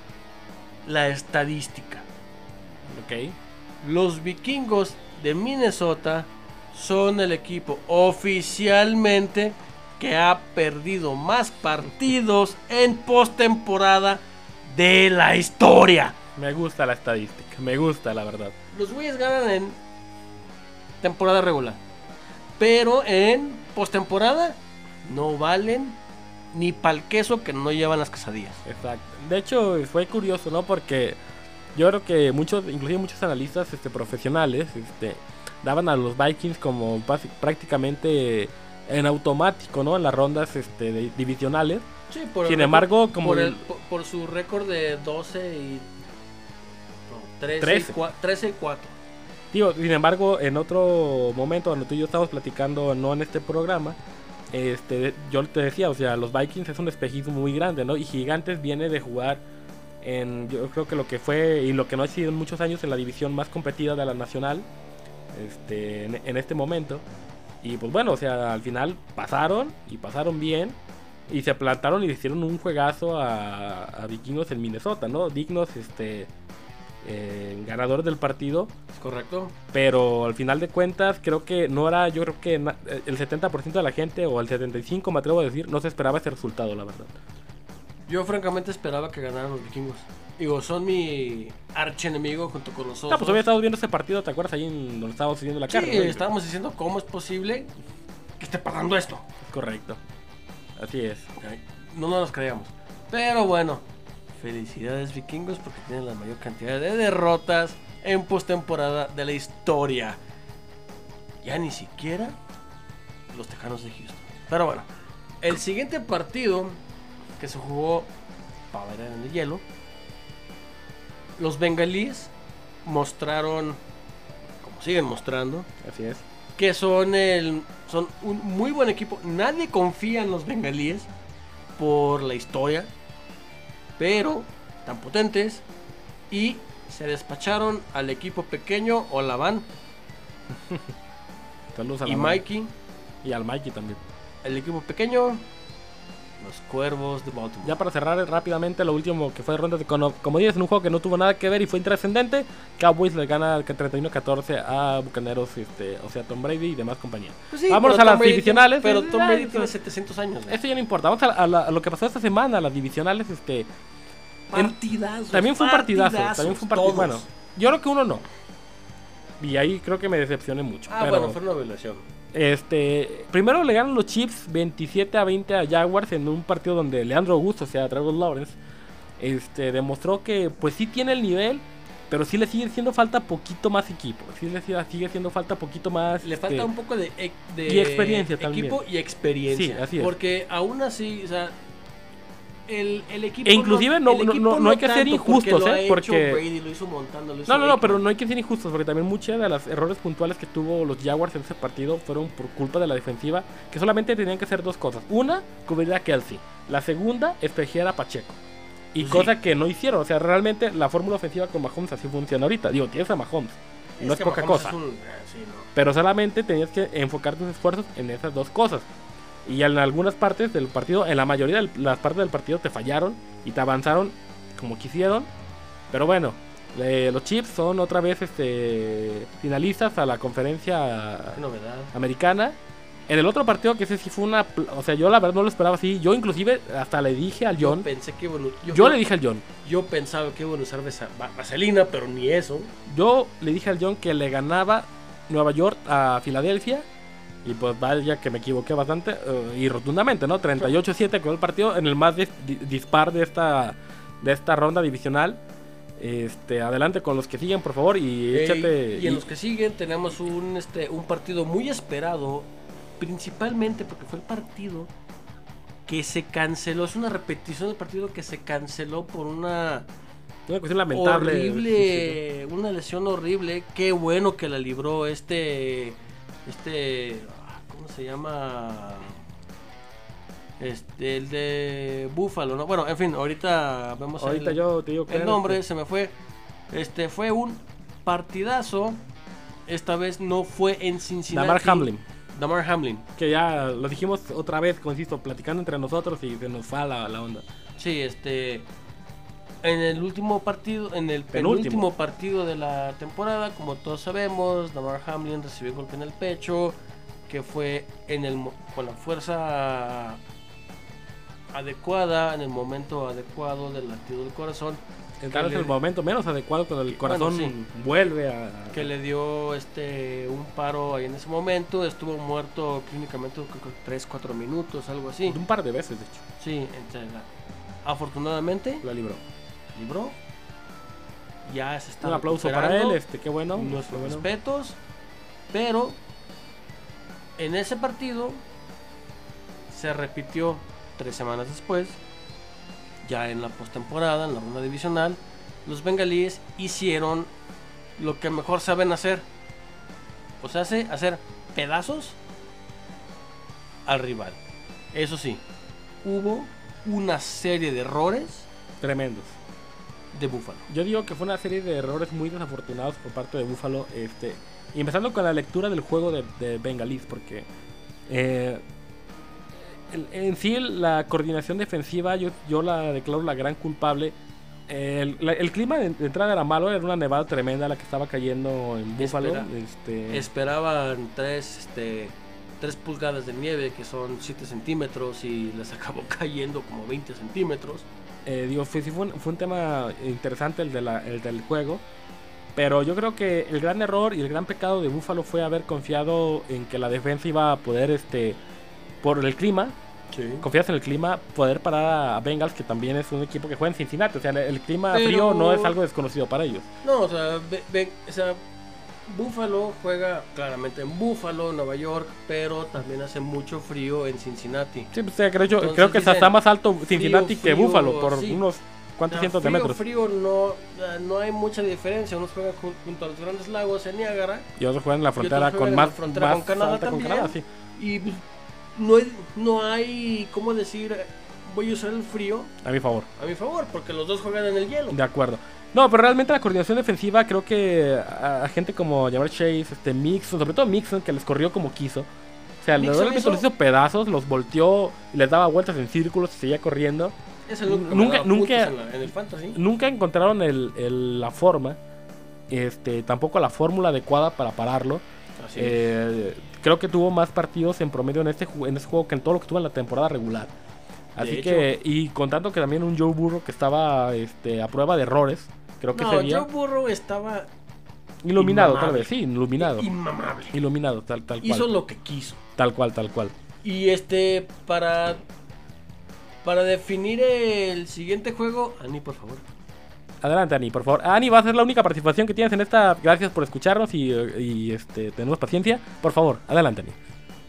[SPEAKER 2] la estadística.
[SPEAKER 3] Ok.
[SPEAKER 2] Los vikingos de Minnesota son el equipo oficialmente que ha perdido más partidos en postemporada de la historia.
[SPEAKER 3] Me gusta la estadística, me gusta la verdad.
[SPEAKER 2] Los güeyes ganan en temporada regular, pero en postemporada no valen ni pa'l queso que no llevan las quesadillas.
[SPEAKER 3] Exacto. De hecho, fue curioso, ¿no? Porque yo creo que muchos, inclusive muchos analistas este, profesionales, este, daban a los Vikings como basi- prácticamente en automático, ¿no? En las rondas este, de- divisionales.
[SPEAKER 2] Sí, por el
[SPEAKER 3] Sin
[SPEAKER 2] récord-
[SPEAKER 3] embargo, como
[SPEAKER 2] por,
[SPEAKER 3] el-
[SPEAKER 2] el- por, por su récord de doce y no, trece,
[SPEAKER 3] trece.
[SPEAKER 2] Y cua- trece y cuatro.
[SPEAKER 3] Digo, sin embargo, en otro momento cuando tú y yo estábamos platicando, no en este programa, este, yo te decía, o sea, los Vikings es un espejismo muy grande, ¿no? Y Gigantes viene de jugar en, yo creo que lo que fue y lo que no ha sido en muchos años en la división más competida de la nacional, este, en, en este momento. Y pues bueno, o sea, al final pasaron y pasaron bien y se plantaron y hicieron un juegazo a, a Vikingos en Minnesota, ¿no? Dignos, este, eh, ganadores del partido.
[SPEAKER 2] ¿Es correcto?
[SPEAKER 3] Pero al final de cuentas creo que no era, yo creo que na- el setenta por ciento de la gente o el setenta y cinco por ciento me atrevo a decir, no se esperaba ese resultado, la verdad.
[SPEAKER 2] Yo francamente esperaba que ganaran los vikingos. Digo, son mi archienemigo junto con los otros.
[SPEAKER 3] Ah, pues había estado viendo ese partido, ¿te acuerdas? Ahí en donde estábamos viendo la
[SPEAKER 2] Sí,
[SPEAKER 3] carne. ¿no?
[SPEAKER 2] estábamos diciendo cómo es posible que esté pasando esto.
[SPEAKER 3] Correcto. Así es.
[SPEAKER 2] Ay, No nos creíamos. Pero bueno, felicidades vikingos porque tienen la mayor cantidad de derrotas en postemporada de la historia. Ya ni siquiera los Tejanos de Houston. Pero bueno, el siguiente partido que se jugó para bailar en el hielo, los bengalíes mostraron, como siguen mostrando,
[SPEAKER 3] Así es.
[SPEAKER 2] que son el son un muy buen equipo. Nadie confía en los bengalíes por la historia, pero tan potentes y se despacharon al equipo pequeño Olavan
[SPEAKER 3] Saludos a
[SPEAKER 2] y
[SPEAKER 3] la Mike.
[SPEAKER 2] Mikey,
[SPEAKER 3] Y al Mikey también.
[SPEAKER 2] el equipo pequeño, los Cuervos de Baltimore.
[SPEAKER 3] Ya para cerrar rápidamente, lo último que fue ronda de cono- comodines en un juego que no tuvo nada que ver y fue intrascendente. Cowboys le gana treinta y uno a catorce a Bucaneros, este, o sea, Tom Brady y demás compañía.
[SPEAKER 2] Pues sí,
[SPEAKER 3] Vámonos
[SPEAKER 2] pero
[SPEAKER 3] a
[SPEAKER 2] Tom
[SPEAKER 3] las
[SPEAKER 2] Brady
[SPEAKER 3] divisionales.
[SPEAKER 2] tiene-
[SPEAKER 3] Eh,
[SPEAKER 2] pero Tom
[SPEAKER 3] ah,
[SPEAKER 2] Brady
[SPEAKER 3] eso-
[SPEAKER 2] tiene setecientos años. ¿eh?
[SPEAKER 3] Eso ya no importa. Vamos a, a la- a lo que pasó esta semana, a las divisionales. Este,
[SPEAKER 2] Partidazos,
[SPEAKER 3] también fue un partidazo.
[SPEAKER 2] partidazos,
[SPEAKER 3] También fue un partido.
[SPEAKER 2] todos.
[SPEAKER 3] Bueno, yo creo que uno no. Y ahí creo que me decepcioné mucho.
[SPEAKER 2] Ah,
[SPEAKER 3] pero,
[SPEAKER 2] bueno, fue una violación.
[SPEAKER 3] Este, primero le ganan los Chiefs veintisiete a veinte a Jaguars en un partido donde Leandro Augusto, o sea, Trevor Lawrence, este, demostró que pues sí tiene el nivel, pero sí le sigue haciendo falta poquito más equipo. Sí le sigue, sigue haciendo falta poquito más.
[SPEAKER 2] Le
[SPEAKER 3] este,
[SPEAKER 2] falta un poco de, e- de
[SPEAKER 3] y experiencia también.
[SPEAKER 2] equipo y experiencia.
[SPEAKER 3] Sí, así es.
[SPEAKER 2] Porque aún así, o sea, el, el equipo.
[SPEAKER 3] E inclusive no-
[SPEAKER 2] el
[SPEAKER 3] no-
[SPEAKER 2] equipo
[SPEAKER 3] no- no hay que ser
[SPEAKER 2] tanto,
[SPEAKER 3] injustos,
[SPEAKER 2] porque lo
[SPEAKER 3] ¿eh?
[SPEAKER 2] ha hecho
[SPEAKER 3] Porque-
[SPEAKER 2] Brady, lo hizo montando, lo hizo
[SPEAKER 3] No, no, no,
[SPEAKER 2] Baker.
[SPEAKER 3] pero no hay que ser injustos porque también muchos de los errores puntuales que tuvo los Jaguars en ese partido fueron por culpa de la defensiva, que solamente tenían que hacer dos cosas. Una, cubrir a Kelsey. La segunda, espejear a Pacheco. Y
[SPEAKER 2] Sí.
[SPEAKER 3] cosa que no hicieron. O sea, realmente la fórmula ofensiva con Mahomes así funciona ahorita. Digo, tienes a Mahomes. No es
[SPEAKER 2] que
[SPEAKER 3] poca
[SPEAKER 2] Mahomes
[SPEAKER 3] cosa.
[SPEAKER 2] es un- eh, sí, no.
[SPEAKER 3] Pero solamente tenías que enfocar tus esfuerzos en esas dos cosas. Y en algunas partes del partido, en la mayoría de las partes del partido te fallaron y te avanzaron como quisieron. Pero bueno, eh, los Chiefs son otra vez este finalistas a la conferencia
[SPEAKER 2] Qué novedad.
[SPEAKER 3] americana. En el otro partido, que ese sí fue una... O sea, yo la verdad no lo esperaba así. Yo inclusive hasta le dije al
[SPEAKER 2] Yo
[SPEAKER 3] John...
[SPEAKER 2] pensé que bueno,
[SPEAKER 3] Yo,
[SPEAKER 2] yo,
[SPEAKER 3] le dije al John...
[SPEAKER 2] yo pensaba que iban a usar vasa- va- vaselina, pero ni eso.
[SPEAKER 3] Yo le dije al John que le ganaba Nueva York a Filadelfia. Y pues vaya que me equivoqué bastante. Uh, y rotundamente, ¿no? treinta y ocho a siete quedó el partido en el más dis- di- dispar de esta, de esta ronda divisional. Este, adelante con los que siguen, por favor. Y
[SPEAKER 2] Ey,
[SPEAKER 3] échate...
[SPEAKER 2] y en
[SPEAKER 3] y-
[SPEAKER 2] los que siguen tenemos un, este, un partido muy esperado. Principalmente porque fue el partido que se canceló. Es una repetición del partido que se canceló por una
[SPEAKER 3] Una cuestión lamentable.
[SPEAKER 2] horrible,
[SPEAKER 3] Sí, sí,
[SPEAKER 2] una lesión horrible. Qué bueno que la libró este, este, ¿cómo se llama? Este, el de Buffalo, ¿no? Bueno, en fin, ahorita vemos
[SPEAKER 3] sí. Ahorita
[SPEAKER 2] el,
[SPEAKER 3] yo te digo que
[SPEAKER 2] el nombre, se me fue. Este, fue un partidazo. Esta vez no fue en Cincinnati.
[SPEAKER 3] Damar Hamlin.
[SPEAKER 2] Damar Hamlin.
[SPEAKER 3] Que ya lo dijimos otra vez, como insisto, platicando entre nosotros y se nos fue la, la onda.
[SPEAKER 2] Sí, este. En el último partido, en el
[SPEAKER 3] Penúltimo.
[SPEAKER 2] penúltimo partido de la temporada, como todos sabemos, Damar Hamlin recibió golpe en el pecho, que fue en el mo- con la fuerza adecuada, en el momento adecuado del latido del corazón,
[SPEAKER 3] Tal
[SPEAKER 2] que
[SPEAKER 3] vez
[SPEAKER 2] le-
[SPEAKER 3] el momento menos adecuado cuando el
[SPEAKER 2] que-
[SPEAKER 3] corazón
[SPEAKER 2] bueno, sí.
[SPEAKER 3] vuelve a...
[SPEAKER 2] que le dio este un paro ahí en ese momento. Estuvo muerto clínicamente tres cuatro minutos, algo así.
[SPEAKER 3] Un par de veces, de hecho,
[SPEAKER 2] Sí, entre- afortunadamente
[SPEAKER 3] la libró.
[SPEAKER 2] libró. Ya se está
[SPEAKER 3] Un aplauso para
[SPEAKER 2] recuperando.
[SPEAKER 3] él, este, qué bueno.
[SPEAKER 2] Nuestros
[SPEAKER 3] qué bueno.
[SPEAKER 2] respetos. Pero en ese partido se repitió tres semanas después, ya en la postemporada, en la ronda divisional, los bengalíes hicieron lo que mejor saben hacer. O sea, hace hacer pedazos al rival. Eso sí, hubo una serie de errores
[SPEAKER 3] Tremendos.
[SPEAKER 2] de Buffalo.
[SPEAKER 3] Yo digo que fue una serie de errores muy desafortunados por parte de Buffalo. Este, y empezando con la lectura del juego de, de Bengalís, porque eh, el- en sí la coordinación defensiva yo, yo la declaro la gran culpable. El, la- el clima de, de entrada era malo, era una nevada tremenda la que estaba cayendo en Buffalo.
[SPEAKER 2] Espera.
[SPEAKER 3] Este,
[SPEAKER 2] Esperaban tres, este, tres pulgadas de nieve, que son siete centímetros, y les acabó cayendo como veinte centímetros.
[SPEAKER 3] Eh, digo, fue, sí fue, un, fue un tema interesante el, de la, el del juego. Pero yo creo que el gran error y el gran pecado de Buffalo fue haber confiado en que la defensa iba a poder, este, por el clima, confiarse en el clima, poder parar a Bengals, que también es un equipo que juega en Cincinnati. O sea, el, el clima
[SPEAKER 2] Pero-
[SPEAKER 3] frío no es algo desconocido para ellos.
[SPEAKER 2] No, o sea, ve- ve- o sea, Buffalo juega claramente en Buffalo, Nueva York, pero también hace mucho frío en Cincinnati.
[SPEAKER 3] Sí, o sea, creo, yo,
[SPEAKER 2] Entonces
[SPEAKER 3] creo que
[SPEAKER 2] dicen,
[SPEAKER 3] está más alto Cincinnati
[SPEAKER 2] frío,
[SPEAKER 3] que
[SPEAKER 2] frío,
[SPEAKER 3] Buffalo, por
[SPEAKER 2] sí.
[SPEAKER 3] unos
[SPEAKER 2] O
[SPEAKER 3] cuantos
[SPEAKER 2] sea,
[SPEAKER 3] cientos de
[SPEAKER 2] frío,
[SPEAKER 3] metros.
[SPEAKER 2] frío, no, no hay mucha diferencia. Unos juegan ju- junto a los grandes lagos en Niágara
[SPEAKER 3] Y otros juegan en la frontera
[SPEAKER 2] otros
[SPEAKER 3] con
[SPEAKER 2] juegan en
[SPEAKER 3] más,
[SPEAKER 2] la frontera
[SPEAKER 3] más
[SPEAKER 2] con Canadá
[SPEAKER 3] alta con
[SPEAKER 2] también.
[SPEAKER 3] Canadá, sí.
[SPEAKER 2] y pues, no hay, no hay, ¿cómo decir? Voy a usar el frío
[SPEAKER 3] A mi favor.
[SPEAKER 2] a mi favor, porque los dos juegan en el hielo.
[SPEAKER 3] De acuerdo. No, pero realmente la coordinación defensiva, creo que a, a gente como Jamar Chase, este Mixon, sobre todo Mixon, que les corrió como quiso. O sea,
[SPEAKER 2] Mixon
[SPEAKER 3] realmente
[SPEAKER 2] hizo-
[SPEAKER 3] los hizo pedazos, los volteó y les daba vueltas en círculos y seguía corriendo.
[SPEAKER 2] Es el único que
[SPEAKER 3] Nunca-
[SPEAKER 2] me daba
[SPEAKER 3] nunca-
[SPEAKER 2] puntos en, la- en el fantasy.
[SPEAKER 3] Nunca encontraron el, el- la forma, este, tampoco la fórmula adecuada para pararlo.
[SPEAKER 2] Así es.
[SPEAKER 3] Eh, creo que tuvo más partidos en promedio en este, ju- en este juego que en todo lo que tuvo en la temporada regular. Así
[SPEAKER 2] De
[SPEAKER 3] que, y contando que también un Joe Burrow que estaba este, a prueba de errores, creo que
[SPEAKER 2] No,
[SPEAKER 3] ese día...
[SPEAKER 2] Joe Burrow estaba
[SPEAKER 3] Iluminado, tal
[SPEAKER 2] inmamable.
[SPEAKER 3] vez, sí, iluminado.
[SPEAKER 2] inmamable.
[SPEAKER 3] Iluminado, tal, tal cual.
[SPEAKER 2] Hizo lo que quiso.
[SPEAKER 3] Tal cual, tal cual.
[SPEAKER 2] Y este, para para definir el siguiente juego, Ani, por favor.
[SPEAKER 3] Adelante, Ani, por favor. Ani, va a ser la única participación que tienes en esta. Gracias por escucharnos y, y, este, tenemos paciencia. Por favor, adelante, Ani.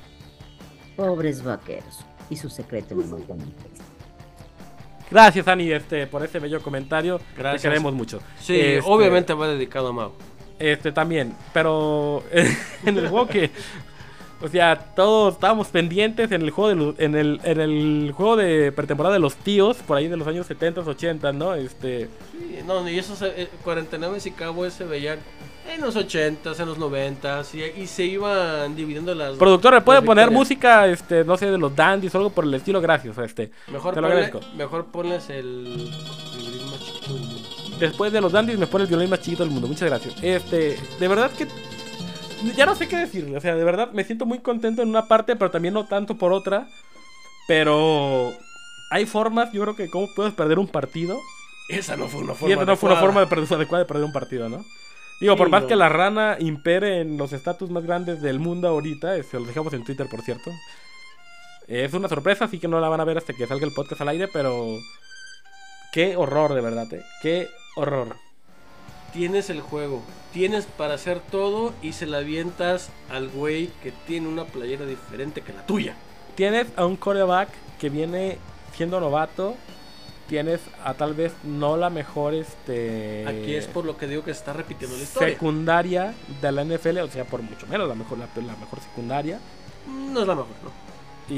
[SPEAKER 1] Pobres vaqueros. Y su secreto es muy bonito.
[SPEAKER 3] Gracias, Ani, este, por ese bello comentario.
[SPEAKER 2] Gracias.
[SPEAKER 3] Te queremos mucho.
[SPEAKER 2] Sí,
[SPEAKER 3] Este,
[SPEAKER 2] obviamente va dedicado a Mau.
[SPEAKER 3] Este también, pero en el juego que O sea, todos estábamos pendientes en el juego de los- en el en el juego de pretemporada de los tíos, por ahí de los años setenta, ochenta, ¿no? Este,
[SPEAKER 2] Sí, no, y esos eh, cuarenta y nueve y Cowboys se veían en los ochentas, en los noventas, y, y se iban dividiendo las...
[SPEAKER 3] productor, ¿me puede
[SPEAKER 2] las
[SPEAKER 3] poner
[SPEAKER 2] victorias.
[SPEAKER 3] música, este, no sé, de los dandies o algo por el estilo? Gracias, este.
[SPEAKER 2] Mejor,
[SPEAKER 3] Te lo
[SPEAKER 2] ponle-
[SPEAKER 3] agradezco.
[SPEAKER 2] mejor ponles el... el violín más chiquito del mundo.
[SPEAKER 3] Después de los dandies me pone el violín más chiquito del mundo. Muchas gracias. Este, de verdad que ya no sé qué decirle. O sea, de verdad me siento muy contento en una parte, pero también no tanto por otra. Pero hay formas, yo creo que cómo puedes perder un partido.
[SPEAKER 2] Esa no fue una
[SPEAKER 3] Y
[SPEAKER 2] forma
[SPEAKER 3] esta no fue una
[SPEAKER 2] adecuada.
[SPEAKER 3] forma de perder, adecuada de perder un partido, ¿no? Digo,
[SPEAKER 2] Sí,
[SPEAKER 3] por más
[SPEAKER 2] no.
[SPEAKER 3] que la rana impere en los estatus más grandes del mundo ahorita, este, los dejamos en Twitter, por cierto. Es una sorpresa, así que no la van a ver hasta que salga el podcast al aire, pero qué horror, de verdad, ¿eh? Qué horror.
[SPEAKER 2] Tienes el juego, tienes para hacer todo y se la avientas al güey que tiene una playera diferente que la tuya.
[SPEAKER 3] Tienes a un quarterback que viene siendo novato. Tienes a tal vez no la mejor este
[SPEAKER 2] Aquí es por lo que digo que se está repitiendo la historia.
[SPEAKER 3] secundaria de la N F L, o sea, por mucho menos la mejor, la, la mejor secundaria.
[SPEAKER 2] No es la mejor, ¿no?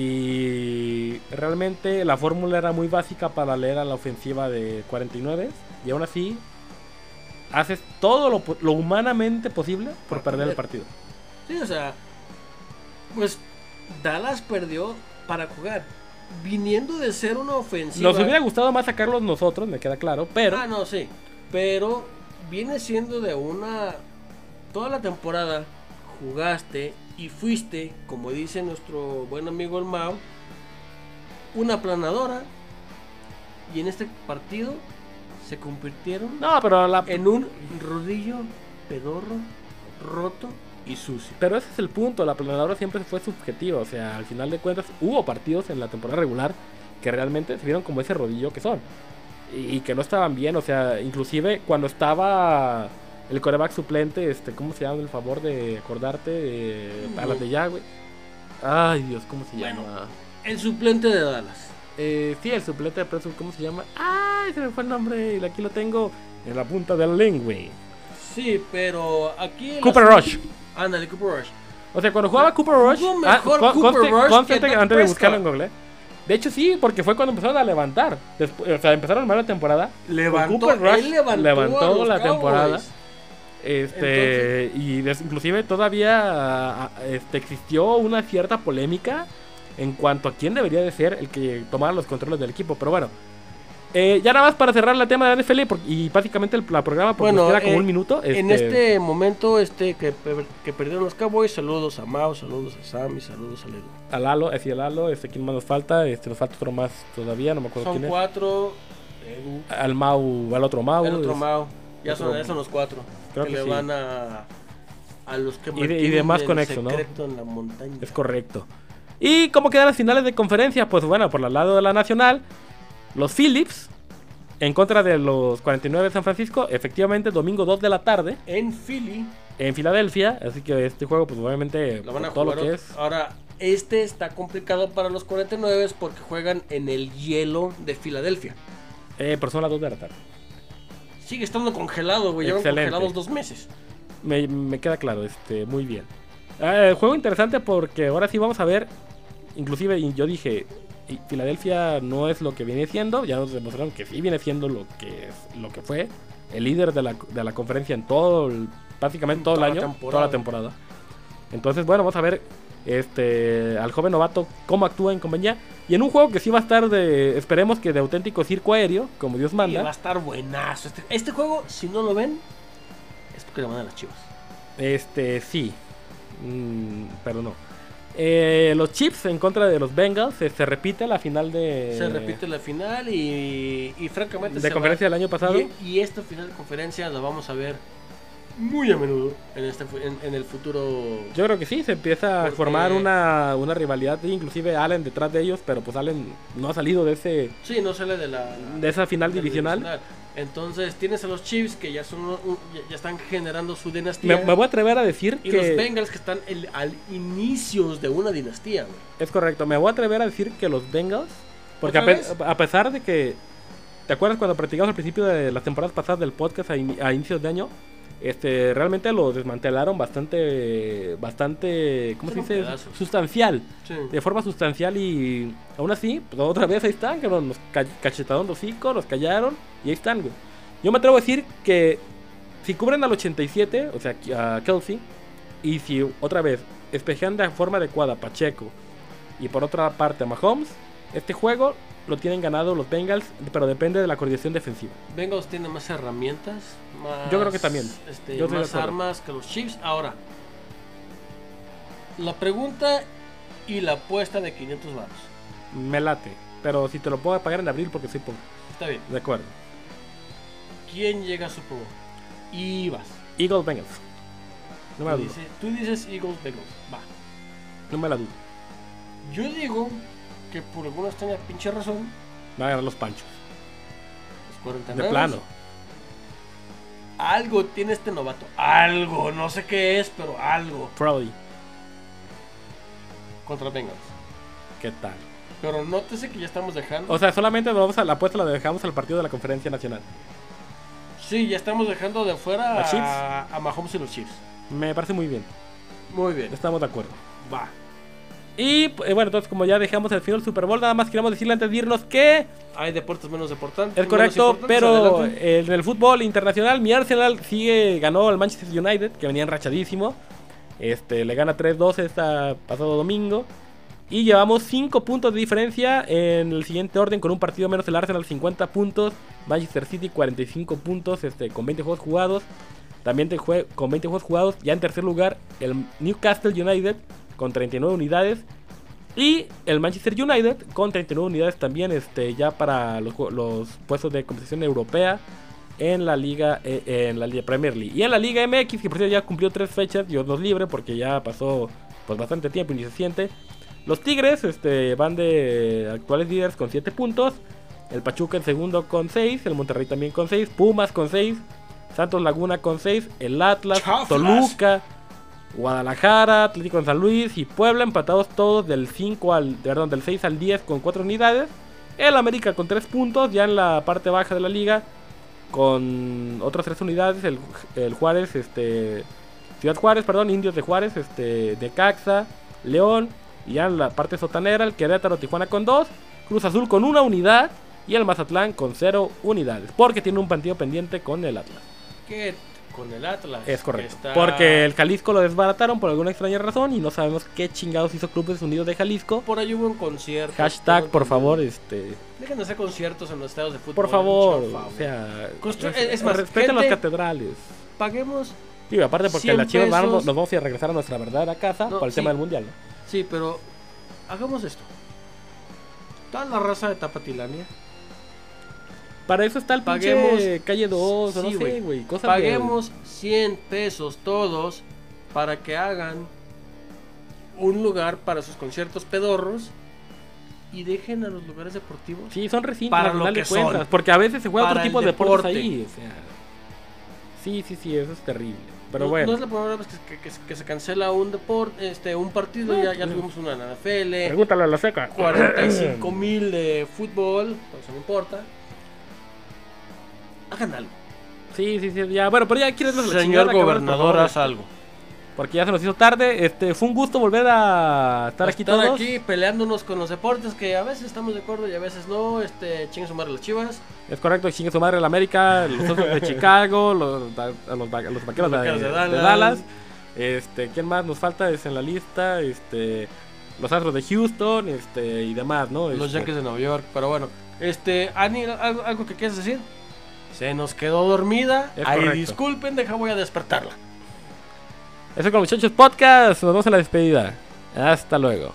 [SPEAKER 3] Y realmente la fórmula era muy básica para leer a la ofensiva de cuarenta y nueve. Y aún así, haces todo lo, po- lo humanamente posible por
[SPEAKER 2] Para
[SPEAKER 3] perder el
[SPEAKER 2] perder.
[SPEAKER 3] partido.
[SPEAKER 2] Sí, o sea, pues Dallas perdió para jugar. Viniendo de ser una ofensiva.
[SPEAKER 3] Nos hubiera gustado más sacarlos nosotros, me queda claro, pero
[SPEAKER 2] Ah, no, sí. Pero viene siendo de una... Toda la temporada jugaste y fuiste, como dice nuestro buen amigo el Mao, una planadora. Y en este partido se convirtieron
[SPEAKER 3] no, pero la,
[SPEAKER 2] en un rodillo pedorro, roto y sucio.
[SPEAKER 3] pero ese es el punto, la planadora siempre fue subjetiva, o sea, al final de cuentas hubo partidos en la temporada regular que realmente se vieron como ese rodillo que son y, y que no estaban bien, o sea, inclusive cuando estaba el quarterback suplente, este, ¿cómo se llama? El favor de acordarte, eh, a las de ya, güey. Ay, Dios, ¿cómo se
[SPEAKER 2] Bueno.
[SPEAKER 3] llama?
[SPEAKER 2] El suplente de Dallas.
[SPEAKER 3] Eh, sí, el suplente de Preston, ¿cómo se llama? Ay, se me fue el nombre y aquí lo tengo en la punta del lengua.
[SPEAKER 2] Sí, pero aquí... el
[SPEAKER 3] Cooper
[SPEAKER 2] asunto-
[SPEAKER 3] Rush.
[SPEAKER 2] Ándale, Cooper Rush.
[SPEAKER 3] O sea, cuando jugaba Cooper Rush,
[SPEAKER 2] Jugó mejor
[SPEAKER 3] con-
[SPEAKER 2] Cooper
[SPEAKER 3] conste-
[SPEAKER 2] Rush
[SPEAKER 3] conste
[SPEAKER 2] que
[SPEAKER 3] que
[SPEAKER 2] Dak
[SPEAKER 3] antes de
[SPEAKER 2] Prescott.
[SPEAKER 3] buscarlo en Google. ¿eh? De hecho, sí, porque fue cuando empezaron a levantar. Despu- o sea, empezaron mal la temporada.
[SPEAKER 2] Levantó,
[SPEAKER 3] Cooper Rush
[SPEAKER 2] él levantó,
[SPEAKER 3] levantó
[SPEAKER 2] a los
[SPEAKER 3] la
[SPEAKER 2] Cowboys.
[SPEAKER 3] temporada. Este, y des- inclusive todavía a- este, existió una cierta polémica en cuanto a quién debería de ser el que tomara los controles del equipo. Pero bueno, eh, ya nada más para cerrar el tema de la N F L por- y básicamente el la programa, porque
[SPEAKER 2] Bueno,
[SPEAKER 3] nos queda como
[SPEAKER 2] eh,
[SPEAKER 3] un minuto.
[SPEAKER 2] En
[SPEAKER 3] este,
[SPEAKER 2] este momento este que, per- que perdieron los Cowboys, saludos a Mao, saludos a Sam y saludos a Ledo.
[SPEAKER 3] A Lalo, es decir, a Lalo, este, ¿quién más nos falta? Este, nos falta otro más todavía, no me acuerdo
[SPEAKER 2] Son
[SPEAKER 3] quién es.
[SPEAKER 2] cuatro, Edu,
[SPEAKER 3] Al Mau, al otro Mau.
[SPEAKER 2] el otro
[SPEAKER 3] es-
[SPEAKER 2] Mao, ya son,
[SPEAKER 3] otro-
[SPEAKER 2] ya son los cuatro.
[SPEAKER 3] Creo
[SPEAKER 2] que,
[SPEAKER 3] que
[SPEAKER 2] le
[SPEAKER 3] sí.
[SPEAKER 2] van a, a los que
[SPEAKER 3] Y de- y
[SPEAKER 2] mantienen
[SPEAKER 3] demás
[SPEAKER 2] el
[SPEAKER 3] conexo, ¿no?
[SPEAKER 2] secreto en la montaña.
[SPEAKER 3] Es correcto. ¿Y cómo quedan las finales de conferencia? Pues bueno, por el lado de la nacional, los Phillips en contra de los cuarenta y nueve de San Francisco, efectivamente domingo dos de la tarde
[SPEAKER 2] En Philly
[SPEAKER 3] en Filadelfia, así que este juego pues obviamente
[SPEAKER 2] lo van a
[SPEAKER 3] por todo
[SPEAKER 2] jugar
[SPEAKER 3] lo que
[SPEAKER 2] otro-
[SPEAKER 3] es
[SPEAKER 2] Ahora, este está complicado para los cuarenta y nueve porque juegan en el hielo de Filadelfia.
[SPEAKER 3] eh, pero son las dos de la tarde.
[SPEAKER 2] Sigue estando congelado, güey. Llevan
[SPEAKER 3] Excelente.
[SPEAKER 2] congelados dos meses.
[SPEAKER 3] Me, me queda claro, este, muy bien. Eh, juego interesante porque ahora sí vamos a ver, inclusive y yo dije, y Filadelfia no es lo que viene siendo, ya nos demostraron que sí viene siendo lo que es, lo que fue el líder de la, de la conferencia en todo, el, básicamente todo
[SPEAKER 2] Toda
[SPEAKER 3] el
[SPEAKER 2] la
[SPEAKER 3] año,
[SPEAKER 2] temporada.
[SPEAKER 3] toda la temporada. Entonces, bueno, vamos a ver este al joven novato cómo actúa en compañía y en un juego que sí va a estar de, esperemos que de auténtico circo aéreo, como Dios
[SPEAKER 2] Y va a
[SPEAKER 3] manda.
[SPEAKER 2] estar buenazo. Este, este juego, si no lo ven, es porque le van a las Chivas.
[SPEAKER 3] Este, sí. Mm, pero no. Eh, los Chiefs en contra de los Bengals. Se, se repite la final de.
[SPEAKER 2] Se repite la final y, y francamente
[SPEAKER 3] De
[SPEAKER 2] se
[SPEAKER 3] conferencia
[SPEAKER 2] va-
[SPEAKER 3] del año pasado.
[SPEAKER 2] Y, y esta final de conferencia la vamos a ver muy a menudo en, este, fu- en, en el futuro.
[SPEAKER 3] Yo creo que sí, se empieza a
[SPEAKER 2] Porque-
[SPEAKER 3] formar una, una rivalidad. Inclusive Allen detrás de ellos. Pero pues Allen no ha salido de ese
[SPEAKER 2] Sí, no sale de la
[SPEAKER 3] de esa final
[SPEAKER 2] de la
[SPEAKER 3] divisional.
[SPEAKER 2] Entonces tienes a los Chiefs que ya son un- ya, ya están generando su dinastía.
[SPEAKER 3] Me, me voy a atrever a decir
[SPEAKER 2] y
[SPEAKER 3] que.
[SPEAKER 2] los Bengals que están el- al inicios de una dinastía, güey.
[SPEAKER 3] Es correcto, me voy a atrever a decir que los Bengals. Porque a,
[SPEAKER 2] ¿Otra
[SPEAKER 3] pe-
[SPEAKER 2] vez?
[SPEAKER 3] a pesar de que. ¿Te acuerdas cuando practicamos al principio de las temporadas pasadas del podcast a, in- a inicios de año? Este, realmente lo desmantelaron bastante, bastante, ¿cómo se
[SPEAKER 2] Son
[SPEAKER 3] dice?
[SPEAKER 2] pedazos.
[SPEAKER 3] Sustancial,
[SPEAKER 2] Sí.
[SPEAKER 3] de forma sustancial y aún así, pues otra vez ahí están, que nos ca- cachetaron los hocico, los callaron y ahí están, güey. Yo me atrevo a decir que si cubren al ochenta y siete, o sea, a Kelsey, y si otra vez espejean de forma adecuada a Pacheco y por otra parte a Mahomes, este juego lo tienen ganado los Bengals, pero depende de la coordinación defensiva.
[SPEAKER 2] Bengals tiene más herramientas, más,
[SPEAKER 3] Yo creo que también.
[SPEAKER 2] este,
[SPEAKER 3] Yo estoy de
[SPEAKER 2] más
[SPEAKER 3] acuerdo.
[SPEAKER 2] armas que los Chiefs. Ahora, la pregunta y la apuesta de quinientos baros.
[SPEAKER 3] Me late, pero si te lo puedo pagar en abril porque soy pobre.
[SPEAKER 2] Está bien.
[SPEAKER 3] De acuerdo.
[SPEAKER 2] ¿Quién llega a Super Bowl? Y vas.
[SPEAKER 3] Eagles Bengals. No me la
[SPEAKER 2] Tú
[SPEAKER 3] dudo.
[SPEAKER 2] dices, tú dices Eagles, Bengals. Va.
[SPEAKER 3] No me la dudo.
[SPEAKER 2] Yo digo que por alguna extraña pinche razón,
[SPEAKER 3] Va a ganar los Panchos.
[SPEAKER 2] los cuarenta y
[SPEAKER 3] De
[SPEAKER 2] nueve
[SPEAKER 3] plano.
[SPEAKER 2] algo tiene este novato. Algo, no sé qué es, pero algo.
[SPEAKER 3] Probably.
[SPEAKER 2] Contra Bengals.
[SPEAKER 3] ¿Qué tal?
[SPEAKER 2] Pero nótese que ya estamos dejando.
[SPEAKER 3] O sea, solamente nos vamos a la apuesta la dejamos al partido de la Conferencia Nacional.
[SPEAKER 2] Sí, ya estamos dejando de fuera
[SPEAKER 3] ¿A Chiefs?
[SPEAKER 2] a, a Mahomes y los Chiefs.
[SPEAKER 3] Me parece muy bien.
[SPEAKER 2] Muy bien.
[SPEAKER 3] Estamos de acuerdo.
[SPEAKER 2] Va.
[SPEAKER 3] Y eh, bueno, entonces como ya dejamos el final del Super Bowl, nada más queremos decirle antes de irnos que
[SPEAKER 2] Hay deportes menos importantes.
[SPEAKER 3] es correcto,
[SPEAKER 2] menos importantes,
[SPEAKER 3] pero
[SPEAKER 2] adelante.
[SPEAKER 3] en el fútbol internacional mi Arsenal sigue, ganó al Manchester United, que venía enrachadísimo. Este, le gana tres dos este pasado domingo. Y llevamos cinco puntos de diferencia en el siguiente orden, con un partido menos el Arsenal, cincuenta puntos. Manchester City, cuarenta y cinco puntos, este, con veinte juegos jugados. También te jue- con veinte juegos jugados. Ya en tercer lugar, el Newcastle United, con treinta y nueve unidades. Y el Manchester United, con treinta y nueve unidades también, este, ya para los, ju- los puestos de competición europea en la Liga eh, en la Liga Premier League. Y en la Liga M X, que por cierto ya cumplió tres fechas, Dios nos libre, porque ya pasó pues bastante tiempo y ni se siente. Los Tigres este, van de actuales líderes con siete puntos. El Pachuca en segundo con seis. El Monterrey también con seis. Pumas con seis. Santos Laguna con seis. El Atlas,
[SPEAKER 2] ¡Chaflas!
[SPEAKER 3] Toluca, Guadalajara, Atlético de San Luis y Puebla empatados todos del cinco al, perdón, del seis al diez con cuatro unidades. El América con tres puntos ya en la parte baja de la liga con otras tres unidades. El, el Juárez, este, Ciudad Juárez, perdón, Indios de Juárez, este, Necaxa, León. Y ya en la parte sotanera, el Querétaro, Tijuana con dos, Cruz Azul con una unidad y el Mazatlán con cero unidades, porque tiene un partido pendiente con el Atlas.
[SPEAKER 2] ¿Qué? Con el Atlas.
[SPEAKER 3] Es correcto,
[SPEAKER 2] que está-
[SPEAKER 3] porque el Jalisco lo desbarataron por alguna extraña razón y no sabemos qué chingados hizo Clubes Unidos de Jalisco.
[SPEAKER 2] Por ahí hubo un concierto.
[SPEAKER 3] Hashtag,
[SPEAKER 2] tengo
[SPEAKER 3] por
[SPEAKER 2] entendido.
[SPEAKER 3] favor, este,
[SPEAKER 2] Dejen de hacer conciertos en los estadios de fútbol.
[SPEAKER 3] por favor,
[SPEAKER 2] mucho favor.
[SPEAKER 3] o sea,
[SPEAKER 2] Constru-
[SPEAKER 3] res-
[SPEAKER 2] es más,
[SPEAKER 3] respeten
[SPEAKER 2] gente-
[SPEAKER 3] las catedrales.
[SPEAKER 2] Paguemos.
[SPEAKER 3] Sí, aparte porque
[SPEAKER 2] cien
[SPEAKER 3] las Chivas vamos-
[SPEAKER 2] pesos.
[SPEAKER 3] nos vamos a ir a regresar a nuestra verdadera casa
[SPEAKER 2] No,
[SPEAKER 3] por el
[SPEAKER 2] sí.
[SPEAKER 3] tema del mundial, ¿no?
[SPEAKER 2] Sí, pero hagamos esto. Toda la raza de Tapatilania.
[SPEAKER 3] Para eso está el pinche
[SPEAKER 2] Paguemos-
[SPEAKER 3] calle dos, o no
[SPEAKER 2] Sí,
[SPEAKER 3] sé,
[SPEAKER 2] güey.
[SPEAKER 3] güey, cosas de-
[SPEAKER 2] Paguemos cien pesos todos para que hagan un lugar para sus conciertos pedorros y dejen a los lugares deportivos.
[SPEAKER 3] Sí, son recintos
[SPEAKER 2] Para
[SPEAKER 3] al
[SPEAKER 2] lo
[SPEAKER 3] final
[SPEAKER 2] que
[SPEAKER 3] de cuentas,
[SPEAKER 2] son.
[SPEAKER 3] porque a veces se juega
[SPEAKER 2] Para
[SPEAKER 3] otro tipo
[SPEAKER 2] el
[SPEAKER 3] de deportes
[SPEAKER 2] deporte.
[SPEAKER 3] ahí, o sea. Sí, sí, sí, eso es terrible. Pero
[SPEAKER 2] no,
[SPEAKER 3] bueno,
[SPEAKER 2] no es la primera vez que, que- que- que se cancela un deporte, este, un partido.
[SPEAKER 3] No,
[SPEAKER 2] ya, ya
[SPEAKER 3] pues,
[SPEAKER 2] tuvimos una en la N F L,
[SPEAKER 3] pregúntale a la seca.
[SPEAKER 2] cuarenta y cinco mil de fútbol, pues eso no importa. Hagan algo.
[SPEAKER 3] Sí, sí, sí, ya. Bueno, pero ya quieres la
[SPEAKER 2] Señor
[SPEAKER 3] chingada, cabrón,
[SPEAKER 2] gobernador,
[SPEAKER 3] por favor,
[SPEAKER 2] haz algo.
[SPEAKER 3] porque ya se nos hizo tarde. Este, fue un gusto volver a estar aquí
[SPEAKER 2] Estar
[SPEAKER 3] todos.
[SPEAKER 2] aquí peleándonos con los deportes que a veces estamos de acuerdo y a veces no. Este, chingue su madre las Chivas.
[SPEAKER 3] Es correcto, chingue su madre la América, los Osos de Chicago, los, a los, va- los vaqueros,
[SPEAKER 2] Los vaqueros
[SPEAKER 3] de,
[SPEAKER 2] de
[SPEAKER 3] de
[SPEAKER 2] Dallas.
[SPEAKER 3] Dallas. Este, ¿quién más nos falta? Es en la lista, este, los Astros de Houston, este, y demás, ¿no?
[SPEAKER 2] Los
[SPEAKER 3] Este,
[SPEAKER 2] Yankees de Nueva York. Pero bueno, este, Ani, ¿algo, algo que quieras decir? Se nos quedó dormida.
[SPEAKER 3] Es
[SPEAKER 2] Ay,
[SPEAKER 3] correcto.
[SPEAKER 2] disculpen, deja voy a despertarla.
[SPEAKER 3] Eso con muchachos podcast, nos vemos en la despedida. Hasta luego.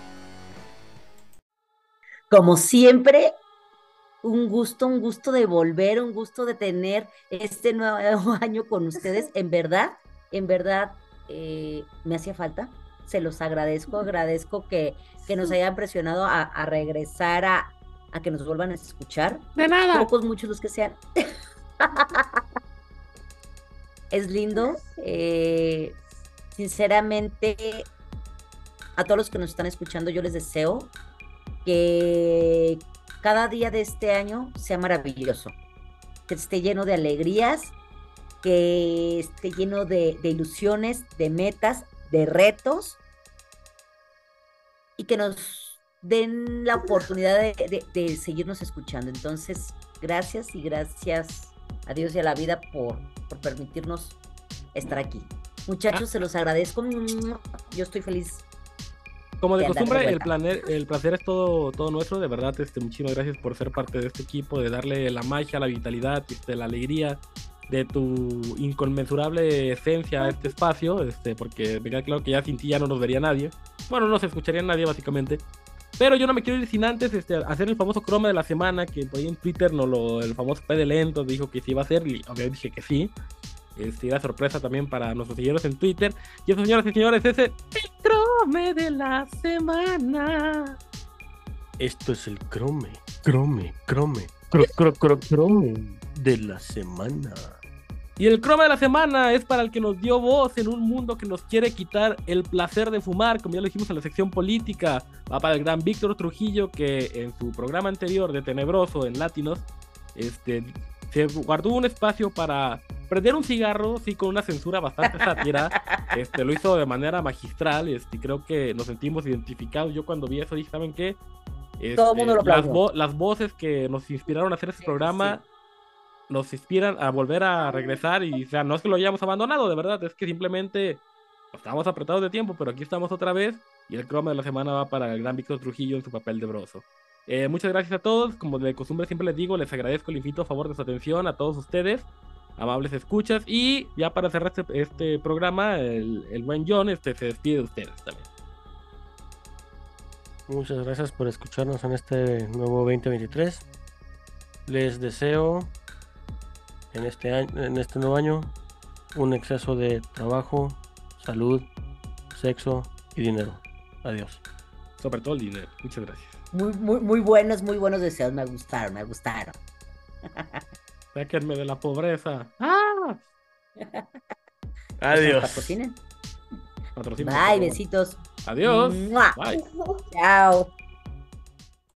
[SPEAKER 1] Como siempre, un gusto, un gusto de volver, un gusto de tener este nuevo año con ustedes. En verdad, en verdad, eh, me hacía falta. Se los agradezco, agradezco que, que nos hayan presionado a, a regresar a, a que nos vuelvan a escuchar.
[SPEAKER 3] De nada.
[SPEAKER 1] Pocos, muchos los que sean. Es lindo. eh, sinceramente, a todos los que nos están escuchando, yo les deseo que cada día de este año sea maravilloso, que esté lleno de alegrías, que esté lleno de, de ilusiones, de metas, de retos, y que nos den la oportunidad de, de, de seguirnos escuchando. Entonces, gracias y gracias a Dios y a la vida por, por permitirnos estar aquí. Muchachos, ah. se los agradezco. Yo estoy feliz.
[SPEAKER 3] Como de, de costumbre, el, planer, el placer es todo, todo nuestro. De verdad, este, muchísimas gracias por ser parte de este equipo, de darle la magia, la vitalidad, este, la alegría de tu inconmensurable esencia a este espacio, este, porque me queda claro que ya sin ti ya no nos vería nadie. Bueno, no se escucharía nadie, básicamente. Pero yo no me quiero ir sin antes este, hacer el famoso croma de la semana, que por ahí en Twitter no lo, el famoso P de Lento dijo que sí iba a hacer, y obviamente dije que sí. Este, era sorpresa también para nuestros seguidores en Twitter. Y eso, señoras y señores, es el crome de la semana.
[SPEAKER 2] Esto es el crome, crome, crome, cro, cro, cro, crome de la semana.
[SPEAKER 3] Y el croma de la semana es para el que nos dio voz en un mundo que nos quiere quitar el placer de fumar, como ya lo dijimos en la sección política. Va para el gran Víctor Trujillo, que en su programa anterior de Tenebroso en Latinos, este, se guardó un espacio para prender un cigarro, sí, con una censura bastante sátira. Este, lo hizo de manera magistral, este, creo que nos sentimos identificados. Yo cuando vi eso dije, ¿saben qué? Este,
[SPEAKER 1] Todo el mundo lo
[SPEAKER 3] las, vo- las voces que nos inspiraron a hacer este programa... Sí. Nos inspiran a volver a regresar. Y o sea, no es que lo hayamos abandonado, de verdad, es que simplemente estábamos apretados de tiempo, pero aquí estamos otra vez. Y el croma de la semana va para el gran Víctor Trujillo en su papel de Broso. Eh, muchas gracias a todos. Como de costumbre siempre les digo, les agradezco el infinito favor de su atención a todos ustedes, amables escuchas. Y ya para cerrar este, este programa, el, el buen John este, se despide de ustedes también.
[SPEAKER 2] Muchas gracias por escucharnos en este nuevo veinte veintitrés. Les deseo en este año, en este nuevo año, un exceso de trabajo, salud, sexo y dinero. Adiós.
[SPEAKER 3] Sobre todo el dinero. Muchas gracias.
[SPEAKER 1] Muy, muy, muy buenos, muy buenos deseos. Me gustaron, me gustaron.
[SPEAKER 3] Sáquenme de la pobreza. ¡Ah!
[SPEAKER 2] Adiós.
[SPEAKER 1] Patrocinen.
[SPEAKER 3] Patrocinen.
[SPEAKER 1] Bye, besitos.
[SPEAKER 3] Adiós.
[SPEAKER 1] ¡Mua!
[SPEAKER 3] Bye.
[SPEAKER 1] Chao.